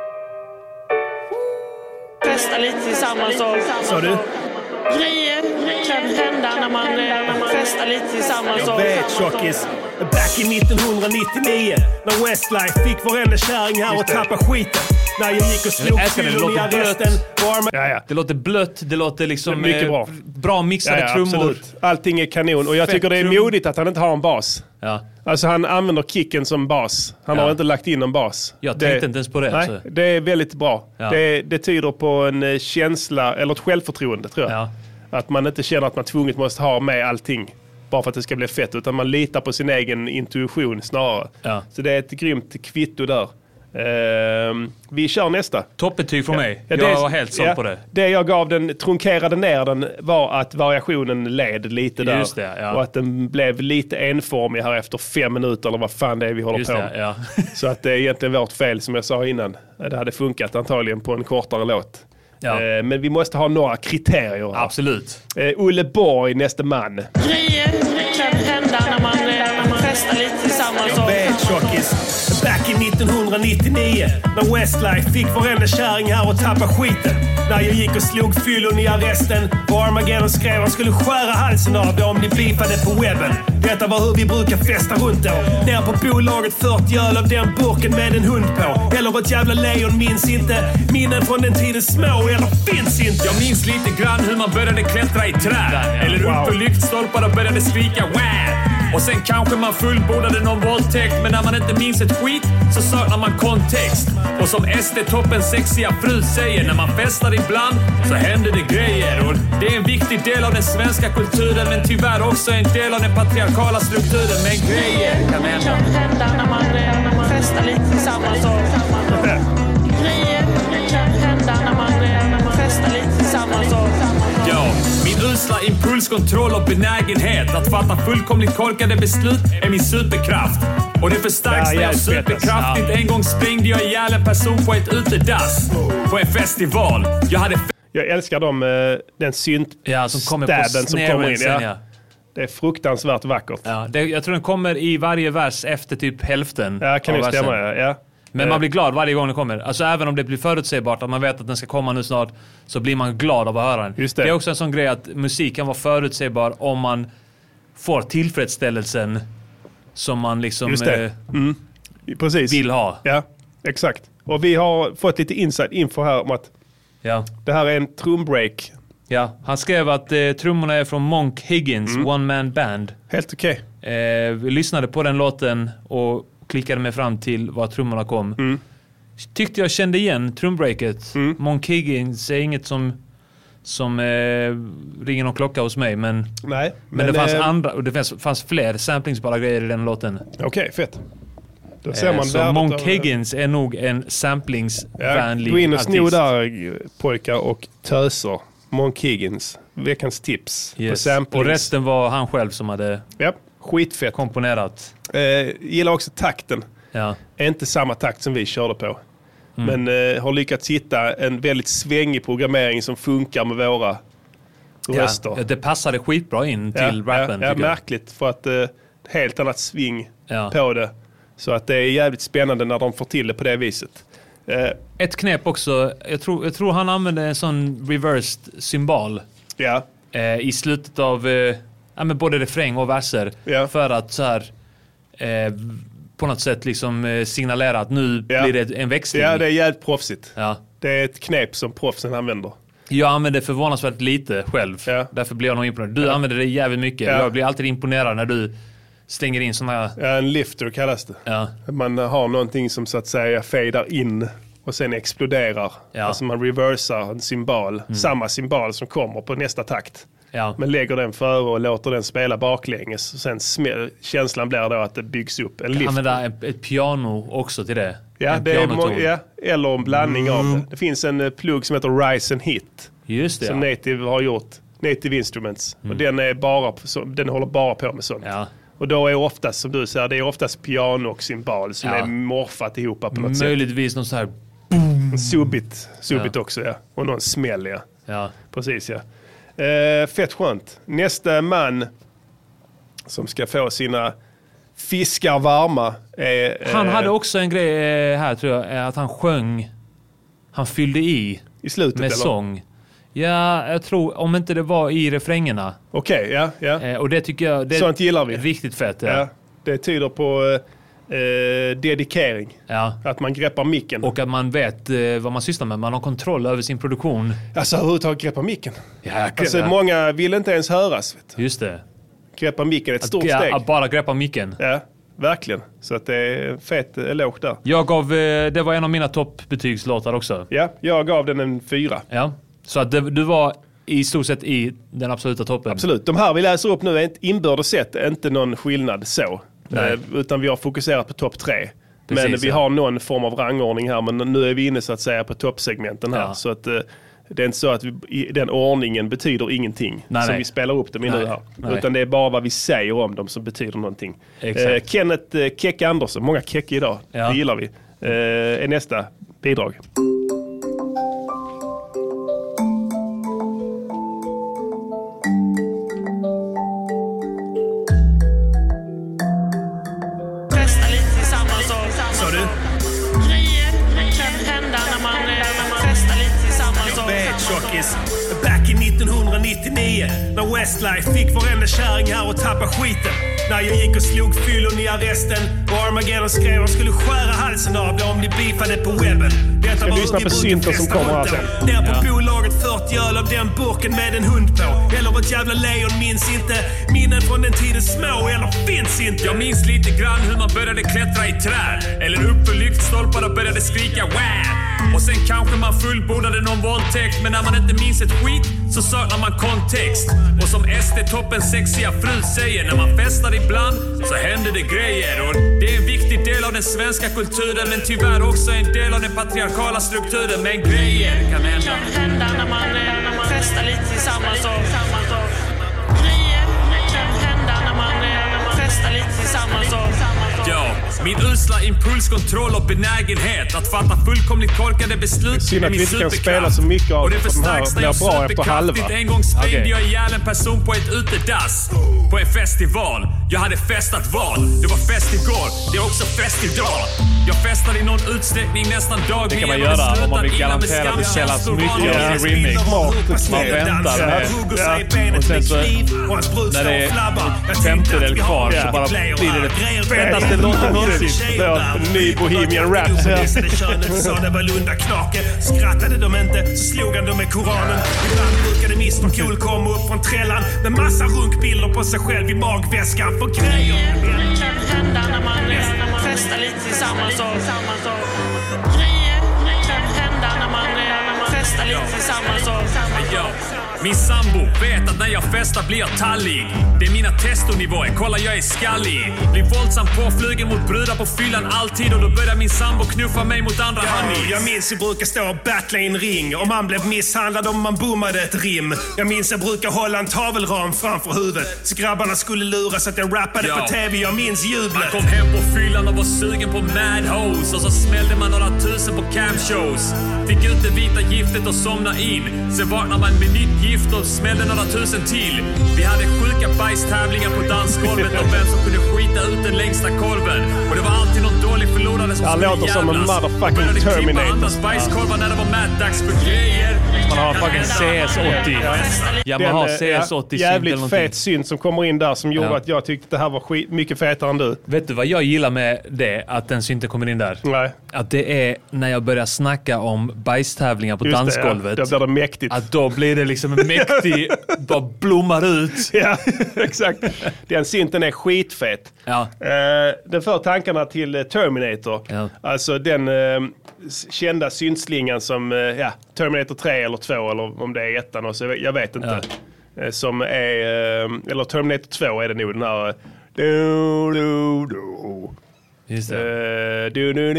[SPEAKER 12] Festa lite tillsammans och...
[SPEAKER 1] Sa du?
[SPEAKER 12] Grejer kan hända när man, när man festar lite tillsammans
[SPEAKER 3] Jag
[SPEAKER 12] och...
[SPEAKER 3] vet, tjockis. Back i nittonhundranittionio när Westlife fick varenda kärring här och tappa skiten. När jag gick och slog
[SPEAKER 4] Jag älskar det, det
[SPEAKER 3] fyllon i
[SPEAKER 4] låter blött.
[SPEAKER 3] arresten och Arma-
[SPEAKER 1] Ja, ja.
[SPEAKER 4] Det låter blött, det låter liksom...
[SPEAKER 1] Mycket
[SPEAKER 4] eh,
[SPEAKER 1] bra.
[SPEAKER 4] Bra mixade
[SPEAKER 1] Ja, ja,
[SPEAKER 4] trummor.
[SPEAKER 1] absolut. Allting är kanon. Och jag
[SPEAKER 4] Fett
[SPEAKER 1] tycker det är
[SPEAKER 4] trum.
[SPEAKER 1] modigt att han inte har en bas.
[SPEAKER 4] Ja.
[SPEAKER 1] Alltså han använder kicken som bas. Han
[SPEAKER 4] Ja.
[SPEAKER 1] har inte lagt in en bas.
[SPEAKER 4] Jag tänkte inte ens på det,
[SPEAKER 1] Nej,
[SPEAKER 4] alltså.
[SPEAKER 1] det är väldigt bra.
[SPEAKER 4] Ja.
[SPEAKER 1] Det, det tyder på en eh, känsla, eller ett självförtroende tror jag.
[SPEAKER 4] Ja.
[SPEAKER 1] Att man inte känner att man tvunget måste ha med allting. Bara för att det ska bli fett. Utan man litar på sin egen intuition snarare.
[SPEAKER 4] Ja.
[SPEAKER 1] Så det är ett grymt kvitto där. Ehm, vi kör nästa.
[SPEAKER 4] Toppbetyg från mig.
[SPEAKER 1] Ja,
[SPEAKER 4] jag
[SPEAKER 1] det-
[SPEAKER 4] var helt såld
[SPEAKER 1] ja,
[SPEAKER 4] på det.
[SPEAKER 1] Det jag gav den, trunkerade ner den, var att variationen led lite där.
[SPEAKER 4] Just det, ja.
[SPEAKER 1] Och att den blev lite enformig här efter fem minuter eller vad fan det är vi håller
[SPEAKER 4] Just
[SPEAKER 1] på
[SPEAKER 4] det,
[SPEAKER 1] med.
[SPEAKER 4] ja.
[SPEAKER 1] Så att det är egentligen vårt fel som jag sa innan. Det hade funkat antagligen på en kortare låt.
[SPEAKER 4] Ja.
[SPEAKER 1] Eh, Men vi måste ha några kriterier här.
[SPEAKER 4] Absolut.
[SPEAKER 1] Eh, Olle Borg, nästa man.
[SPEAKER 12] Grejer kan hända när man, när man festar lite tillsammans
[SPEAKER 3] Jag
[SPEAKER 12] och...
[SPEAKER 3] vet, tjockis. Back i nittonhundranittionio när Westlife fick varenda kärring här och tappa skiten. När jag gick och slog fyllon i arresten och Armageddon skrev han skulle skära halsen av det om ni beefade på webben. Detta var hur vi brukar festa runt då. Ner på bolaget fyrtio öl av den burken med en hund på. Eller ett jävla lejon, minns inte. Minnen från den tiden små eller finns inte.
[SPEAKER 7] Jag minns lite grann hur man började klättra i träd. Eller upp
[SPEAKER 1] Wow.
[SPEAKER 7] för lyktstolpar och började skrika wow. Och sen kanske man fullbordade någon våldtäkt. Men när man inte minns ett skit så saknar man kontext. Och som S D-toppens sexiga fru säger, när man festar ibland så händer det grejer. Och det är en viktig del av den svenska kulturen, men tyvärr också en del av den patriarkala strukturen. Men grejer kan hända.
[SPEAKER 12] Kan hända när man, när man festar lite tillsammans. Och grejer kan hända när man, när man festar lite tillsammans. Och
[SPEAKER 7] ja, min usla impulskontroll och benägenhet att fatta fullkomligt korkade beslut är min superkraft. Och det förstärks när jag superkraft. Inte en gång springde jag ihjäl en person på ett utedass på en festival. Jag hade...
[SPEAKER 1] Jag älskar dem, den synt
[SPEAKER 4] ja, som kommer på
[SPEAKER 1] som kommer in.
[SPEAKER 4] Sen,
[SPEAKER 1] ja.
[SPEAKER 4] Ja.
[SPEAKER 1] Det är fruktansvärt vackert.
[SPEAKER 4] Ja, det, jag tror den kommer i varje vers efter typ hälften.
[SPEAKER 1] Ja, kan ju stämma. Ja. Ja.
[SPEAKER 4] Men man blir glad varje gång den kommer. Alltså även om det blir förutsägbart att man vet att den ska komma nu snart, så blir man glad av att höra den.
[SPEAKER 1] Just det.
[SPEAKER 4] Det är också en sån grej att musik kan vara förutsägbar om man får tillfredsställelsen som man liksom
[SPEAKER 1] Just det.
[SPEAKER 4] Eh,
[SPEAKER 1] mm. Precis.
[SPEAKER 4] vill ha.
[SPEAKER 1] Ja, exakt. Och vi har fått lite inside info här om att
[SPEAKER 4] ja.
[SPEAKER 1] det här är en trumbreak.
[SPEAKER 4] Ja, han skrev att eh, trummorna är från Monk Higgins, mm. One Man Band.
[SPEAKER 1] Helt okej.
[SPEAKER 4] Okay. Eh, vi lyssnade på den låten och klickade mig fram till var trummorna kom.
[SPEAKER 1] Mm.
[SPEAKER 4] Tyckte jag kände igen trumbreaket. Mm. Monk Higgins är inget som som eh, ringer någon klocka hos mig, men
[SPEAKER 1] Nej,
[SPEAKER 4] men,
[SPEAKER 1] men
[SPEAKER 4] det fanns
[SPEAKER 1] eh,
[SPEAKER 4] andra och det fanns, fanns fler samplingsbara grejer i den låten.
[SPEAKER 1] Okej, okay, fett. Då ser man
[SPEAKER 4] eh, så Monk Higgins är nog en samplingsvänlig
[SPEAKER 1] ja, gå in och sno
[SPEAKER 4] artist.
[SPEAKER 1] där, pojkar och töser. Monk Higgins, veckans tips
[SPEAKER 4] Yes.
[SPEAKER 1] på samplings.
[SPEAKER 4] Och resten var han själv som hade
[SPEAKER 1] ja, skitfett.
[SPEAKER 4] komponerat.
[SPEAKER 1] Eh, gillar också takten.
[SPEAKER 4] Ja.
[SPEAKER 1] Är inte samma takt som vi körde på.
[SPEAKER 4] Mm.
[SPEAKER 1] Men eh, har lyckats hitta en väldigt svängig programmering som funkar med våra röster.
[SPEAKER 4] Ja, det passade skitbra in till
[SPEAKER 1] ja,
[SPEAKER 4] rappen.
[SPEAKER 1] Ja, ja märkligt för att eh, helt annat sving
[SPEAKER 4] ja.
[SPEAKER 1] på det. Så att det är jävligt spännande när de får till det på det viset. Eh,
[SPEAKER 4] Ett knep också, jag tror, jag tror han använde en sån reversed symbol
[SPEAKER 1] ja.
[SPEAKER 4] eh, i slutet av eh, ja, men både refräng och verser
[SPEAKER 1] ja.
[SPEAKER 4] för att så här eh, på något sätt liksom eh, signalera att nu
[SPEAKER 1] ja.
[SPEAKER 4] blir det en växling.
[SPEAKER 1] Ja, det är jävligt proffsigt.
[SPEAKER 4] Ja.
[SPEAKER 1] Det är ett knep som proffsen använder.
[SPEAKER 4] Jag använder förvånansvärt lite själv. Ja. Därför blir jag nog imponerad. Du ja. använder det jävligt mycket. Ja. Jag blir alltid imponerad när du slänger in såna här...
[SPEAKER 1] Ja, en lifter kallas det.
[SPEAKER 4] Ja.
[SPEAKER 1] Man har någonting som så att säga fadar in och sen exploderar. Ja. Alltså man reversar en symbol. Mm. Samma symbol som kommer på nästa takt. Ja. Men lägger den före och låter den spela baklänges. Och sen smäll, känslan blir då att det byggs upp en lift.
[SPEAKER 4] Använda ett, ett piano också till det.
[SPEAKER 1] Ja,
[SPEAKER 4] en
[SPEAKER 1] det är må- ja, eller en blandning mm. av det. Det finns en uh, plugg som heter Rise and Hit.
[SPEAKER 4] Just det,
[SPEAKER 1] som
[SPEAKER 4] ja.
[SPEAKER 1] Native har gjort. Native Instruments. Mm. Och den, är bara på, så, den håller bara på med sånt.
[SPEAKER 4] Ja.
[SPEAKER 1] Och då är oftast, som du säger, det är oftast piano och symbol som ja. är morfat ihop på något
[SPEAKER 4] Möjligtvis
[SPEAKER 1] sätt.
[SPEAKER 4] Möjligtvis någon så här...
[SPEAKER 1] Subbit. Subbit
[SPEAKER 4] ja.
[SPEAKER 1] också, ja. Och någon smäll, ja.
[SPEAKER 4] Ja.
[SPEAKER 1] Precis, ja. Uh, fett skönt. Nästa man som ska få sina fiskar varma är... Uh,
[SPEAKER 4] han hade också en grej här, tror jag, att han sjöng. Han fyllde i.
[SPEAKER 1] I slutet,
[SPEAKER 4] med
[SPEAKER 1] eller?
[SPEAKER 4] sång. Ja, jag tror, om inte det var i refrängerna.
[SPEAKER 1] Okej, okay, ja, ja.
[SPEAKER 4] Eh, och det tycker jag... Det
[SPEAKER 1] sånt gillar vi.
[SPEAKER 4] Riktigt fett, ja.
[SPEAKER 1] ja. Det tyder på eh, dedikering.
[SPEAKER 4] Ja.
[SPEAKER 1] Att man greppar micken.
[SPEAKER 4] Och att man vet eh, vad man sysslar med. Man har kontroll över sin produktion.
[SPEAKER 1] Alltså överhuvudtaget greppa micken.
[SPEAKER 4] Ja,
[SPEAKER 1] alltså ja. Många vill inte ens höras. Vet du.
[SPEAKER 4] Just det.
[SPEAKER 1] Greppa micken är ett
[SPEAKER 4] att,
[SPEAKER 1] stort
[SPEAKER 4] ja,
[SPEAKER 1] steg.
[SPEAKER 4] Att bara greppa micken.
[SPEAKER 1] Ja, verkligen. Så att det är fett eloge där.
[SPEAKER 4] Jag gav, eh, det var en av mina toppbetygslåtar också.
[SPEAKER 1] Ja, jag gav den en fyra.
[SPEAKER 4] Ja, så att det, du var i stort sett i den absoluta toppen.
[SPEAKER 1] Absolut. De här vi läser upp nu är inte inbördes sett inte någon skillnad så. Eh, utan vi har fokuserat på topp tre. Precis, men vi ja. har någon form av rangordning här. Men nu är vi inne så att säga på toppsegmenten här. Ja. Så att eh, det är inte så att vi, i den ordningen betyder ingenting.
[SPEAKER 4] Nej,
[SPEAKER 1] som
[SPEAKER 4] nej.
[SPEAKER 1] vi spelar upp dem i
[SPEAKER 4] nej,
[SPEAKER 1] nu här.
[SPEAKER 4] Nej.
[SPEAKER 1] Utan det är bara vad vi säger om dem som betyder någonting.
[SPEAKER 4] Exakt.
[SPEAKER 1] Eh, Kenneth eh, Kecke Andersson, många Kecke idag. Ja. Det gillar vi. Eh, är nästa bidrag.
[SPEAKER 3] Back i nittonhundranittionio när Westlife fick varenda kärring här och tappa skiten. När jag gick och slog fyllon i arresten Och Armageddon skrev han skulle skära halsen av det om de beefade på webben. Detta var
[SPEAKER 1] lyssna på synten som kommer här sen.
[SPEAKER 3] Ner på ja. bolaget fyrtio öl av den burken med en hund på. Eller ett jävla lejon minns inte. Minnen från den tiden små eller finns inte.
[SPEAKER 7] Jag minns lite grann hur man började klättra i träd. Eller upp för lyktstolpar och började skrika wow. Och sen kanske man fullbordade någon våldtäkt. Men när man inte minns ett skit så saknar man kontext. Och som S D-toppens sexiga fru säger, när man festar ibland så händer det grejer. Och det är en viktig del av den svenska kulturen, men tyvärr också en del av den patriarkala strukturen. Men grejer kan hända.
[SPEAKER 12] Kan hända när man, när man festar lite tillsammans och, tillsammans och. Grejer kan hända när man, när man festar lite tillsammans och, tillsammans och.
[SPEAKER 7] Ja, min usla impulskontroll och benägenhet att fatta fullkomligt korkade beslut.
[SPEAKER 1] Synd att vi inte kan spela så mycket av
[SPEAKER 7] och det
[SPEAKER 1] för den här blir bra efter halva.
[SPEAKER 7] En gång sprängde
[SPEAKER 1] okay.
[SPEAKER 7] jag ihjäl en person på ett utedass. På en festival. Jag hade festat val. Det var fest igår. Det är också fest idag. Jag festar i någon utsträckning nästan dagligen.
[SPEAKER 4] Det kan man göra om man vill garantera att det källas mycket av sin remix. Man väntar med. Ja. Och sen så när det är femtedel kvar så bara blir det det fetaste låten någonsin.
[SPEAKER 1] Vår ny Bohemian Rhapsody.
[SPEAKER 3] Sa det var Lunda knake. Skrattade de inte så slog han dem med Koranen. Ibland brukade mister Cool komma upp från trällan med massa runkbilder på sig själv i magväskan för grejer.
[SPEAKER 12] Kan hända när man, när man festar lite tillsammans och, tillsammans och. Grejer kan hända när man, när man festar lite tillsammans och, tillsammans och.
[SPEAKER 7] Min sambo vet att när jag festar blir jag tallig. Det är mina testonivåer, kolla jag är skallig. Blir våldsamt påflygen mot brudar på fyllan alltid. Och då börjar min sambo knuffa mig mot andra
[SPEAKER 3] ja,
[SPEAKER 7] honeys.
[SPEAKER 3] Jag minns jag brukar stå och battla i en ring. Om man blev misshandlad om man bommade ett rim. Jag minns jag brukar hålla en tavelram framför huvudet så grabbarna skulle luras att jag rappade ja. på tv. Jag minns jublet.
[SPEAKER 7] Man kom hem på fyllan och var sugen på mad hoes. Och så smällde man några tusen på camshows. Fick ut det vita giftet och somna in. Sen vaknar man med nytt gift och smällde några tusen till. Vi hade sjuka bajstävlingar på dansgolvet och vem som kunde skita ut den längsta korven. Och det var alltid någon dålig förlorare som
[SPEAKER 1] skulle jävlas. Som en motherfucking Terminator.
[SPEAKER 7] Andra bajskorvar när det var mad-dags för grejer.
[SPEAKER 4] Man har fucking C S åttio. Ja, man har C S åttio.
[SPEAKER 1] Jävligt fet synt som kommer in där som gjorde ja. att jag tyckte att det här var skit, mycket fetare än du.
[SPEAKER 4] Vet du vad jag gillar med det? Att den synten kommer in där.
[SPEAKER 1] Nej.
[SPEAKER 4] Att det är när jag börjar snacka om bajstävlingar på Just dansgolvet.
[SPEAKER 1] Det, ja. Då blir det mäktigt.
[SPEAKER 4] Att då blir det liksom en mäktig, bara blommar ut.
[SPEAKER 1] Ja, exakt. Den synten är skitfet.
[SPEAKER 4] Ja.
[SPEAKER 1] Uh, den för tankarna till Terminator.
[SPEAKER 4] Ja.
[SPEAKER 1] Alltså den uh, kända syntslingan som uh, ja, Terminator tre eller två eller om det är ettan och så, jag vet inte. Ja. Uh, som är, uh, eller Terminator två är det nog den här uh, du, du, du.
[SPEAKER 4] Just det.
[SPEAKER 1] Uh, du, du,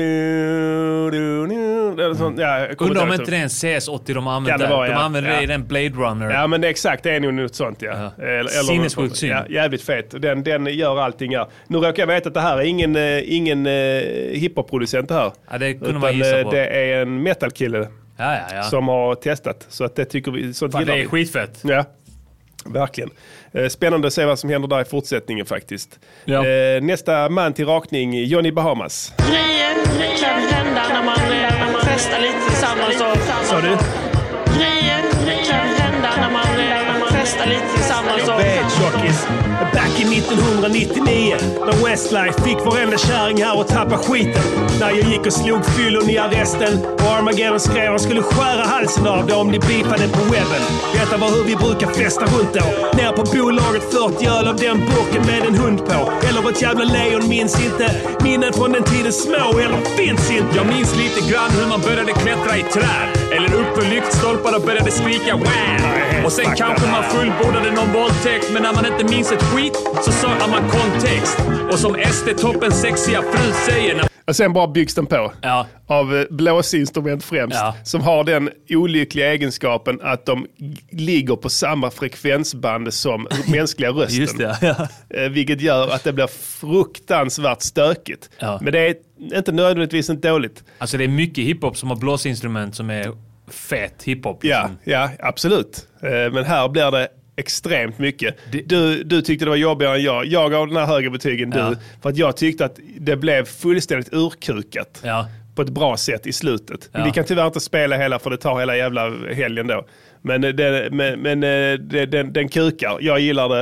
[SPEAKER 1] du, du, du. Sånt, ja,
[SPEAKER 4] undrar om inte det är en C S åttio de använder.
[SPEAKER 1] Vara,
[SPEAKER 4] de
[SPEAKER 1] ja.
[SPEAKER 4] använder
[SPEAKER 1] ja.
[SPEAKER 4] det i den Blade Runner.
[SPEAKER 1] Ja, men det är exakt. Det är nog något sånt, ja.
[SPEAKER 4] ja. Eller, Sinnessjukt synd.
[SPEAKER 1] Ja, jävligt fet. Den, den gör allting här. Nu råkar jag veta att det här är ingen, ingen uh, hiphop-producent det här.
[SPEAKER 4] Ja, det kunde man gissa på.
[SPEAKER 1] Det är en metal-kille
[SPEAKER 4] ja, ja, ja.
[SPEAKER 1] som har testat. Så att det tycker vi... Sånt
[SPEAKER 4] Fan, det är skitfett.
[SPEAKER 1] Ja. Verkligen. Spännande att se vad som händer där i fortsättningen faktiskt.
[SPEAKER 4] Ja.
[SPEAKER 1] Nästa man till rakning, Johnny Bahamas.
[SPEAKER 12] Grejer kan hända när man, när man festar lite tillsammans och, tillsammans.
[SPEAKER 1] Sa du?
[SPEAKER 12] Grejer kan hända när man, när man festar lite tillsammans och,
[SPEAKER 3] jag vet, tjockis. Back i nittonhundranittionio när Westlife fick varenda kärring här och tappa skiten. När jag gick och slog fyllon i arresten och Armageddon skrev han skulle skära halsen av det om de beefade på webben. Detta var hur vi brukar festa runt då. Ner på bolaget fyrtio öl av den burken med en hund på. Eller ett jävla lejon minns inte. Minnen från den tiden små eller finns inte.
[SPEAKER 7] Jag minns lite grann hur man började klättra i träd. Eller upp för lyktstolpar och började skrika wow. Och sen kanske man fullbordade någon våldtäkt. Men när man inte minns ett skit så saknar man kontext. Och som S D-toppens sexiga fru säger när...
[SPEAKER 1] Och sen bara byggs den på
[SPEAKER 4] ja.
[SPEAKER 1] av blåsinstrument främst.
[SPEAKER 4] Ja.
[SPEAKER 1] Som har den olyckliga egenskapen att de ligger på samma frekvensband som mänskliga rösten.
[SPEAKER 4] Just det, ja.
[SPEAKER 1] Vilket gör att det blir fruktansvärt stökigt.
[SPEAKER 4] Ja.
[SPEAKER 1] Men det är inte nödvändigtvis inte dåligt.
[SPEAKER 4] Alltså det är mycket hiphop som har blåsinstrument som är fet hiphop.
[SPEAKER 1] Liksom. Ja, ja, absolut. Men här blir det extremt mycket. Du, du tyckte det var jobbigare än jag. Jag gav den här högre betygen ja. du. För att jag tyckte att det blev fullständigt urkukat.
[SPEAKER 4] Ja.
[SPEAKER 1] På ett bra sätt i slutet.
[SPEAKER 4] Ja.
[SPEAKER 1] Vi kan tyvärr inte spela hela för det tar hela jävla helgen då. Men, det, men, men det, den, den kukar. Jag gillar det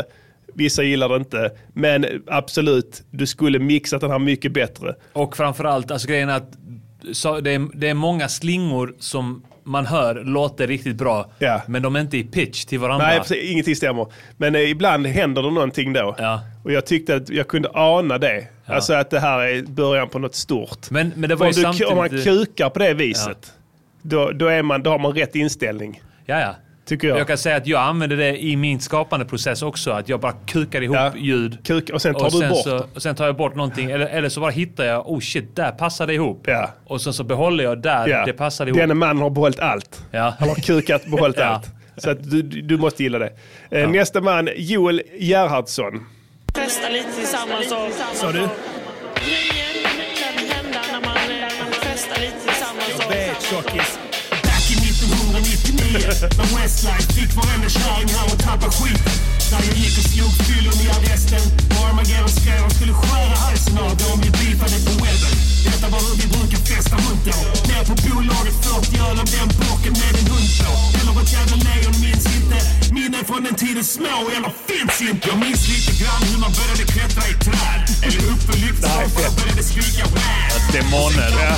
[SPEAKER 1] Vissa gillar det inte. Men absolut, du skulle mixa den här mycket bättre.
[SPEAKER 4] Och framförallt, alltså grejen är att så det, är, det är många slingor som man hör låter riktigt bra.
[SPEAKER 1] Ja.
[SPEAKER 4] Men de är inte i pitch till varandra.
[SPEAKER 1] Nej, precis, ingenting stämmer. Men eh, ibland händer det någonting då.
[SPEAKER 4] Ja.
[SPEAKER 1] Och jag tyckte att jag kunde ana det. Ja. Alltså att det här är början på något stort.
[SPEAKER 4] Men, men det var
[SPEAKER 1] om,
[SPEAKER 4] ju
[SPEAKER 1] du,
[SPEAKER 4] samtidigt...
[SPEAKER 1] om man kukar på det viset, ja. då, då, är man, då har man rätt inställning.
[SPEAKER 4] Ja, ja.
[SPEAKER 1] Tycker jag.
[SPEAKER 4] Jag kan säga att jag använder det i min skapande process också. Att jag bara kukar ihop ja. ljud.
[SPEAKER 1] Kuk, och sen tar
[SPEAKER 4] och
[SPEAKER 1] du
[SPEAKER 4] sen
[SPEAKER 1] bort.
[SPEAKER 4] Så, och sen tar jag bort någonting. Eller, eller så bara hittar jag, oh shit, där passar det ihop.
[SPEAKER 1] Ja.
[SPEAKER 4] Och sen så behåller jag där ja. det passar ihop.
[SPEAKER 1] Denne man har behållit allt.
[SPEAKER 4] Ja.
[SPEAKER 1] Han har kukat behållit ja. allt. Så att du, du måste gilla det. Ja. Nästa man, Joel Gerhardsson.
[SPEAKER 12] Festa lite tillsammans och...
[SPEAKER 1] Sa du?
[SPEAKER 12] Grejer kan hända när man festar lite tillsammans och...
[SPEAKER 3] Jag vet, tjockis. Back i nittonhundranittionio när Westlife fick varenda kärring här och tappa skiten. När jag gick och slog fyllon i arresten och Armageddon skrev de skulle skära halsen av det om vi beefade på webben. Detta var hur vi brukar festa runt då. Ner på bolaget fyrtio öl av den bocken med en hund på. Eller vad jävla lejon minns inte. Minnen från den tiden små eller finns inte. Jag minns lite grann hur man började klättra i träd. Eller upp för lyktstolpar och började skrika wow.
[SPEAKER 4] Demoner, ja.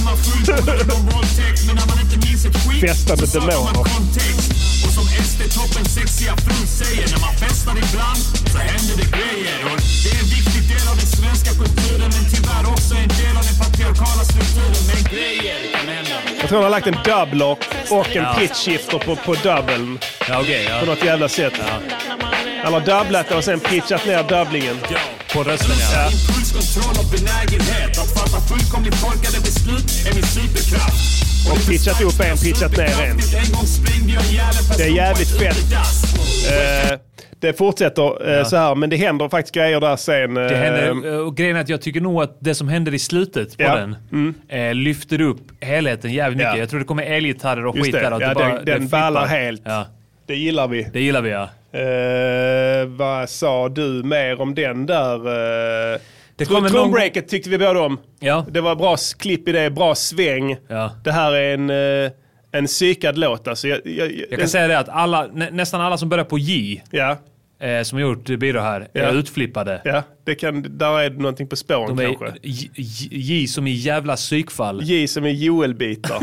[SPEAKER 1] Festande demoner.
[SPEAKER 3] Och som S D-toppen sexiga fru säger, när man festar ibland så händer det grejer. Och det är en viktig del av den svenska kulturen, men tyvärr också en del av den patriarkala strukturen. Men grejer kan hända.
[SPEAKER 1] Jag tror han har lagt en doubler och en
[SPEAKER 4] ja.
[SPEAKER 1] pitch shifter på, på dubbeln.
[SPEAKER 4] Ja, okay, ja.
[SPEAKER 1] På något jävla sätt. Ja. Han har dubblat och sen pitchat ner dubblingen.
[SPEAKER 4] Ja. På rösten, ja.
[SPEAKER 3] ja. Impulskontroll och benägenhet att fatta fullkomligt korkade beslut är min superkraft.
[SPEAKER 1] Och pitchat upp en, pitchat ner en. Det är jävligt fett. Eh, det fortsätter eh, ja. så här, men det händer faktiskt grejer där sen. Eh,
[SPEAKER 4] det händer, och grejen är att jag tycker nog att det som händer i slutet på
[SPEAKER 1] ja.
[SPEAKER 4] den
[SPEAKER 1] mm.
[SPEAKER 4] eh, lyfter upp helheten jävligt mycket.
[SPEAKER 1] Ja.
[SPEAKER 4] Jag tror det kommer elgitarrer och
[SPEAKER 1] Just
[SPEAKER 4] skit
[SPEAKER 1] det.
[SPEAKER 4] där. Och
[SPEAKER 1] ja,
[SPEAKER 4] det bara,
[SPEAKER 1] den den ballar helt.
[SPEAKER 4] Ja.
[SPEAKER 1] Det gillar vi.
[SPEAKER 4] Det gillar vi, ja.
[SPEAKER 1] Eh, vad sa du mer om den där? Eh, Trumbreaket någon... tyckte vi båda om.
[SPEAKER 4] Ja.
[SPEAKER 1] Det var bra klipp i det, bra sväng.
[SPEAKER 4] Ja.
[SPEAKER 1] Det här är en, eh, en psykad låt. Alltså, jag, jag,
[SPEAKER 4] jag kan
[SPEAKER 1] den...
[SPEAKER 4] säga det att alla, nä, nästan alla som börjar på J,
[SPEAKER 1] ja.
[SPEAKER 4] eh, som har gjort byrå här,
[SPEAKER 1] ja.
[SPEAKER 4] är utflippade.
[SPEAKER 1] Ja, det kan, där är någonting på spåren
[SPEAKER 4] De är
[SPEAKER 1] kanske.
[SPEAKER 4] J, J, J som i jävla psykfall.
[SPEAKER 1] J som är Joel-bitar.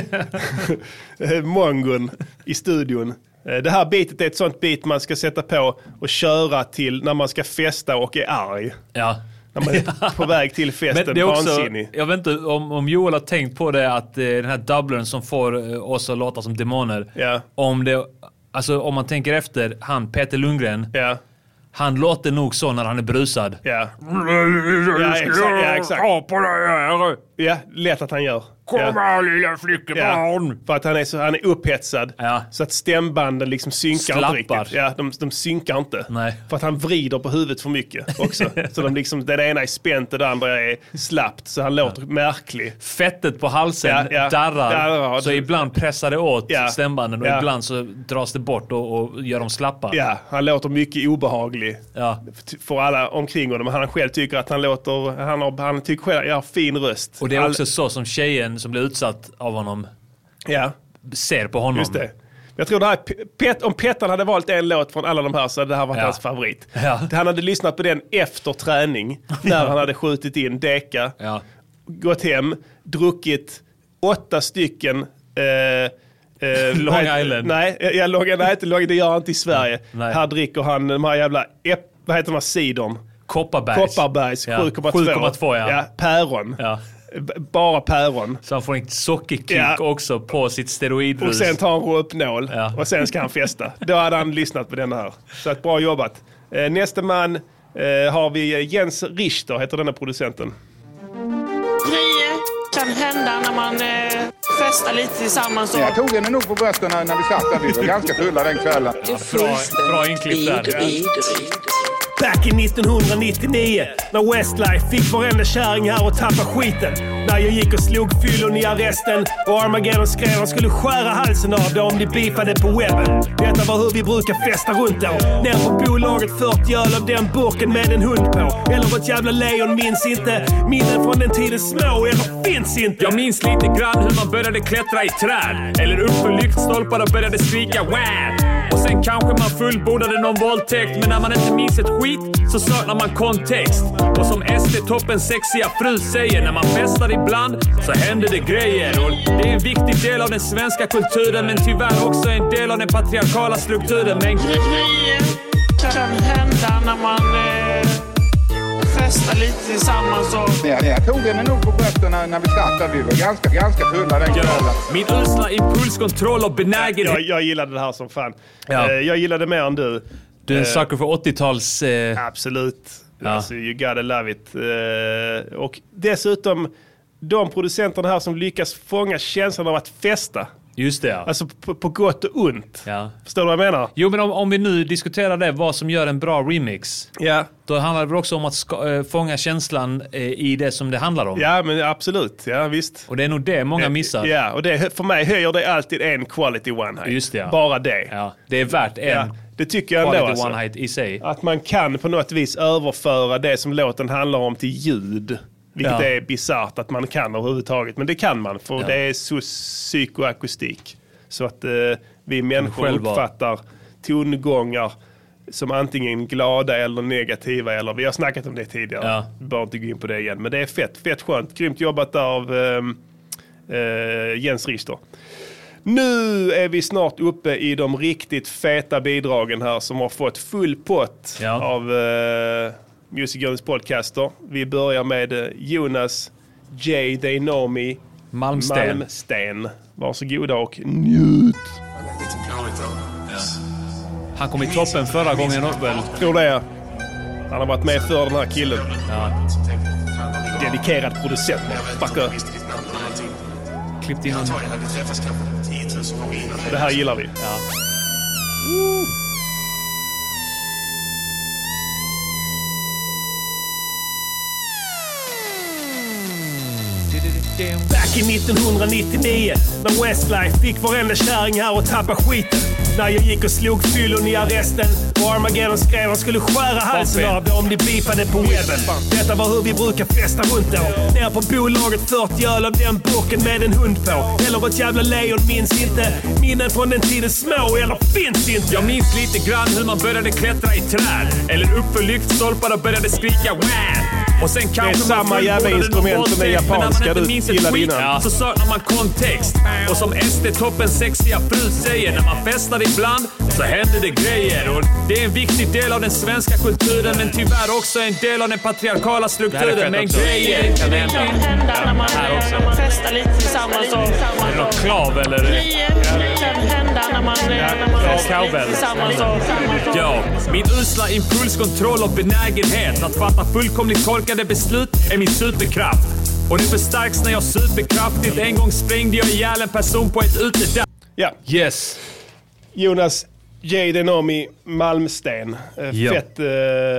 [SPEAKER 1] Mongon i studion. Det här beatet är ett sånt beat man ska sätta på och köra till när man ska festa och är arg.
[SPEAKER 4] Ja.
[SPEAKER 1] När man är på väg till festen,
[SPEAKER 4] men det är också,
[SPEAKER 1] vansinnig.
[SPEAKER 4] jag vet inte om, om Joel har tänkt på det att eh, den här dubblern som får eh, oss att låta som demoner.
[SPEAKER 1] Ja.
[SPEAKER 4] Om det, alltså om man tänker efter, han Peter Lundgren.
[SPEAKER 1] Ja.
[SPEAKER 4] Han låter nog så när han är brusad.
[SPEAKER 1] Ja. Ja, exakt. Ja, exakt. Ja, lätt att han gör.
[SPEAKER 4] Kom
[SPEAKER 1] ja.
[SPEAKER 4] här lilla flickebarn.
[SPEAKER 1] Ja, för att han är, så, han är upphetsad.
[SPEAKER 4] Ja.
[SPEAKER 1] Så att stämbanden liksom synkar
[SPEAKER 4] Slappar.
[SPEAKER 1] inte riktigt. Ja, de, de synkar inte.
[SPEAKER 4] Nej.
[SPEAKER 1] För att han vrider på huvudet för mycket också. Så de liksom, det ena är spänt och det andra är slappt. Så han låter ja. märklig.
[SPEAKER 4] Fettet på halsen ja, ja. darrar. darrar. Så ibland pressar det åt ja. stämbanden och ja. ibland så dras det bort och, och gör dem slappa.
[SPEAKER 1] Ja, han låter mycket obehaglig.
[SPEAKER 4] Ja.
[SPEAKER 1] För alla omkring honom. Han själv tycker att han låter, han, har, han tycker själv att jag har fin röst.
[SPEAKER 4] Och det är också så som tjejen som blir utsatt av honom
[SPEAKER 1] ja.
[SPEAKER 4] ser på honom.
[SPEAKER 1] Just det. Jag tror det här, Pet, om Petter hade valt en låt från alla de här så hade det här varit ja. hans favorit.
[SPEAKER 4] Ja.
[SPEAKER 1] Han hade lyssnat på den efter träning när han hade skjutit in deka,
[SPEAKER 4] ja.
[SPEAKER 1] gått hem, druckit åtta stycken eh,
[SPEAKER 4] eh, Long Island.
[SPEAKER 1] Nej, jag låg, nej, inte låg, det gör han inte i Sverige. Nej. Här dricker han de här jävla äpp, vad heter de här sidorn?
[SPEAKER 4] Kopparbergs.
[SPEAKER 1] Kopparbergs,
[SPEAKER 4] ja.
[SPEAKER 1] sju komma två.
[SPEAKER 4] ja.
[SPEAKER 1] ja. Päron.
[SPEAKER 4] Ja.
[SPEAKER 1] Bara päron.
[SPEAKER 4] Så han får en sockerkick
[SPEAKER 1] ja.
[SPEAKER 4] också på sitt steroidrus.
[SPEAKER 1] Och sen tar han Rohypnol
[SPEAKER 4] ja.
[SPEAKER 1] och sen ska han festa. Då hade han lyssnat på den här. Så att bra jobbat. Eh, nästa man eh, har vi Jens Richter, heter denna producenten.
[SPEAKER 12] Grejer kan hända när man eh, festar lite tillsammans. Och...
[SPEAKER 13] Jag tog henne nog på brösten när vi satt där. Vi var ganska fulla den kvällen.
[SPEAKER 4] Ja, bra, bra inklipp där. Ja.
[SPEAKER 3] Back i nittonhundranittionio när Westlife fick varenda kärring här och tappa skiten. När jag gick och slog fyllon i arresten och Armageddon skrev de skulle skära halsen av det om de beefade på webben. Detta var hur vi brukar festa runt då. Ner på bolaget fyrtio öl av den burken med en hund på. Eller vad jävla lejon minns inte. Minnen från den tiden små eller finns inte.
[SPEAKER 7] Jag minns lite grann hur man började klättra i träd. Eller upp för lyktstolpar och började skrika wow. Och sen kanske man fullbordade någon våldtäkt. Men när man inte minns ett skit så saknar man kontext. Och som S D-toppens sexiga fru säger, när man festar ibland så händer det grejer. Och det är en viktig del av den svenska kulturen, men tyvärr också en del av den patriarkala strukturen. Men
[SPEAKER 12] grejer kan hända när man eh, festar lite tillsammans. Och...
[SPEAKER 13] Jag, jag tog den nog på brösterna när vi startade. Vi var ganska, ganska fulla den kvällen.
[SPEAKER 7] Ja, min usla impulskontroll och benägenhet.
[SPEAKER 1] Jag, jag gillade det här som fan.
[SPEAKER 4] Ja.
[SPEAKER 1] Uh, jag gillade mer än du.
[SPEAKER 4] Du är en
[SPEAKER 1] uh,
[SPEAKER 4] sucker för åttio-tals... Uh...
[SPEAKER 1] Absolut.
[SPEAKER 4] Ja.
[SPEAKER 1] Alltså, you gotta love it. Uh, och dessutom, de producenterna här som lyckas fånga känslan av att festa.
[SPEAKER 4] Just det, ja.
[SPEAKER 1] Alltså på, på gott och ont.
[SPEAKER 4] Ja.
[SPEAKER 1] Förstår du vad jag menar?
[SPEAKER 4] Jo, men om, om vi nu diskuterar det, vad som gör en bra remix.
[SPEAKER 1] Ja.
[SPEAKER 4] Då handlar det också om att ska, äh, fånga känslan äh, i det som det handlar om.
[SPEAKER 1] Ja, men absolut. Ja, visst.
[SPEAKER 4] Och det är nog det många missar.
[SPEAKER 1] Ja, och det, för mig höjer det alltid en quality one hit.
[SPEAKER 4] Just det, ja.
[SPEAKER 1] Bara det.
[SPEAKER 4] Ja, det är värt en
[SPEAKER 1] ja, det tycker jag
[SPEAKER 4] quality
[SPEAKER 1] ändå, alltså.
[SPEAKER 4] one hit i sig.
[SPEAKER 1] Att man kan på något vis överföra det som låten handlar om till ljud. Vilket
[SPEAKER 4] Ja.
[SPEAKER 1] är bizarrt att man kan överhuvudtaget. Men det kan man, för
[SPEAKER 4] Ja.
[SPEAKER 1] det är så psykoakustik. Så att eh, vi människor
[SPEAKER 4] själva-
[SPEAKER 1] uppfattar tongångar som antingen glada eller negativa. Eller, vi har snackat om det tidigare.
[SPEAKER 4] Ja.
[SPEAKER 1] Vi behöver inte gå in på det igen. Men det är fett, fett skönt. Grymt jobbat där av eh, eh, Jens Richter. Nu är vi snart uppe i de riktigt feta bidragen här som har fått full pott
[SPEAKER 4] Ja.
[SPEAKER 1] av eh, Music Journeys podcaster. Vi börjar med eh, Jonas J. They Know Me
[SPEAKER 4] Malmsten.
[SPEAKER 1] Malmsten. Varsågoda och njut.
[SPEAKER 4] Han kom i toppen förra gången väl?
[SPEAKER 1] Tror det. Han har varit med för den här killen.
[SPEAKER 4] Ja.
[SPEAKER 1] Dedikerad producent. Fucker.
[SPEAKER 4] Klippt in en...
[SPEAKER 1] Det här gillar vi.
[SPEAKER 4] Ja.
[SPEAKER 3] Back in nittonhundranittionio, när Westlife fick varenda kärring här och tappa skiten. När jag gick och slog fyllon i arresten och Armageddon skrev han skulle skära halsen av det om de beefade på webben. Detta var hur vi brukar festa runt då. Ner på bolaget fyrtio öl av den boken med en hund på. Eller ett jävla lejon, minns inte. Minnen från den tiden små eller finns inte.
[SPEAKER 7] Jag minns lite grann hur man började klättra i träd. Eller upp för lyktstolpar och började skrika wow. Och sen kanske
[SPEAKER 1] det är samma
[SPEAKER 7] man
[SPEAKER 1] jävla instrument som är japanska.
[SPEAKER 7] Du gillade innan. Ja. Så saknar man kontext. Och som S D-toppens sexiga fru säger, när man festar ibland så händer det grejer. Och det är en viktig del av den svenska kulturen, men tyvärr också en del av den patriarkala strukturen. Men grejer
[SPEAKER 12] kan hända när man, när man festar lite tillsammans. Och,
[SPEAKER 7] är det någon klav eller?
[SPEAKER 12] Grejer kan hända när man, när man festar lite tillsammans. Och,
[SPEAKER 7] ja, min usla impulskontroll och benägenhet att fatta fullkomligt korkade beslut är min superkraft. Och det förstärks när jag superkraftigt. En gång sprängde jag ihjäl en person på ett utedamm.
[SPEAKER 1] Ja.
[SPEAKER 4] Yes.
[SPEAKER 1] Jonas J. Denomi Malmsten. Eh,
[SPEAKER 4] Ja.
[SPEAKER 1] Fett, eh,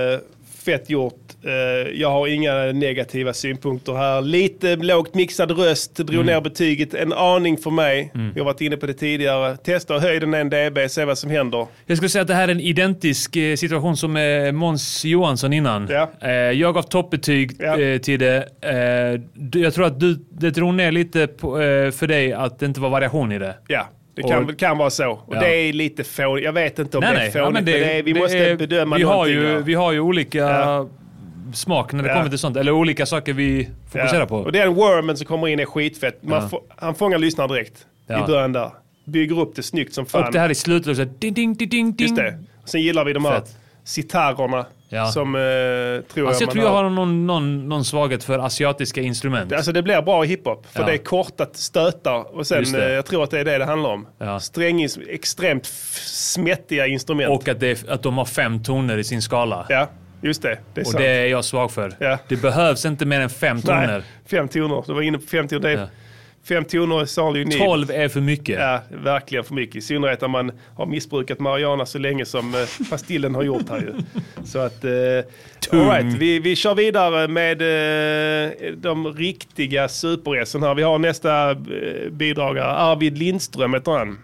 [SPEAKER 1] fett gjort. Eh, jag har inga negativa synpunkter här. Lite lågt mixad röst drog
[SPEAKER 4] Mm.
[SPEAKER 1] ner betyget en aning för mig.
[SPEAKER 4] Mm.
[SPEAKER 1] Jag har varit inne på det tidigare. Testa och höj den en dB, se vad som händer.
[SPEAKER 4] Jag skulle säga att det här är en identisk eh, situation som eh, Måns Johansson innan.
[SPEAKER 1] Ja.
[SPEAKER 4] Eh, jag gav toppbetyg
[SPEAKER 1] Ja.
[SPEAKER 4] eh, till det. Eh, du- jag tror att du, det drog ner lite på, eh, för dig att det inte var variation i det.
[SPEAKER 1] Ja, det kan,
[SPEAKER 4] Och-
[SPEAKER 1] kan vara så. Och
[SPEAKER 4] Ja.
[SPEAKER 1] det är lite fånigt. Jag vet inte om
[SPEAKER 4] Nej,
[SPEAKER 1] det är
[SPEAKER 4] nej.
[SPEAKER 1] fånigt.
[SPEAKER 4] Ja, men
[SPEAKER 1] det,
[SPEAKER 4] det-
[SPEAKER 1] det är, vi
[SPEAKER 4] det
[SPEAKER 1] måste
[SPEAKER 4] är-
[SPEAKER 1] bedöma
[SPEAKER 4] vi har
[SPEAKER 1] någonting.
[SPEAKER 4] ju,
[SPEAKER 1] ja.
[SPEAKER 4] vi har ju olika
[SPEAKER 1] Ja.
[SPEAKER 4] smak när det
[SPEAKER 1] Ja.
[SPEAKER 4] kommer till sånt. Eller olika saker vi fokuserar
[SPEAKER 1] Ja.
[SPEAKER 4] på.
[SPEAKER 1] Och den wormen som kommer in är skitfett. Man
[SPEAKER 4] Ja.
[SPEAKER 1] får, han fångar lyssnar direkt
[SPEAKER 4] Ja.
[SPEAKER 1] i början där. Bygger upp det snyggt som fan.
[SPEAKER 4] Och det här i slutet också. Ding, ding, ding, ding, ding.
[SPEAKER 1] Just det. Sen gillar vi de här
[SPEAKER 4] Fett.
[SPEAKER 1] sitarrerna
[SPEAKER 4] Ja.
[SPEAKER 1] som eh, tror
[SPEAKER 4] Alltså
[SPEAKER 1] jag
[SPEAKER 4] jag
[SPEAKER 1] man
[SPEAKER 4] tror jag har någon, någon, någon svaghet för asiatiska instrument.
[SPEAKER 1] Alltså det blir bra i hiphop. För
[SPEAKER 4] Ja.
[SPEAKER 1] det är korta stötar. Och sen,
[SPEAKER 4] Just det.
[SPEAKER 1] eh, jag tror att det är det det handlar om.
[SPEAKER 4] Ja.
[SPEAKER 1] Sträng, extremt f- smättiga instrument.
[SPEAKER 4] Och att, det är, att de har fem toner i sin skala.
[SPEAKER 1] Ja, just det. Det är
[SPEAKER 4] Och
[SPEAKER 1] sant.
[SPEAKER 4] det är jag svag för.
[SPEAKER 1] Ja.
[SPEAKER 4] Det behövs inte mer än fem toner.
[SPEAKER 1] Nej, fem toner. Du var inne på fem toner. Det är
[SPEAKER 4] Ja.
[SPEAKER 1] Fem toner är all you need.
[SPEAKER 4] Tolv är för mycket.
[SPEAKER 1] Ja, verkligen för mycket. I synnerhet om man har missbrukat marijuana så länge som eh, pastillen har gjort här ju. Så att, eh, all right, vi, vi kör vidare med eh, de riktiga super-essen här. Vi har nästa eh, bidragare, Arvid Lindström heter han.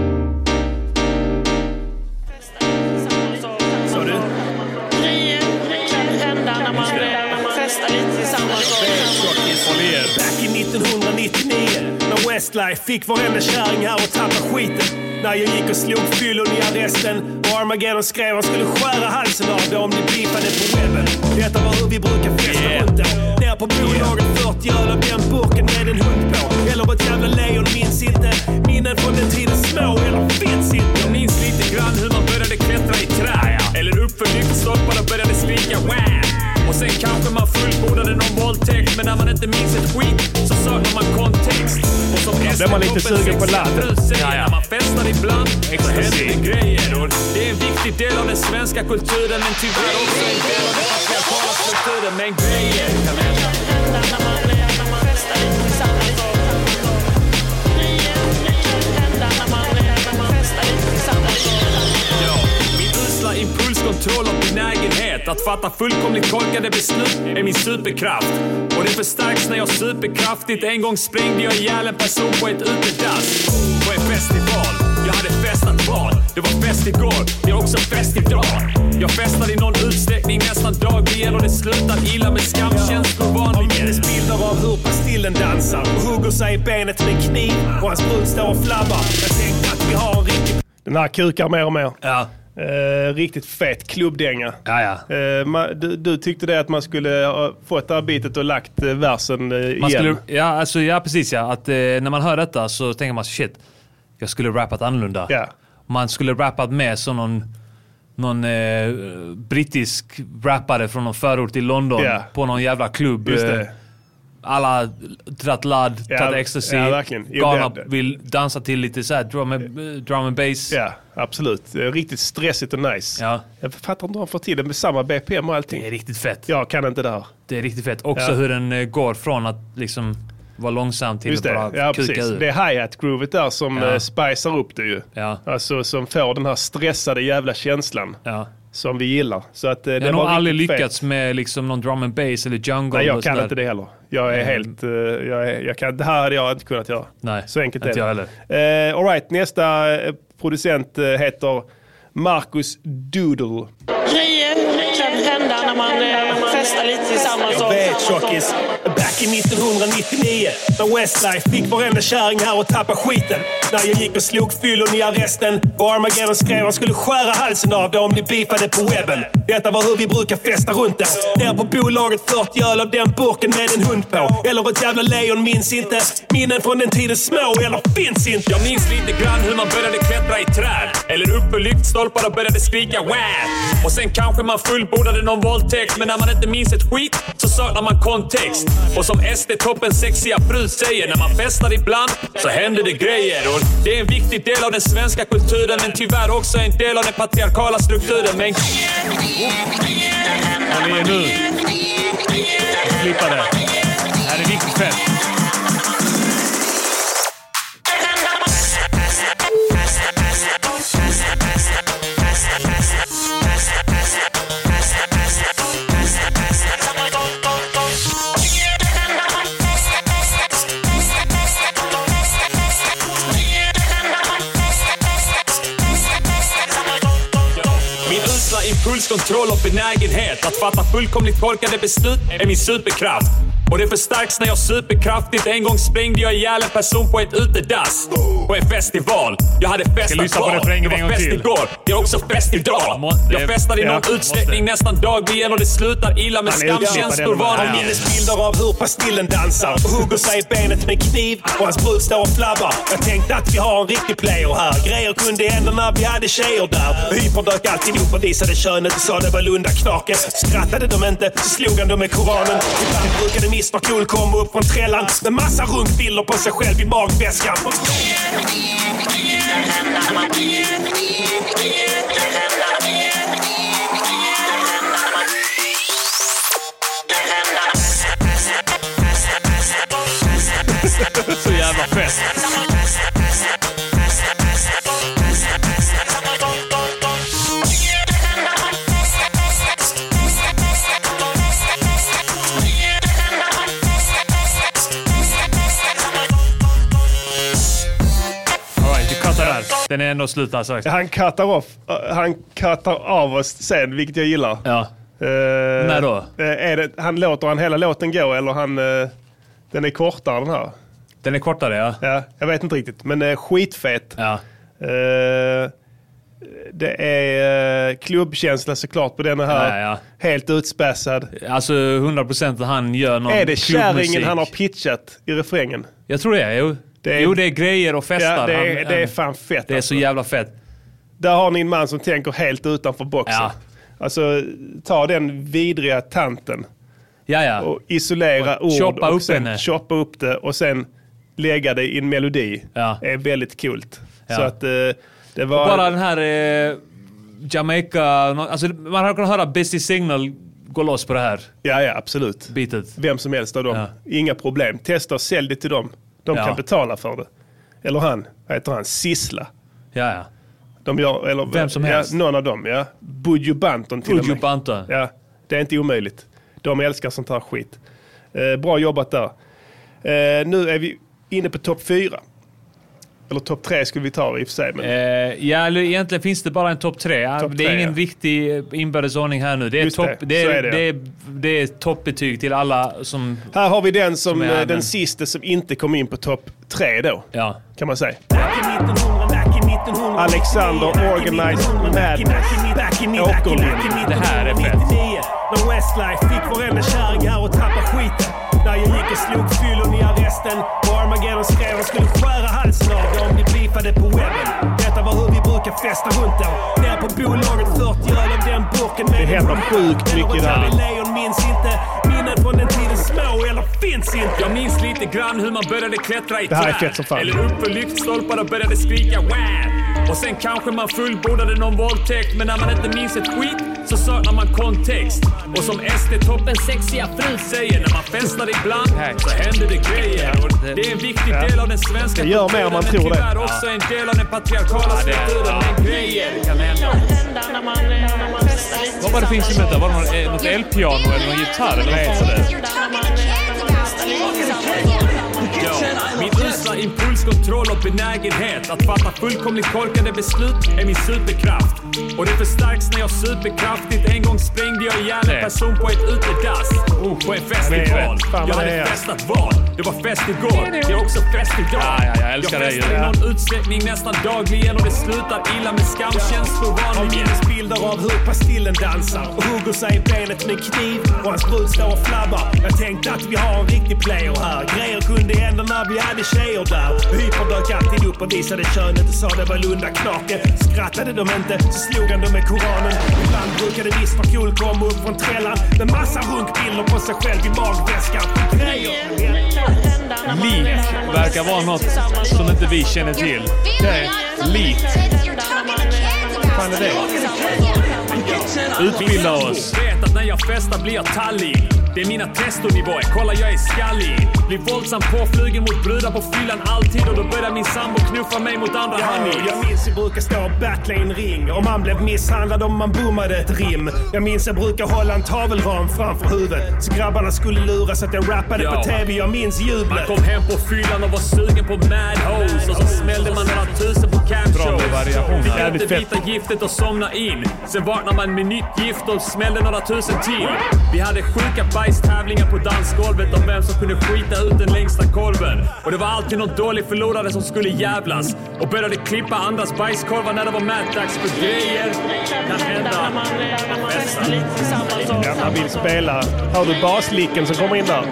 [SPEAKER 3] Så du?
[SPEAKER 12] grejer kan hända när man, när man festar lite tillsammans. Och,
[SPEAKER 3] Back in nittonhundranittionio, när Westlife fick varenda kärring här och tappa skiten. När jag gick och slog fyllon i arresten och Armageddon skrev han skulle skära halsen av det om ni beefade på webben. Detta var hur vi brukar festa yeah. runt då. Ner på bolaget fyrtio öl av den burken med en hund på. Eller ett jävla lejon, minns inte. Minnen från den tiden små eller finns inte.
[SPEAKER 7] Jag minns lite grann hur man började klättra i trä. Eller uppför lyktstolpar och började skrika wow. Och sen kanske man fullbordade någon våldtäkt. Men när man inte minns ett skit så saknar man kontext. Och som
[SPEAKER 1] ja, blir man lite sugen på landet.
[SPEAKER 7] Ja, ja. När man festar ibland så händer det grejer. Och det är en viktig del av den svenska kulturen. Men tyvärr också en del av den patriarkala strukturen. Men grejer kan hända.
[SPEAKER 12] När man, när man festar lite tillsammans. Grejer kan hända när man, när man festar lite tillsammans.
[SPEAKER 7] Ja, min usla impulskontroll och benägenhet att fatta fullkomligt korkade beslut är min superkraft. Och det förstärks när jag superkraftigt en gång sprängde jag ihjäl en person på ett utedass. På en festival, jag hade festat vad? Det var fest igår, det är också fest idag. Jag festar i någon utsträckning nästan dagligen och det slutar illa med skamkänslor vanligen.
[SPEAKER 3] Det finns bilder av hur pastillen dansar och hugger sig i benet med kniv och hans brud står och flabbar. Jag tänkte att vi har en riktig...
[SPEAKER 1] Den här kukar mer och mer.
[SPEAKER 3] Ja.
[SPEAKER 1] Uh, riktigt fet klubbdänga.
[SPEAKER 3] Ja, ja.
[SPEAKER 1] Uh, man, du, du tyckte det att man skulle ha fått arbetet och lagt uh, versen uh, igen.
[SPEAKER 4] Skulle, ja, alltså, ja, precis ja. Att, uh, när man hör detta så tänker man shit, jag skulle rappat annorlunda.
[SPEAKER 1] Ja.
[SPEAKER 4] Man skulle rappat med som någon, någon uh, brittisk rappare från någon förort i London
[SPEAKER 1] ja.
[SPEAKER 4] på någon jävla klubb.
[SPEAKER 1] Just det.
[SPEAKER 4] Alla dratt ladd,
[SPEAKER 1] ja,
[SPEAKER 4] dratt ecstasy,
[SPEAKER 1] ja, verkligen.
[SPEAKER 4] galna vill dansa till lite så här drum and, drum and bass.
[SPEAKER 1] Ja, absolut. Riktigt stressigt och nice.
[SPEAKER 4] Ja.
[SPEAKER 1] Jag fattar inte hur de får till det med samma B P M och allting.
[SPEAKER 4] Det är riktigt fett.
[SPEAKER 1] Jag kan inte det här.
[SPEAKER 4] Det är riktigt fett. Också
[SPEAKER 1] ja.
[SPEAKER 4] hur den uh, går från att liksom vara långsam till
[SPEAKER 1] just
[SPEAKER 4] att
[SPEAKER 1] det.
[SPEAKER 4] bara
[SPEAKER 1] ja,
[SPEAKER 4] kuka
[SPEAKER 1] precis.
[SPEAKER 4] ur.
[SPEAKER 1] Det är hi-hat-groovet där som ja. uh, spicar upp det ju.
[SPEAKER 4] Ja.
[SPEAKER 1] Alltså som får den här stressade jävla känslan.
[SPEAKER 4] Ja.
[SPEAKER 1] Som vi gillar. Så att, uh,
[SPEAKER 4] jag
[SPEAKER 1] det
[SPEAKER 4] har nog aldrig
[SPEAKER 1] lyckats
[SPEAKER 4] lyckats med liksom någon drum and bass eller jungle.
[SPEAKER 1] Nej, jag kan
[SPEAKER 4] där.
[SPEAKER 1] inte det heller. Jag är mm. helt... Uh, jag är, jag kan, det här hade jag inte kunnat göra.
[SPEAKER 4] Nej,
[SPEAKER 1] så enkelt
[SPEAKER 4] inte
[SPEAKER 1] är
[SPEAKER 4] jag
[SPEAKER 1] heller. Uh, all right, nästa uh, producent uh, heter Marcus Doodle.
[SPEAKER 12] Grejer kan hända när man, när man festar lite tillsammans.
[SPEAKER 3] Jag vet, tjockis. Back i nittonhundranittionio när Westlife fick varenda kärring här och tappa skiten. När jag gick och slog fyllon i arresten och Armageddon skrev han skulle skära halsen av det om ni beefade på webben. Detta var hur vi brukar festa runt det. Ner på bolaget fyrtio öl av den burken med en hund på. Eller ett jävla lejon, minns inte. Minnen från den tiden små eller finns inte.
[SPEAKER 7] Jag minns lite grann hur man började klättra i träd. Eller upp på lyktstolpar och började skrika wow. Och sen kanske man fullbordade någon våldtäkt. Men när man inte minns ett skit så saknar man kontext. Och som S D-toppens sexiga brud säger, när man festar ibland så händer det grejer. Och det är en viktig del av den svenska kulturen, men tyvärr också en del av den patriarkala strukturen. Men...
[SPEAKER 4] Vad är nu? Klippa det. Det här är riktigt fett.
[SPEAKER 7] Impulskontroll och benägenhet att fatta fullkomligt korkade beslut är min superkraft. Och det förstärks när jag superkraftigt en gång sprängde jag ihjäl en person på ett utedass. På en festival. Jag hade festat kvar. Det var fest igår. Det är också fest idag. Jag festar i någon ja, utsträckning nästan dagligen och det slutar illa med skamkänslor vanligen.
[SPEAKER 3] Minnesbilder av hur pastillen dansar och hugger sig i benet med kniv och hans brud står och flabbar. Jag tänkte att vi har en riktig player här. Grejer kunde hända när vi hade tjejer där. Hyper dök alltid upp och visade könet och sa det var lunda knaken. Skrattade de inte så slog han dem med Koranen. Ibland brukade mister Cool komma upp från trällan med massa runkbilder på sig själv i magväskan.
[SPEAKER 4] Så jävla fest. Den är ändå slut alltså.
[SPEAKER 1] Han cuttar off. Han cuttar av oss sen, vilket jag gillar.
[SPEAKER 4] Ja.
[SPEAKER 1] Uh,
[SPEAKER 4] När då?
[SPEAKER 1] Är det, han låter han hela låten gå eller han uh, den är kortare den här?
[SPEAKER 4] Den är kortare, ja.
[SPEAKER 1] Ja, jag vet inte riktigt. Men uh, skitfet.
[SPEAKER 4] Ja.
[SPEAKER 1] Uh, det är uh, klubbkänsla såklart på den här.
[SPEAKER 4] Ja, ja.
[SPEAKER 1] Helt utspässad.
[SPEAKER 4] Alltså hundra procent att han gör någon
[SPEAKER 1] Är det
[SPEAKER 4] klubbmusik.
[SPEAKER 1] kärringen han har pitchat i refrängen?
[SPEAKER 4] Jag tror det är. Jo, det är, jo, det är grejer och festar.
[SPEAKER 1] Ja, det är,
[SPEAKER 4] han,
[SPEAKER 1] det är fan fett.
[SPEAKER 4] Det är
[SPEAKER 1] alltså.
[SPEAKER 4] så jävla fett.
[SPEAKER 1] Där har ni en man som tänker helt utanför boxen.
[SPEAKER 4] Ja.
[SPEAKER 1] Alltså, ta den vidriga tanten.
[SPEAKER 4] Ja, ja.
[SPEAKER 1] Och isolera
[SPEAKER 4] och
[SPEAKER 1] ord
[SPEAKER 4] choppa
[SPEAKER 1] och
[SPEAKER 4] upp
[SPEAKER 1] sen
[SPEAKER 4] henne.
[SPEAKER 1] choppa upp det och sen lägga det i en melodi.
[SPEAKER 4] Ja.
[SPEAKER 1] Är väldigt kul.
[SPEAKER 4] Ja.
[SPEAKER 1] Så att eh, det var...
[SPEAKER 4] Och bara den här eh, Jamaica, alltså man har kunnat höra Busy Signal gå loss på det här.
[SPEAKER 1] Ja, ja, absolut.
[SPEAKER 4] Bitet.
[SPEAKER 1] Vem som helst av dem.
[SPEAKER 4] Ja.
[SPEAKER 1] Inga problem. Testa och sälj det till dem. De
[SPEAKER 4] Ja.
[SPEAKER 1] kan betala för det. Eller han, vad heter han? Sissla.
[SPEAKER 4] Ja, ja.
[SPEAKER 1] De gör, eller,
[SPEAKER 4] Vem som helst.
[SPEAKER 1] Ja, någon av dem, ja. Buju Banton till
[SPEAKER 4] Buju
[SPEAKER 1] och med.
[SPEAKER 4] Banton.
[SPEAKER 1] Ja, det är inte omöjligt. De älskar sånt här skit. Eh, bra jobbat där. Eh, nu är vi inne på topp fyra. Eller topp tre skulle vi ta i och för sig. Men...
[SPEAKER 4] Eh, ja, eller egentligen finns det bara en topp tre.
[SPEAKER 1] Top
[SPEAKER 4] det är
[SPEAKER 1] tre,
[SPEAKER 4] ingen
[SPEAKER 1] ja.
[SPEAKER 4] riktig inbördesordning här nu. Det är,
[SPEAKER 1] Just
[SPEAKER 4] topp,
[SPEAKER 1] det,
[SPEAKER 4] det,
[SPEAKER 1] så
[SPEAKER 4] är,
[SPEAKER 1] är det,
[SPEAKER 4] det,
[SPEAKER 1] ja.
[SPEAKER 4] är, det är toppbetyg till alla som...
[SPEAKER 1] Här har vi den som,
[SPEAKER 4] som är
[SPEAKER 1] eh,
[SPEAKER 4] här,
[SPEAKER 1] den
[SPEAKER 4] men-
[SPEAKER 1] sista som inte kom in på topp tre då.
[SPEAKER 4] Ja.
[SPEAKER 1] Kan man säga. Alexander Organized Madness. Åkerlind.
[SPEAKER 4] Det här är fett.
[SPEAKER 3] När Westlife fick varenda kärring här och tappa skiten. När jag gick och slog fyllon i arresten. Och Armageddon skrev och skulle skära halsen av det om de beefade på webben. Detta var hur vi brukar festa runt då. Ner på bolaget fyrtio öl av den burken.
[SPEAKER 1] Det händer sjukt mycket där.
[SPEAKER 3] Leon minns inte. Minnen från den tiden små eller finns inte.
[SPEAKER 7] Jag minns lite grann hur man började klättra i
[SPEAKER 1] Det här är
[SPEAKER 7] träd.
[SPEAKER 1] fett som fan.
[SPEAKER 7] Eller upp för lyktstolpar och började skrika wow. Och sen kanske man fullbordade någon våldtäkt. Men när man inte minns ett skit så saknar man kontext. Och som S D-toppen sexiga fru säger, när man festar ibland så händer det grejer. Det är en viktig del av den svenska
[SPEAKER 1] Det gör mer än man
[SPEAKER 7] kulturen,
[SPEAKER 1] tror
[SPEAKER 7] men tyvärr
[SPEAKER 1] det.
[SPEAKER 7] också en del av den patriarkala strukturen. Men grejer kan hända.
[SPEAKER 4] Vad var det för instrument där? Var det något, eh, något elpiano eller någon gitarr? Eller vad heter det?
[SPEAKER 7] Ja, min usla impulskontroll och benägenhet att fatta fullkomligt korkade beslut är min superkraft. Och det förstärks när jag superkraftigt en gång sprängde jag ihjäl en person på ett utedass. Oh, på en festival.
[SPEAKER 1] Fan,
[SPEAKER 7] Jag
[SPEAKER 1] vad det
[SPEAKER 7] hade
[SPEAKER 1] är.
[SPEAKER 7] festat vad? Det var fest igår. Det är också fest idag.
[SPEAKER 4] Ja, ja, jag älskar det.
[SPEAKER 7] festar i någon utsträckning nästan dagligen och det slutar illa med skamkänslor
[SPEAKER 3] Har
[SPEAKER 7] vanligen.
[SPEAKER 3] minnesbilder av hur Pastillen dansar och hugger sig i benet med kniv och hans brud står och flabbar. Jag tänkte att vi har en riktig player här. Grejer kunde hända när vi hade tjejer där. Hyper dök alltid upp och visade könet och sa det var Lunda knake. Skrattade de inte så slog han dem med Koranen. Ibland brukade mister Cool komma upp från trällan med massa runkbilder på sig själv i magväskan. Grejer.
[SPEAKER 4] Lik verkar vara något som inte vi känner till.
[SPEAKER 1] Nej.
[SPEAKER 4] Lik.
[SPEAKER 1] Fan är det?
[SPEAKER 4] Utbilda oss.
[SPEAKER 7] Vet att när jag festar blir jag tallig. Det är mina testonivåer, kolla jag är skallig. Blir våldsamt påflugen mot brudar på fyllan alltid. Och då börjar min sambo knuffa mig mot andra
[SPEAKER 3] Ja,
[SPEAKER 7] honeys.
[SPEAKER 3] jag minns jag brukar stå och battla i en ring. Om man blev misshandlad om man bommade ett rim. Jag minns jag brukar hålla en tavelram framför huvudet. Så grabbarna skulle luras att jag rappade
[SPEAKER 7] Ja.
[SPEAKER 3] på tv. Jag minns jublet.
[SPEAKER 7] Man kom hem på fyllan och var sugen på mad hoes. Och så smällde man några tusen på camshows.
[SPEAKER 4] variation.
[SPEAKER 7] Fick
[SPEAKER 1] Jävligt
[SPEAKER 7] inte
[SPEAKER 1] fett.
[SPEAKER 7] vita giftet och somna in. Sen vaknade man med nytt gift och smällde några tusen till. Vi hade sjuka bajstävlingar på dansgolvet om vem som kunde skita ut den längsta korven. Och det var alltid någon dålig förlorare som skulle jävlas. Och började klippa andras bajskorvar när det var mätdags för grejer. Kan hända.
[SPEAKER 1] Ja, man vill spela. Har du baslicken som kommer in där?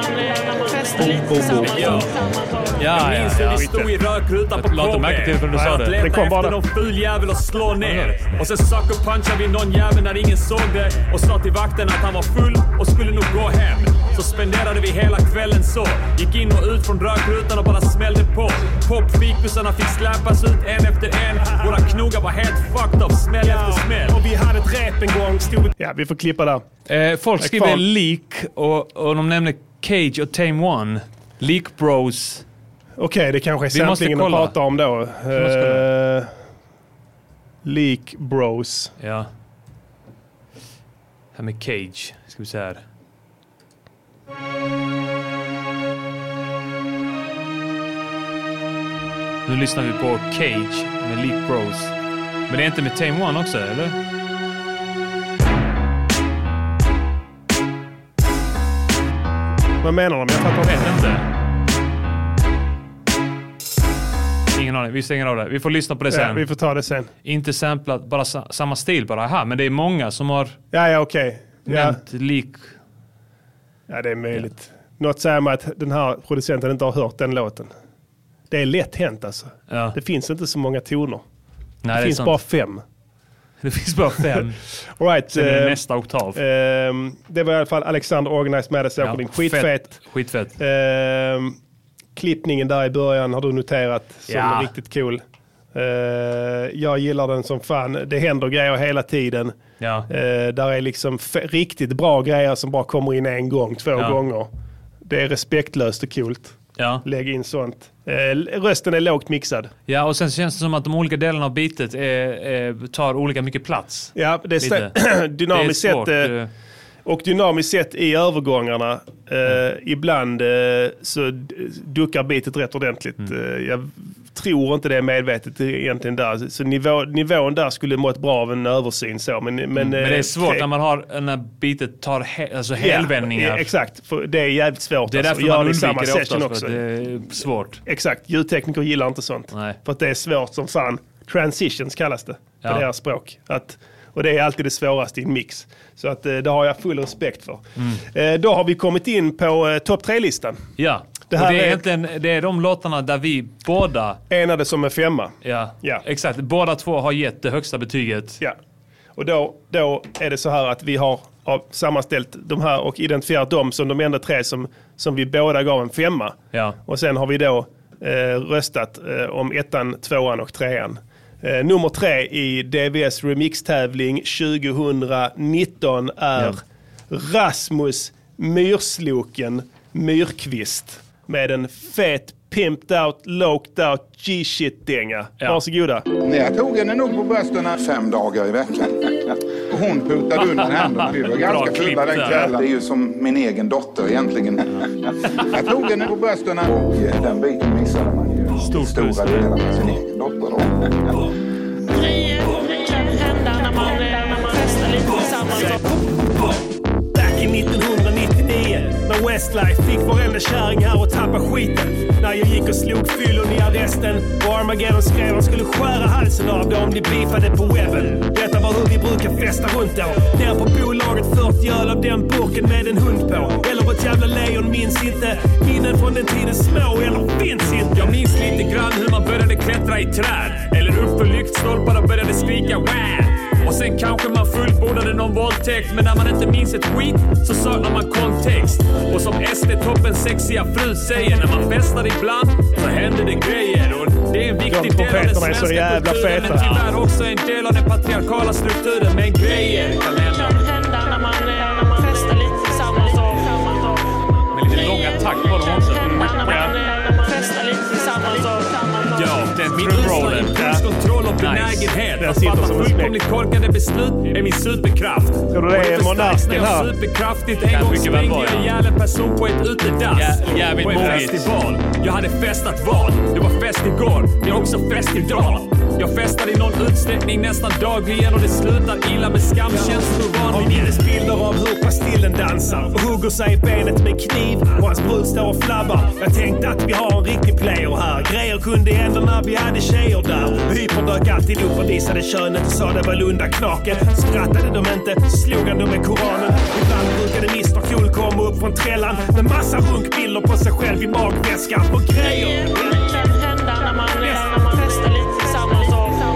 [SPEAKER 7] Ja.
[SPEAKER 4] Ja,
[SPEAKER 7] Jag
[SPEAKER 4] ja,
[SPEAKER 7] minns hur
[SPEAKER 4] ja.
[SPEAKER 7] vi stod i rökrutan på
[SPEAKER 4] Jag lade
[SPEAKER 7] K B.
[SPEAKER 4] märke till när du sa det.
[SPEAKER 1] Det kom bara.
[SPEAKER 7] Efter någon ful jävel och slå ner. Och sen sucker punchade vi någon jävel när ingen såg det. Och sa till vakten att han var full och skulle nog gå hem. Så spenderade vi hela kvällen så. Gick in och ut från rökrutan och bara smällde på. Popfikusarna fick släpas ut en efter en. Våra knogar var helt fucked up, smäll efter smäll.
[SPEAKER 3] Och vi hade ett rep en gång. Stod...
[SPEAKER 1] Ja, vi får klippa där.
[SPEAKER 4] Eh, folk
[SPEAKER 1] Tack
[SPEAKER 4] skriver
[SPEAKER 1] fan.
[SPEAKER 4] Leak och, och de nämner Cage och Tame One. Leak Bros.
[SPEAKER 1] Okej, det kanske är
[SPEAKER 4] Vi måste
[SPEAKER 1] samplingen att
[SPEAKER 4] kolla.
[SPEAKER 1] prata om då.
[SPEAKER 4] kolla.
[SPEAKER 1] Uh, Leak Bros.
[SPEAKER 4] Ja. Här med Cage. Ska vi se här. Nu lyssnar vi på Cage med Leak Bros. Men det är inte med Tame One också, eller?
[SPEAKER 1] Vad menar de? Jag fattar
[SPEAKER 4] Jag vet inte. ingen aning. Vi stänger av det. Vi får lyssna på det sen.
[SPEAKER 1] Ja, vi får ta det sen.
[SPEAKER 4] Inte samplat, bara sa- samma stil bara här. Men det är många som har
[SPEAKER 1] ja, ja, okej. Okay. Ja.
[SPEAKER 4] nämnt lik.
[SPEAKER 1] Ja, det är möjligt. Ja. Något säger mig att den här producenten inte har hört den låten. Det är lätt hänt alltså. Ja. Det finns inte så många toner.
[SPEAKER 4] Nej,
[SPEAKER 1] det, det finns sant. bara fem.
[SPEAKER 4] Det finns bara fem.
[SPEAKER 1] All right,
[SPEAKER 4] sen är det
[SPEAKER 1] eh,
[SPEAKER 4] nästa oktav.
[SPEAKER 1] Eh, det var i alla fall Alexander Organized Matters ja, skitfett.
[SPEAKER 4] Skitfett.
[SPEAKER 1] Eh, klippningen där i början har du noterat som ja. är riktigt cool. Eh, jag gillar den som fan. Det händer grejer hela tiden. Ja. Eh, där är liksom f- riktigt bra grejer som bara kommer in en gång, två ja. gånger. Det är respektlöst och coolt. Ja. Lägg in sånt. Eh, rösten är lågt mixad.
[SPEAKER 4] Ja, och sen känns det som att de olika delarna av beatet är, är, tar olika mycket plats.
[SPEAKER 1] Ja, det är st- dynamiskt sett eh, och dynamiskt sett i övergångarna. Eh, mm. Ibland eh, så duckar beatet rätt ordentligt. Mm. Eh, jag tror inte det är medvetet egentligen där. Så nivå, nivån där skulle mått bra av en översyn. Så. Men, men,
[SPEAKER 4] mm. men det är svårt
[SPEAKER 1] eh,
[SPEAKER 4] när man har när beatet tar he, alltså helvändningar.
[SPEAKER 1] Ja, exakt, för det är jävligt svårt.
[SPEAKER 4] Det är därför
[SPEAKER 1] alltså.
[SPEAKER 4] man undviker det oftast,
[SPEAKER 1] också.
[SPEAKER 4] Det är svårt.
[SPEAKER 1] Exakt, ljudtekniker gillar inte sånt. Nej. För att det är svårt som fan. Transitions kallas det på ja. deras språk. Att, och det är alltid det svåraste i en mix. Så att, det har jag full respekt för. Mm. Eh, då har vi kommit in på eh, topp tre-listan.
[SPEAKER 4] Ja. Det, här och det, är egentligen, det är de låtarna där vi båda
[SPEAKER 1] enade som en femma.
[SPEAKER 4] Ja, ja. Exakt. Båda två har gett det högsta betyget.
[SPEAKER 1] Ja. Och då, då är det så här att vi har sammanställt de här och identifierat dem som de enda tre som, som vi båda gav en femma. Ja. Och sen har vi då eh, röstat eh, om ettan, tvåan och trean. Eh, nummer tre i D V S remix-tävling tjugonitton är ja. Rasmus Myrsloken Myrkvist med en fet pimped out, loked out G-shit-dänga. Ja. Varsågoda.
[SPEAKER 13] Nej, jag tog henne nog på brösterna fem dagar i veckan. Och hon putade under händerna. Vi var ganska fulla den kvällen. Det är ju som min egen dotter egentligen. Jag tog henne på brösterna och den biten missade man ju. Stor stora delar med sin egen dotter då.
[SPEAKER 12] Grejer kan hända när man, när man festar lite tillsammans.
[SPEAKER 3] Back i nittonhundranittionio när Westlife fick varenda kärring här och tappa skiten. När jag gick och slog fyllon i arresten och Armageddon skrev att de skulle skära halsen av det om de beefade på webben. Detta var hur vi brukar festa runt då. Ner på bolaget fyrtio öl av den burken med en hund på. Eller ett jävla lejon minns inte. Minnen från den tiden små eller finns inte.
[SPEAKER 7] Jag minns lite grann hur man började klättra i träd. Eller upp för lyktstolpar och började skrika wow. Och sen kanske man fullbordade någon våldtäkt. Men när man inte minns ett skit så saknar man kontext. Och som S D-toppens sexiga fru säger, när man festar ibland så händer det grejer. Och det är en viktig del av den svenska kulturen, men tyvärr också en del av den patriarkala strukturen. Men grejer kan hända.
[SPEAKER 12] Kan hända när man, när man festar lite tillsammans.
[SPEAKER 4] Med lite långa tack på dem också.
[SPEAKER 12] När man, när man festar lite tillsammans.
[SPEAKER 7] Ja, min usla impulskontroll och benägenhet att fatta fullkomligt korkade beslut är min superkraft.
[SPEAKER 1] Så det är monarken här.
[SPEAKER 7] Superkraftigt en gång svängde jag ihjäl en person på ett utedass. På en festival. Jag hade festat vad? Det var fest igår. Det är också fest idag. Jag festar i någon utsträckning nästan dagligen och det slutar illa med skamkänslor vanligen.
[SPEAKER 3] Har minnesbilder av hur Pastillen dansar och hugger sig i benet med kniv och hans brud står och flabbar. Jag tänkte att vi har en riktig player här. Grejer kunde hända när vi hade tjejer där. Hyper dök alltid upp och visade könet och sa det var lunda knaken. Skrattade de inte, slog han dem med Koranen. Ibland brukade mister Cool komma upp från trällan med massa runkbilder på sig själv i magväskan och grejer.
[SPEAKER 12] Kan hända när man, när man festar lite tillsammans.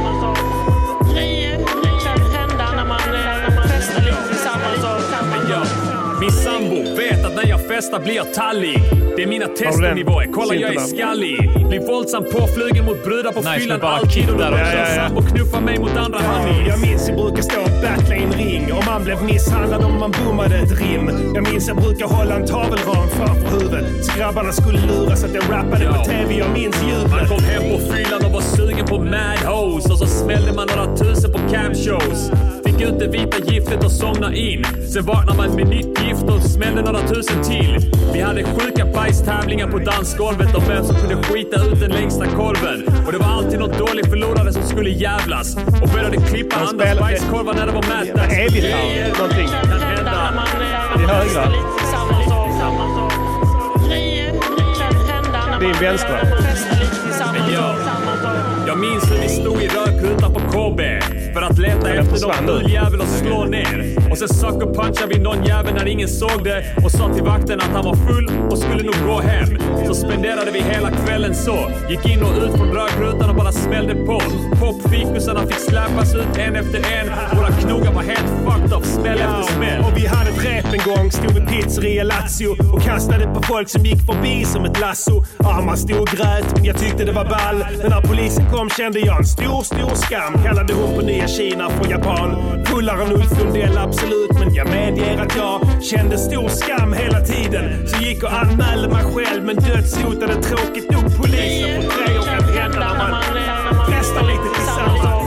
[SPEAKER 12] Grejer kan hända när man, när man festar lite tillsammans.
[SPEAKER 7] Ja, min sambo vet att när jag festar blir jag tallig. Det är mina testnivåer, kolla jag är skallig. Blir våldsam påflygen mot brudar på
[SPEAKER 4] nice,
[SPEAKER 7] fyllan alltid. Och där också ja, ja, ja. Sambo knuffar mig mot andra honeys.
[SPEAKER 3] Jag minns jag brukar stå och battla i en ring. Och man blev misshandlad om man bommade ett rim. Jag minns jag brukar hålla en tavelram framför huvudet. Så grabbarna skulle luras att jag rappade ja. på tv. Jag minns jublet.
[SPEAKER 7] Man kom hem på fyllan och var sugen på mad hoes. Och så smällde man några tusen på camshows. Fick ut det vita giftet och somna in. Sen vaknar man med nytt gift och smällde några tusen till. Vi hade sjuka bajstävlingar på dansgolvet om vem som kunde skita ut den längsta korven. Och det var alltid någon dålig förlorare som skulle jävlas. Och började klippa andras bajskorvar när det var mätt.
[SPEAKER 1] Det är evigt här, någonting.
[SPEAKER 12] Kan hända när man, när man festar lite tillsammans. Grejer kan hända när
[SPEAKER 1] din vänstra.
[SPEAKER 7] Ja. Jag minns hur vi stod i rökrutan på K B för att leta efter någon full jävel och slå ner. Och sen sucker punchade vi någon jävel när ingen såg det och sa till vakten att han var full och skulle nog gå hem. Så spenderade vi hela kvällen så. Gick in och ut från rökrutan och bara smällde på. Popfikusarna fick släpas ut en efter en. Våra knogar var helt fucked up, smäll
[SPEAKER 3] Ja,
[SPEAKER 7] efter smäll.
[SPEAKER 3] och vi hade ett rep en gång, stod vid pizzeria Lazio och kastade på folk som gick förbi som ett lasso. Ja, man stod och grät, men jag tyckte det var ball. Men när polisen kom kände jag en stor, stor skam. Kallade hon på nya Kina från Japan. Fullare än Ulf Lundell, absolut. Men jag medger att jag kände stor skam hela tiden. Så gick och anmälde mig själv, men dödshotade tråkigt nog polisen på tre och kan hända när man festar lite tillsammans.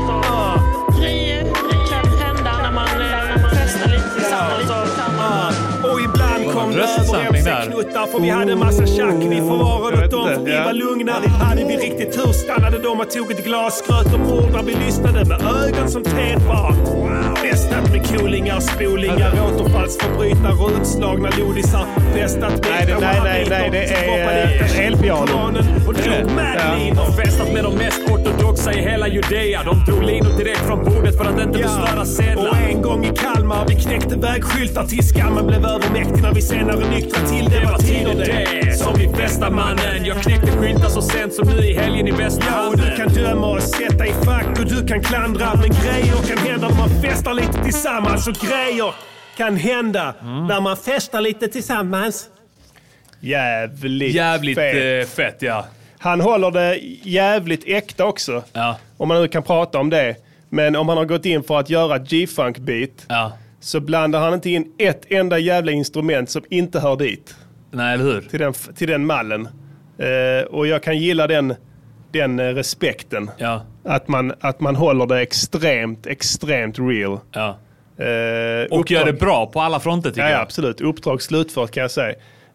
[SPEAKER 3] Och ibland kom det över M C-knuttar för vi hade massa tjack. Vi förvarade dem för vi var lugna. Hade vi riktigt tur stannade de och tog ett glas skröt om ord när vi lyssnade med ögon som tefat. Festat med coolingar, spolingar, återfallsförbrytare och utslagna lodisar. Festat med
[SPEAKER 1] nej, det, nej, nej, nej, det är elpiano.
[SPEAKER 3] Och drog med linor.
[SPEAKER 7] Festat med de mest ortodoxa i hela Judea. De drog linor direkt från bordet för att inte förstöra sedlar.
[SPEAKER 3] Och en gång i Kalmar vi knäckte vägskyltar till skammen blev övermäktig när vi senare nyktra till. Det var tider det
[SPEAKER 7] som vi festar mannen. Jag knäckte skyltar så sent som nu i helgen i Västhamnen.
[SPEAKER 3] Ja, och du kan döma och sätta i fack och du kan klandra. Men grejer kan hända när man festar lite tillsammans. Och grejer kan hända mm. när man festar lite tillsammans.
[SPEAKER 1] Jävligt,
[SPEAKER 4] jävligt
[SPEAKER 1] fet.
[SPEAKER 4] Eh, fett, ja.
[SPEAKER 1] Han håller det jävligt äkta också.
[SPEAKER 4] Ja.
[SPEAKER 1] Om man nu kan prata om det. Men om han har gått in för att göra G-funk-beat
[SPEAKER 4] ja.
[SPEAKER 1] så blandar han inte in ett enda jävla instrument som inte hör dit.
[SPEAKER 4] Nej, eller hur?
[SPEAKER 1] Till den, till den mallen. Uh, och jag kan gilla den, den uh, respekten.
[SPEAKER 4] Ja.
[SPEAKER 1] Att, man, att man håller det extremt, extremt real.
[SPEAKER 4] Ja.
[SPEAKER 1] Uh,
[SPEAKER 4] och gör det bra på alla fronter tycker
[SPEAKER 1] ja,
[SPEAKER 4] jag.
[SPEAKER 1] Ja, absolut. Uppdrag slutfört kan jag säga.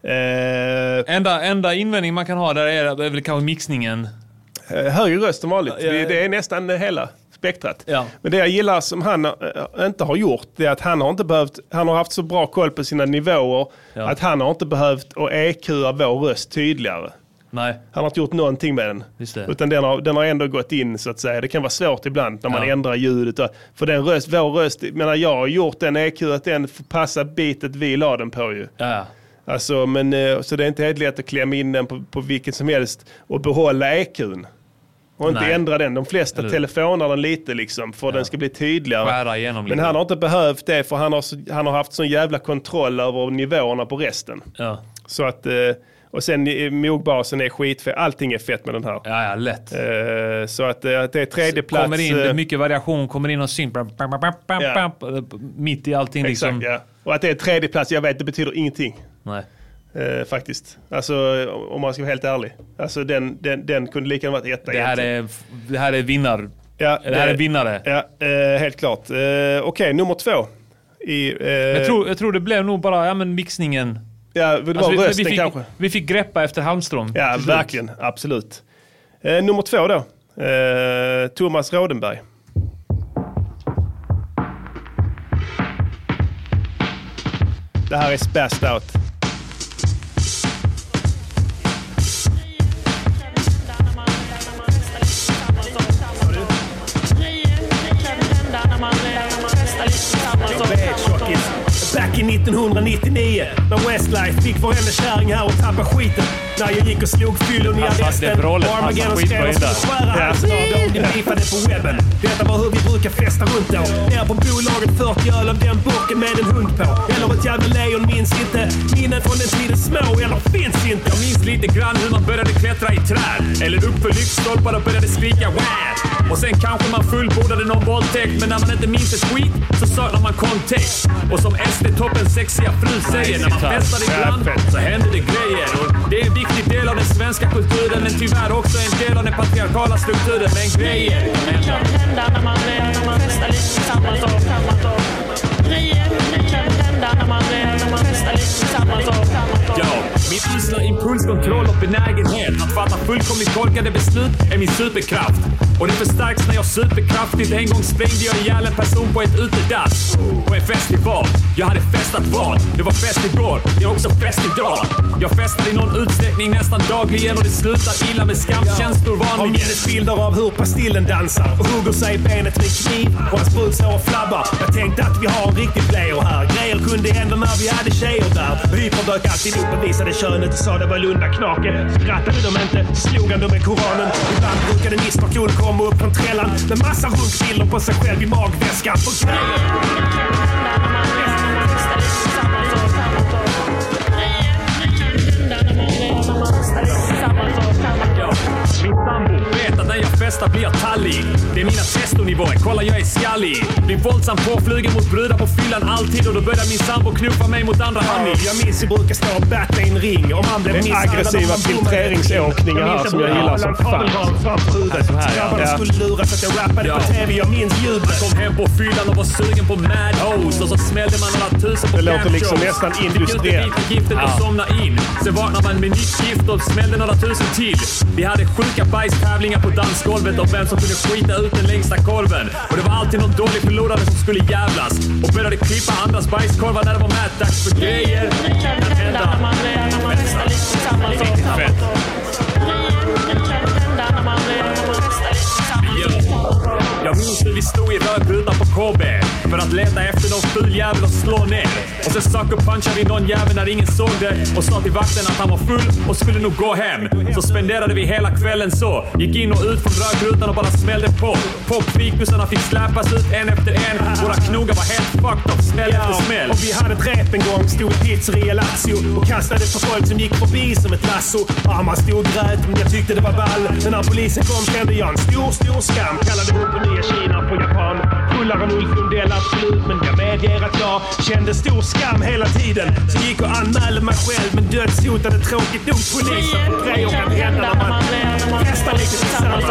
[SPEAKER 1] Uh,
[SPEAKER 4] enda, enda invändning man kan ha där är, är väl kanske mixningen.
[SPEAKER 1] Uh, högre röst som vanligt.
[SPEAKER 4] Ja, ja, ja.
[SPEAKER 1] Det, det är nästan hela spektrat.
[SPEAKER 4] Ja.
[SPEAKER 1] Men det jag gillar som han äh, inte har gjort det är att han har inte behövt, han har haft så bra koll på sina nivåer ja. att han har inte behövt att E Q:a vår röst tydligare.
[SPEAKER 4] Nej.
[SPEAKER 1] Han har inte gjort någonting med den. Utan den har, den har ändå gått in så att säga. Det kan vara svårt ibland när man ja. ändrar ljudet. Och, för den röst, vår röst, menar jag har gjort den E Q att den får passa bitet vi la den på ju.
[SPEAKER 4] Ja.
[SPEAKER 1] Alltså, men, så det är inte helt lätt att klämma in den på, på vilket som helst och behålla E Q:n. Och inte Nej. ändra den. De flesta telefoner den lite liksom för ja. den ska bli tydligare. Men han har inte behövt det för han har, han har haft sån jävla kontroll över nivåerna på resten.
[SPEAKER 4] Ja.
[SPEAKER 1] Så att, och sen mogbasen är skitfett. Allting är fett med den här.
[SPEAKER 4] Ja, ja, lätt.
[SPEAKER 1] Så att, att det är tredje plats.
[SPEAKER 4] Kommer in, det är mycket variation. Kommer in och syn. Ja. Mitt i allting.
[SPEAKER 1] Exakt, liksom. Ja. Och att det är tredje plats, jag vet, det betyder ingenting.
[SPEAKER 4] Nej.
[SPEAKER 1] Uh, faktiskt. Alltså om man ska vara helt ärlig. Alltså den, den, den kunde lika gärna varit etta.
[SPEAKER 4] Det här är, det här är vinnar.
[SPEAKER 1] Ja,
[SPEAKER 4] det, det här är vinnare.
[SPEAKER 1] Ja, uh, helt klart. Uh, Okej, okay, nummer två. I, uh,
[SPEAKER 4] jag, tror, jag tror det blev nog bara ja, men mixningen.
[SPEAKER 1] Ja, det var alltså, rösten
[SPEAKER 4] vi, vi fick,
[SPEAKER 1] kanske.
[SPEAKER 4] Vi fick greppa efter Halmström.
[SPEAKER 1] Ja, verkligen. Absolut. Uh, nummer två då. Uh, Thomas Rodenberg. Det här är Spassed Out.
[SPEAKER 3] Back i nittonhundranittionio när Westlife fick varenda kärring här och tappa skiten. När jag gick och slog fyllon i arresten. Armageddon skrev och skulle skära halsen av dem. De beefade på webben. Detta var hur vi brukar festa runt då. Ner på bolaget fyrtio öl av den boken med en hund på. Eller ett jävla lejon minns inte. Minnen från den tiden små eller finns inte.
[SPEAKER 7] Jag minns lite grann hur man började klättra i träd. Eller upp för lyktstolpar och började skrika wow. Och sen kanske man fullbordade någon våldtäkt. Men när man inte minns ett skit så saknar man kontext. Och som S D-toppens sexiga fru säger, när man festar ibland så händer det grejer. Och det är en viktig del av den svenska kulturen, men tyvärr också en del av den patriarkala strukturen. Men grejer
[SPEAKER 12] kan hända när man, när man festar lite tillsammans. Grejer kan hända när man, när man festar lite tillsammans.
[SPEAKER 7] Ja, Min usla impulskontroll och benägenhet att fatta fullkomligt korkade beslut är min superkraft. Och det förstärks när jag superkraftigt en gång sprängde jag ihjäl en person på ett utedass. På en festival. Jag hade festat vad? Det var fest igår. Det är också fest idag. Jag festar i någon utsträckning nästan dagligen och det slutar illa med skamkänslor vanligen.
[SPEAKER 3] Har minnesbilder av hur pastillen dansar och hugger sig i benet med kniv och hans pulsår flabbar. Jag tänkte att vi har en riktig player här. Grejer kunde hända när vi hade tjejer där. Hyper dök alltid upp och visade könet och sa det var Lunda knake. Skrattade de inte, slog han dem med Koranen. Ibland brukade mister Cool komma upp från trällan med massa runkbilder på sig själv i magväskan. För
[SPEAKER 7] min sambo vet att när jag festar blir jag tallig. Det är mina testonivåer, kolla jag är skallig. Blir våldsam påflygen mot brudar på fyllan alltid. Och då börjar min sambo knuffa mig mot andra handen.
[SPEAKER 3] Jag minns vi brukar stå och battla i en ring. Om han blev misshandlad.
[SPEAKER 1] Aggressiva filtreringsåkningar här som jag gillar som fan.
[SPEAKER 3] Grabbarna skulle luras att jag rappade på tv, jag minns jublet.
[SPEAKER 7] Kom hem på fyllan och var sugen på Mad Hose. Och så smällde man några tusen på
[SPEAKER 1] det låter liksom nästan industriellt.
[SPEAKER 7] Fick giftet och somna in. Sen vaknar man med nytt gift och smällde några tusen till. Vi hade sjuka bajstävlingar på dansgolvet om vem som kunde skita ut den längsta korven. Och det var alltid någon dålig förlorare som skulle jävlas. Och började klippa andras bajskorvar när det var mätdags för grejer. Kan hända. Riktigt fett. Jag minns hur vi stod i rödrutan på K B för att leta efter någon ful jävel och slå ner. Och så sucker punchade vi någon jävel när ingen såg det och sa till vakten att han var full och skulle nog gå hem. Så spenderade vi hela kvällen så. Gick in och ut från rödrutan och bara smällde på. Popkvikusarna fick släpas ut en efter en. Våra knogar var helt fucked up, smäll efter smäll.
[SPEAKER 3] Och vi hade ett rep en gång, stod i pizzeria Lazio och kastade på folk som gick förbi som ett lasso. Ja, man stod och grät men jag tyckte det var ball. Men när polisen kom kände jag en stor, stor skam. Kallade upp på nya Kina på Japan. Fullare än Ulf Lundell absolut, men jag medger att jag kände stor skam hela tiden. Så gick och anmälde mig själv men dödshotade tråkigt nog polisen. För grejer kan hända när man festar lite tillsammans.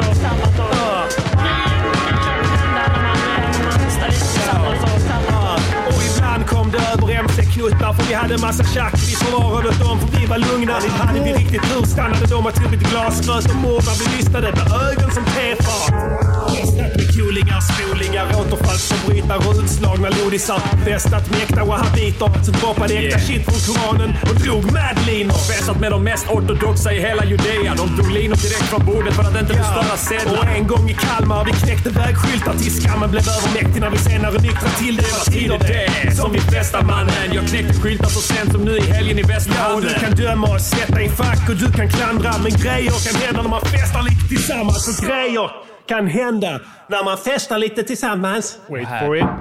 [SPEAKER 3] Och ibland kom det över M C-knuttar för vi hade massa tjack. Vi förvarade åt dem för vi var lugna. Hade vi riktigt tur stannade de och tog ett glasröst och mordar vi lystade med ögon som tefart. Festat med coolingar, spolingar, återfallsförbrytare och utslagna lodisar. Festat med äkta wahhabiter som droppade äkta yeah. shit från Koranen och drog madlinor.
[SPEAKER 7] Festat med de mest ortodoxa i hela Judea. De drog linor direkt från bordet för att inte ja. förstöra sedlar.
[SPEAKER 3] Och en gång i Kalmar vi knäckte vägskyltar till skammen blev övermäktig när vi senare nyktrade till det.
[SPEAKER 7] Det var tider det som vi festar mannen. Jag knäckte skyltar så sent som nu i helgen i Västhaven.
[SPEAKER 3] Ja, du kan döma och sätta i fack och du kan klandra. Men grejer kan hända när man festar lite tillsammans. Och grejer kan hända när man festar lite tillsammans.
[SPEAKER 1] Wait for it.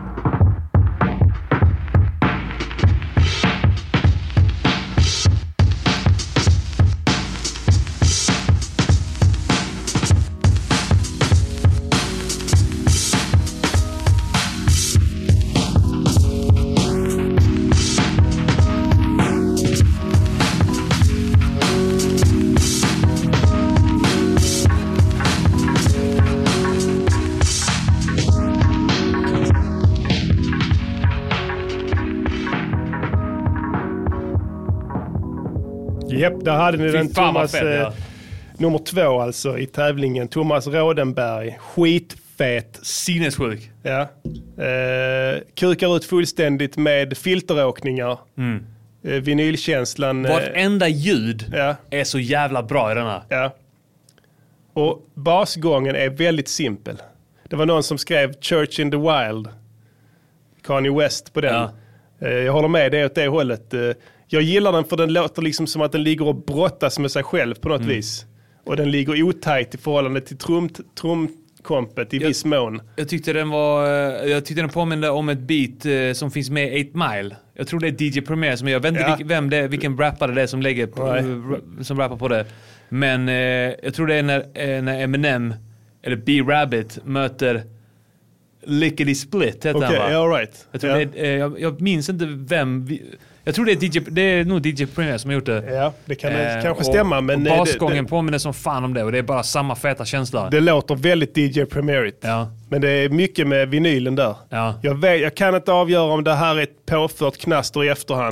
[SPEAKER 1] Japp, där hade ni den Thomas fett, ja. eh, nummer två alltså i tävlingen. Thomas Rådenberg, skitfet.
[SPEAKER 4] Sinnessjuk.
[SPEAKER 1] Ja. Eh, kukar ut fullständigt med filteråkningar.
[SPEAKER 4] Mm.
[SPEAKER 1] Eh, vinylkänslan.
[SPEAKER 4] Eh, Vartenda ljud
[SPEAKER 1] ja.
[SPEAKER 4] är så jävla bra i den här.
[SPEAKER 1] Ja. Och basgången är väldigt simpel. Det var någon som skrev Church in the Wild. Kanye West på den. Ja. Eh, jag håller med det åt det hållet. Eh, Jag gillar den för den låter liksom som att den ligger och brottas med sig själv på något mm. vis. Och den ligger otajt i förhållande till trum, trumkompet i jag, viss mån.
[SPEAKER 4] Jag tyckte den var jag tyckte den påminner om ett beat eh, som finns med i eight mile. Jag tror det är D J Premier som jag vet inte ja. vilk, vem det är, vilken rappare det är som lägger på, r- som rappar på det. Men eh, jag tror det är när, eh, när Eminem eller B-Rabbit möter Lickety Split heter
[SPEAKER 1] okay,
[SPEAKER 4] han va?
[SPEAKER 1] Yeah, right.
[SPEAKER 4] Jag tror
[SPEAKER 1] yeah.
[SPEAKER 4] det är, eh, jag, jag minns inte vem vi, jag tror det är D J, det är nog D J Premier som har gjort det.
[SPEAKER 1] Ja, det kan eh, kanske
[SPEAKER 4] och,
[SPEAKER 1] stämma. Men
[SPEAKER 4] och basgången
[SPEAKER 1] det,
[SPEAKER 4] påminner som fan om det och det är bara samma feta känsla.
[SPEAKER 1] Det låter väldigt D J Premierigt.
[SPEAKER 4] Ja.
[SPEAKER 1] Men det är mycket med vinylen där.
[SPEAKER 4] Ja.
[SPEAKER 1] Jag, vet, jag kan inte avgöra om det här är ett påfört knaster i efterhand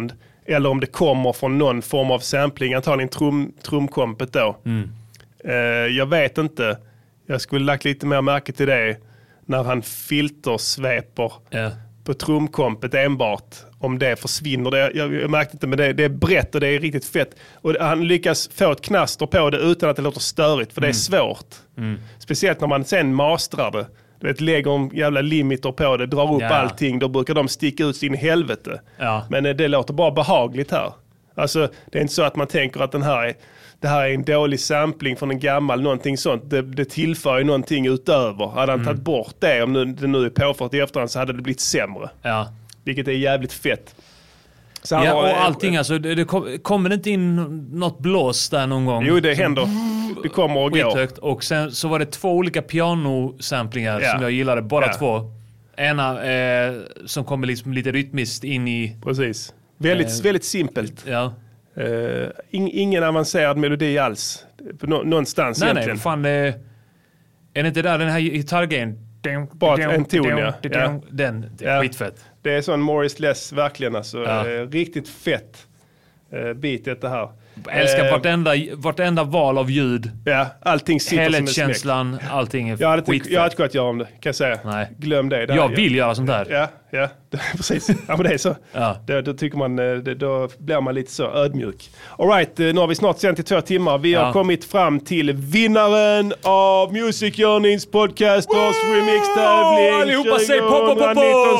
[SPEAKER 1] eller om det kommer från någon form av sampling, antagligen trum, trumkompet då.
[SPEAKER 4] Mm.
[SPEAKER 1] Uh, jag vet inte. Jag skulle lagt lite mer märke till det när han filtersveper
[SPEAKER 4] yeah.
[SPEAKER 1] på trumkompet enbart. Om det försvinner. Det, jag, jag märkte inte, men det, det är brett och det är riktigt fett. Och han lyckas få ett knaster på det utan att det låter störigt, för det är svårt.
[SPEAKER 4] Mm.
[SPEAKER 1] Speciellt när man sen mastrar det. Du vet, lägger en jävla limiter på det, drar upp
[SPEAKER 4] ja.
[SPEAKER 1] allting, då brukar de sticka ut sin helvete.
[SPEAKER 4] Ja.
[SPEAKER 1] Men det låter bara behagligt här. Alltså, det är inte så att man tänker att den här är, det här är en dålig sampling från en gammal, någonting sånt. Det, det tillför ju någonting utöver. Hade han mm. tagit bort det, om nu, det nu är påfört i efterhand, så hade det blivit sämre.
[SPEAKER 4] Ja.
[SPEAKER 1] Vilket är jävligt fett. Så
[SPEAKER 4] ja,
[SPEAKER 1] har,
[SPEAKER 4] och allting, äh, alltså, det, det kom, kommer det inte in något blås där någon gång?
[SPEAKER 1] Jo, det händer. Det kommer och går.
[SPEAKER 4] Och sen så var det två olika pianosamplingar
[SPEAKER 1] ja.
[SPEAKER 4] som jag gillade, bara
[SPEAKER 1] ja.
[SPEAKER 4] två. Ena eh, som kommer liksom lite rytmiskt in i...
[SPEAKER 1] Precis. Väldigt, eh, väldigt simpelt.
[SPEAKER 4] Ja.
[SPEAKER 1] Uh, in, ingen avancerad melodi alls. Nå, någonstans
[SPEAKER 4] nej,
[SPEAKER 1] egentligen.
[SPEAKER 4] Nej, fan, eh, är det inte där den här gitarrgrejen?
[SPEAKER 1] Bara en ton, ja.
[SPEAKER 4] ja. Den, det är
[SPEAKER 1] ja.
[SPEAKER 4] skitfett.
[SPEAKER 1] Det är sån Morris Les, verkligen alltså.
[SPEAKER 4] Ja.
[SPEAKER 1] Uh, riktigt fett uh, beat det här.
[SPEAKER 4] Jag älskar
[SPEAKER 1] uh,
[SPEAKER 4] vartenda, vartenda val av ljud.
[SPEAKER 1] Ja, allting sitter som en smäck.
[SPEAKER 4] Helhetskänslan, allting är
[SPEAKER 1] jag hade
[SPEAKER 4] skitfett.
[SPEAKER 1] Jag hade inte kunnat göra om det, kan jag säga.
[SPEAKER 4] Nej.
[SPEAKER 1] Glöm det. det
[SPEAKER 4] jag
[SPEAKER 1] här,
[SPEAKER 4] vill
[SPEAKER 1] ja.
[SPEAKER 4] göra sånt där.
[SPEAKER 1] Ja, ja. Precis. Ja, men det är så.
[SPEAKER 4] Ja.
[SPEAKER 1] Då, då tycker man, då blir man lite så ödmjuk. All right, nu har vi snart sänt i två timmar. Vi har ja. kommit fram till vinnaren av Music Journeys Podcasters remix-tävling.
[SPEAKER 4] Allihopa säg pop, pop,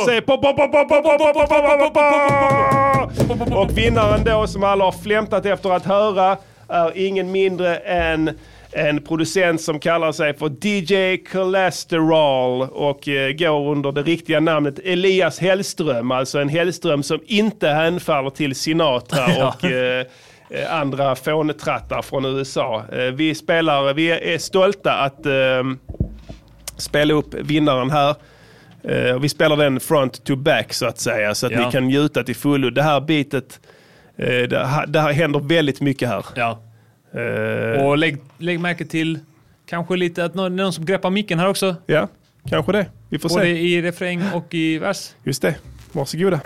[SPEAKER 1] pop, pop. Och vinnaren då, som alla har flämtat efter att höra, är ingen mindre än en producent som kallar sig för D J Cholesterol och eh, går under det riktiga namnet Elias Hellström. Alltså en Hellström som inte hänfaller till Sinatra ja. och eh, andra fånetrattar från U S A. Eh, vi spelar, vi är stolta att eh, spela upp vinnaren här. Eh, vi spelar den front to back så att säga, så att ja. ni kan njuta till fullo. Det här bitet, eh, det, här, det här händer väldigt mycket här.
[SPEAKER 4] Ja. Uh, och lägg, lägg märke till kanske lite att någon, någon som greppar micken här också.
[SPEAKER 1] Ja, kanske det. Vi får
[SPEAKER 4] både
[SPEAKER 1] se.
[SPEAKER 4] Både i refräng och i vers.
[SPEAKER 1] Just det. Varsågoda.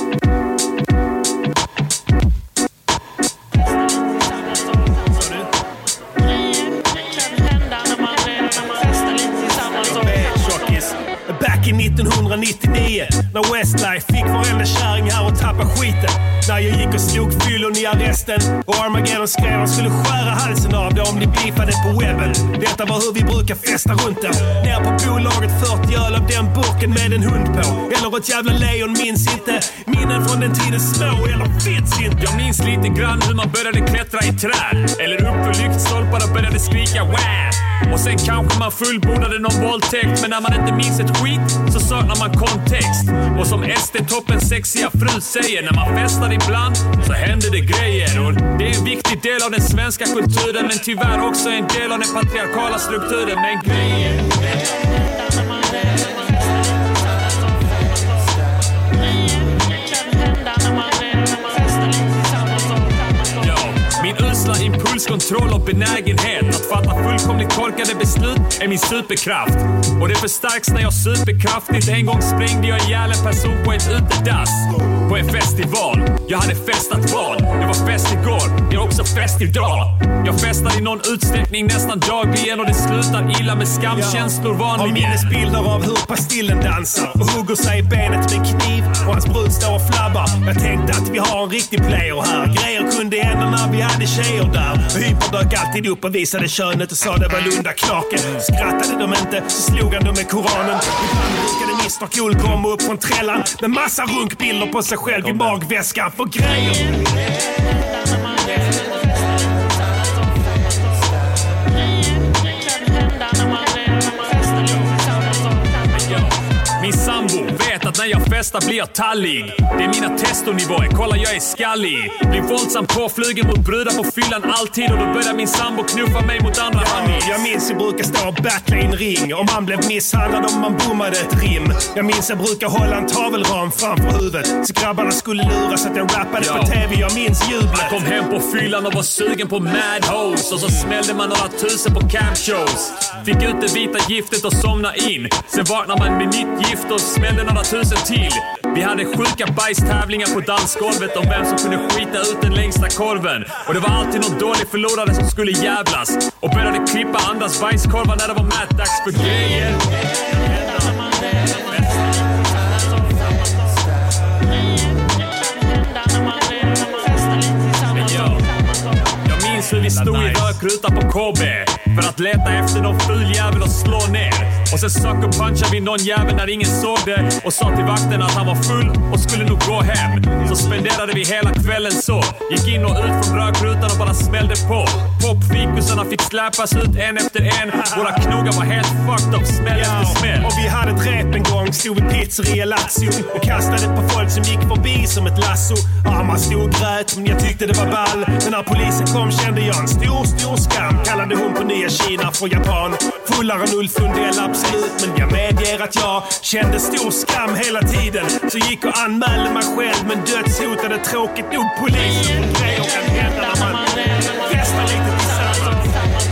[SPEAKER 3] Back i nittonhundranittionio, när Westlife fick varenda kärring här och tappa skiten. När jag gick och slog fyllon i arresten och Armageddon skrev han skulle skära halsen av det om de beefade på webben. Detta var hur vi brukar festa runt den. Ner på bolaget fyrtio öl av den burken med en hund på. Eller ett jävla lejon, minns inte. Minnen från den tiden små eller finns inte.
[SPEAKER 7] Jag minns lite grann hur man började klättra i träd. Eller upp för lyktstolpar och började skrika wow. Och sen kanske man fullbordade någon våldtäkt. Men när man inte minns ett skit så saknar man kontext. Och som S D-toppens sexiga fru säger, när man festar ibland så händer det grejer. Och det är en viktig del av den svenska kulturen, men tyvärr också en del av den patriarkala strukturen. Men grejer min usla impulskontroll och benägenhet att fatta fullkomligt korkade beslut är min superkraft. Och det förstärks när jag superkraftigt. En gång sprängde jag ihjäl en person på ett utedass på en festival. Jag hade festat vad? Det var fest igår, det är också fest idag. Jag festar i någon utsträckning nästan dagligen och det slutar illa med skamkänslor vanligen.
[SPEAKER 3] Har minnesbilder av hur Pastillen dansar och hugger sig i benet med kniv och hans brud står och flabbar. Jag tänkte att vi har en riktig player här. Grejer kunde hända när vi hade tjejer där. Hyper dök alltid upp och visade könet och sa det var Lunda knaken. Skrattade de inte så slog han dem med Koranen. Ibland brukade mister Cool komma upp från trällan med massa runkbilder på sig själv i magväskan för grejer.
[SPEAKER 7] Min sambo vet att när jag festar blir jag tallig. Det är mina testonivåer, kolla jag är skallig. Blir våldsam påflygen mot brudar på fyllan alltid. Och då börjar min sambo knuffa mig mot andra honeys.
[SPEAKER 3] Jag minns jag brukar stå och battla i en ring. Om man blev misshandlad om man bommade ett rim. Jag minns jag brukar hålla en tavelram framför huvudet så grabbarna skulle luras att jag rappade ja. på tv. Jag minns jublet.
[SPEAKER 7] Man kom hem på fyllan och var sugen på mad hoes. Och så smällde man några tusen på campshows. Fick ut det vita giftet och somna in. Sen vaknar man med nytt gift och smällde några tusen till. Vi hade sjuka bajstävlingar på dansgolvet om vem som kunde skita ut den längsta korven. Och det var alltid någon dålig förlorare som skulle jävlas och började klippa andras bajskorvar när det var mätdags för grejer. Så vi stod i rökruta på K B för att leta efter någon ful jävel och slå ner. Och sen sucker punchade vi någon jävel när ingen såg det och sa till vakten att han var full och skulle nog gå hem. Så spenderade vi hela kvällen så. Gick in och ut från rökrutan och bara smällde på. Popfikusarna fick släpas ut en efter en. Våra knogar var helt fucked up, smäll efter smäll.
[SPEAKER 3] Och vi hade ett rep en gång, stod vid pizzeria Lazio och kastade på folk som gick förbi som ett lasso. Ja, man stod och grät, men jag tyckte det var ball. Men när polisen kom kände jag en stor, stor skam. Kallade hon på nya Kina för Japan. Fullare än Ulf Lundell, absolut. Men jag medger att jag kände stor skam hela tiden. Så gick och anmälde mig själv, men dödshotade tråkigt nog polisen. Grejer kan hända när man festar lite tillsammans.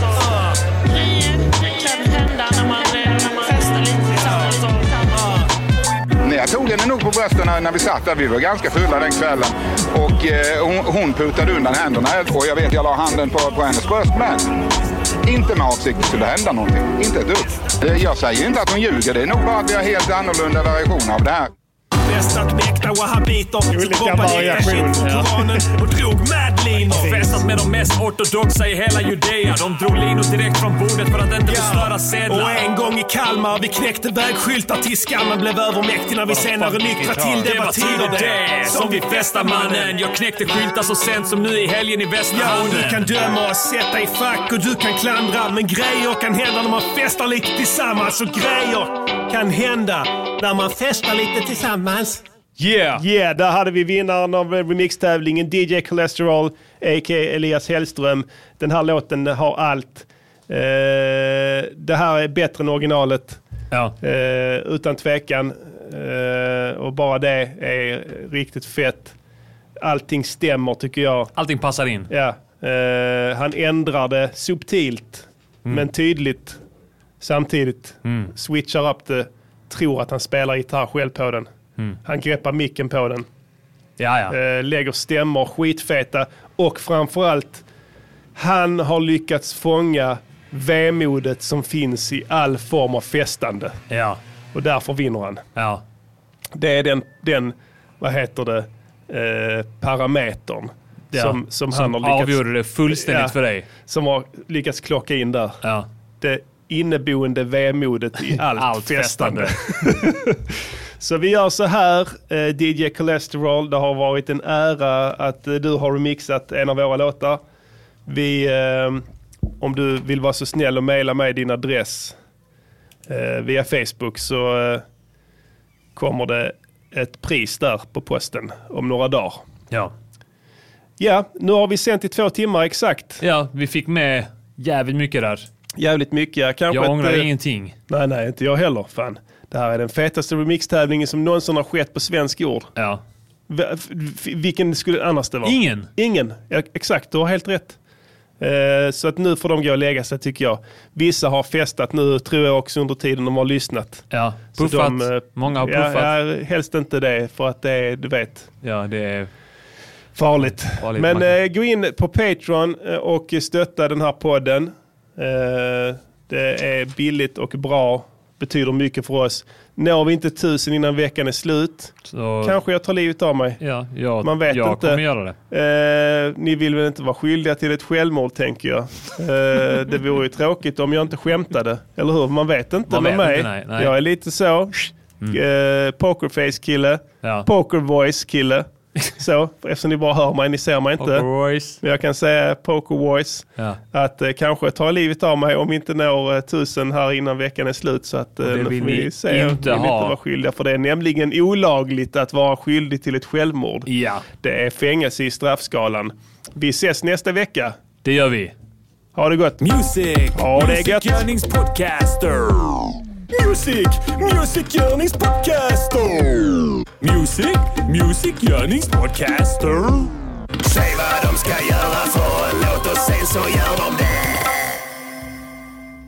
[SPEAKER 13] Nej, jag tog henne nog på brösten när vi satt där. Vi var ganska fulla den kvällen. Och eh, hon, hon putade undan händerna. Och jag vet, jag la handen på, på hennes bröst. Men inte med avsikt skulle hända någonting. Inte ett dugg. Eh, jag säger inte att hon ljuger. Det är nog bara att vi har helt annorlunda versioner av det här.
[SPEAKER 3] Festat mäkta wahhabiter som droppade hela shit på Koranen och drog madlinor.
[SPEAKER 7] Festat med de mest ortodoxa i hela Judea. De drog linor direkt från bordet för att inte ja. förstöra sedlar.
[SPEAKER 3] Och en gång i Kalmar vi knäckte vägskyltar till skammen blev övermäktig när vi senare nyktrade till. Det var tider det
[SPEAKER 7] som vi festar mannen. Jag knäckte skyltar så sent som nu i helgen i Västerhamnen.
[SPEAKER 3] Ja, du kan döma och sätta i fack och du kan klandra. Men grejer kan hända när man festar lite tillsammans. Och grejer kan hända när man festar lite tillsammans.
[SPEAKER 1] Yeah. yeah, där hade vi vinnaren av remixtävlingen D J Cholesterol, a k a. Elias Hellström. Den här låten har allt. Eh, det här är bättre än originalet.
[SPEAKER 4] Ja.
[SPEAKER 1] Eh, utan tvekan. Eh, och bara det är riktigt fett. Allting stämmer tycker jag.
[SPEAKER 4] Allting passar in.
[SPEAKER 1] Ja. Eh, han ändrar det subtilt mm. men tydligt samtidigt.
[SPEAKER 4] Mm.
[SPEAKER 1] Switchar upp det. Tror att han spelar gitarr själv på den.
[SPEAKER 4] Mm.
[SPEAKER 1] Han greppar micken på den.
[SPEAKER 4] Ja, ja.
[SPEAKER 1] Eh, lägger stämmor, skitfeta. Och framförallt, han har lyckats fånga vemodet som finns i all form av festande.
[SPEAKER 4] Ja.
[SPEAKER 1] Och därför vinner han.
[SPEAKER 4] Ja.
[SPEAKER 1] Det är den, den vad heter det, eh, parametern.
[SPEAKER 4] Ja.
[SPEAKER 1] Som, som,
[SPEAKER 4] som
[SPEAKER 1] han har lyckats...
[SPEAKER 4] avgjorde det fullständigt ja, för dig.
[SPEAKER 1] Som har lyckats klocka in där.
[SPEAKER 4] Ja.
[SPEAKER 1] Det inneboende vemodet i allt,
[SPEAKER 4] allt festande.
[SPEAKER 1] festande. Så vi gör så här, eh, D J Cholesterol. Det har varit en ära att eh, du har remixat en av våra låtar. Vi, eh, om du vill vara så snäll och mejla mig din adress eh, via Facebook så eh, kommer det ett pris där på posten om några dagar.
[SPEAKER 4] Ja.
[SPEAKER 1] Ja, nu har vi sänt i två timmar exakt.
[SPEAKER 4] Ja, vi fick med jävligt mycket där.
[SPEAKER 1] Jävligt mycket, ja. Kanske
[SPEAKER 4] jag ångrar
[SPEAKER 1] ett,
[SPEAKER 4] ingenting.
[SPEAKER 1] Nej, nej, inte jag heller. Fan. Det här är den fetaste remixtävlingen som någonsin har skett på svensk jord.
[SPEAKER 4] Ja.
[SPEAKER 1] V- f- vilken skulle annars det vara?
[SPEAKER 4] Ingen.
[SPEAKER 1] Ingen, ja, exakt. Du har helt rätt. Eh, så att nu får de gå och lägga sig tycker jag. Vissa har festat nu, tror jag också under tiden de har lyssnat.
[SPEAKER 4] Ja, puffat. De, eh, Många har puffat.
[SPEAKER 1] Ja, ja, helst inte det för att det är, du vet.
[SPEAKER 4] Ja, det är...
[SPEAKER 1] Farligt.
[SPEAKER 4] Farligt.
[SPEAKER 1] Men eh, gå in på Patreon och stötta den här podden. Eh, det är billigt och bra. Betyder mycket för oss. Når vi inte tusen innan veckan är slut.
[SPEAKER 4] Så...
[SPEAKER 1] Kanske jag tar livet av mig.
[SPEAKER 4] Ja, jag,
[SPEAKER 1] Man vet
[SPEAKER 4] jag
[SPEAKER 1] inte.
[SPEAKER 4] kommer göra det.
[SPEAKER 1] Eh, ni vill väl inte vara skyldiga till ett självmord, tänker jag. Eh, det vore ju tråkigt om jag inte skämtade. Eller hur? Man vet inte
[SPEAKER 4] Man
[SPEAKER 1] med
[SPEAKER 4] vet
[SPEAKER 1] mig.
[SPEAKER 4] Inte, nej, nej.
[SPEAKER 1] Jag är lite så. Mm. Eh, pokerface-kille.
[SPEAKER 4] Ja.
[SPEAKER 1] Pokervoice-kille. Så, eftersom ni bara hör mig, ni ser mig inte.
[SPEAKER 4] Pokervoice.
[SPEAKER 1] Men jag kan säga pokervoice.
[SPEAKER 4] Ja.
[SPEAKER 1] Att eh, kanske ta livet av mig om inte når eh, tusen här innan veckan är slut. Så att eh,
[SPEAKER 4] det vill
[SPEAKER 1] vi
[SPEAKER 4] ni
[SPEAKER 1] se,
[SPEAKER 4] inte
[SPEAKER 1] inte
[SPEAKER 4] ha.
[SPEAKER 1] Inte vara skyldiga. För det är nämligen olagligt att vara skyldig till ett självmord.
[SPEAKER 4] Ja.
[SPEAKER 1] Det är fängelse i straffskalan. Vi ses nästa vecka.
[SPEAKER 4] Det gör vi.
[SPEAKER 1] Ha det gott.
[SPEAKER 8] Music.
[SPEAKER 1] Ja, det är gött.
[SPEAKER 8] Music-görningspodcaster. Music. Music-görningspodcaster. Music. Music-görningspodcaster.
[SPEAKER 3] Säg vad de ska göra för en låt och sen så gör de det.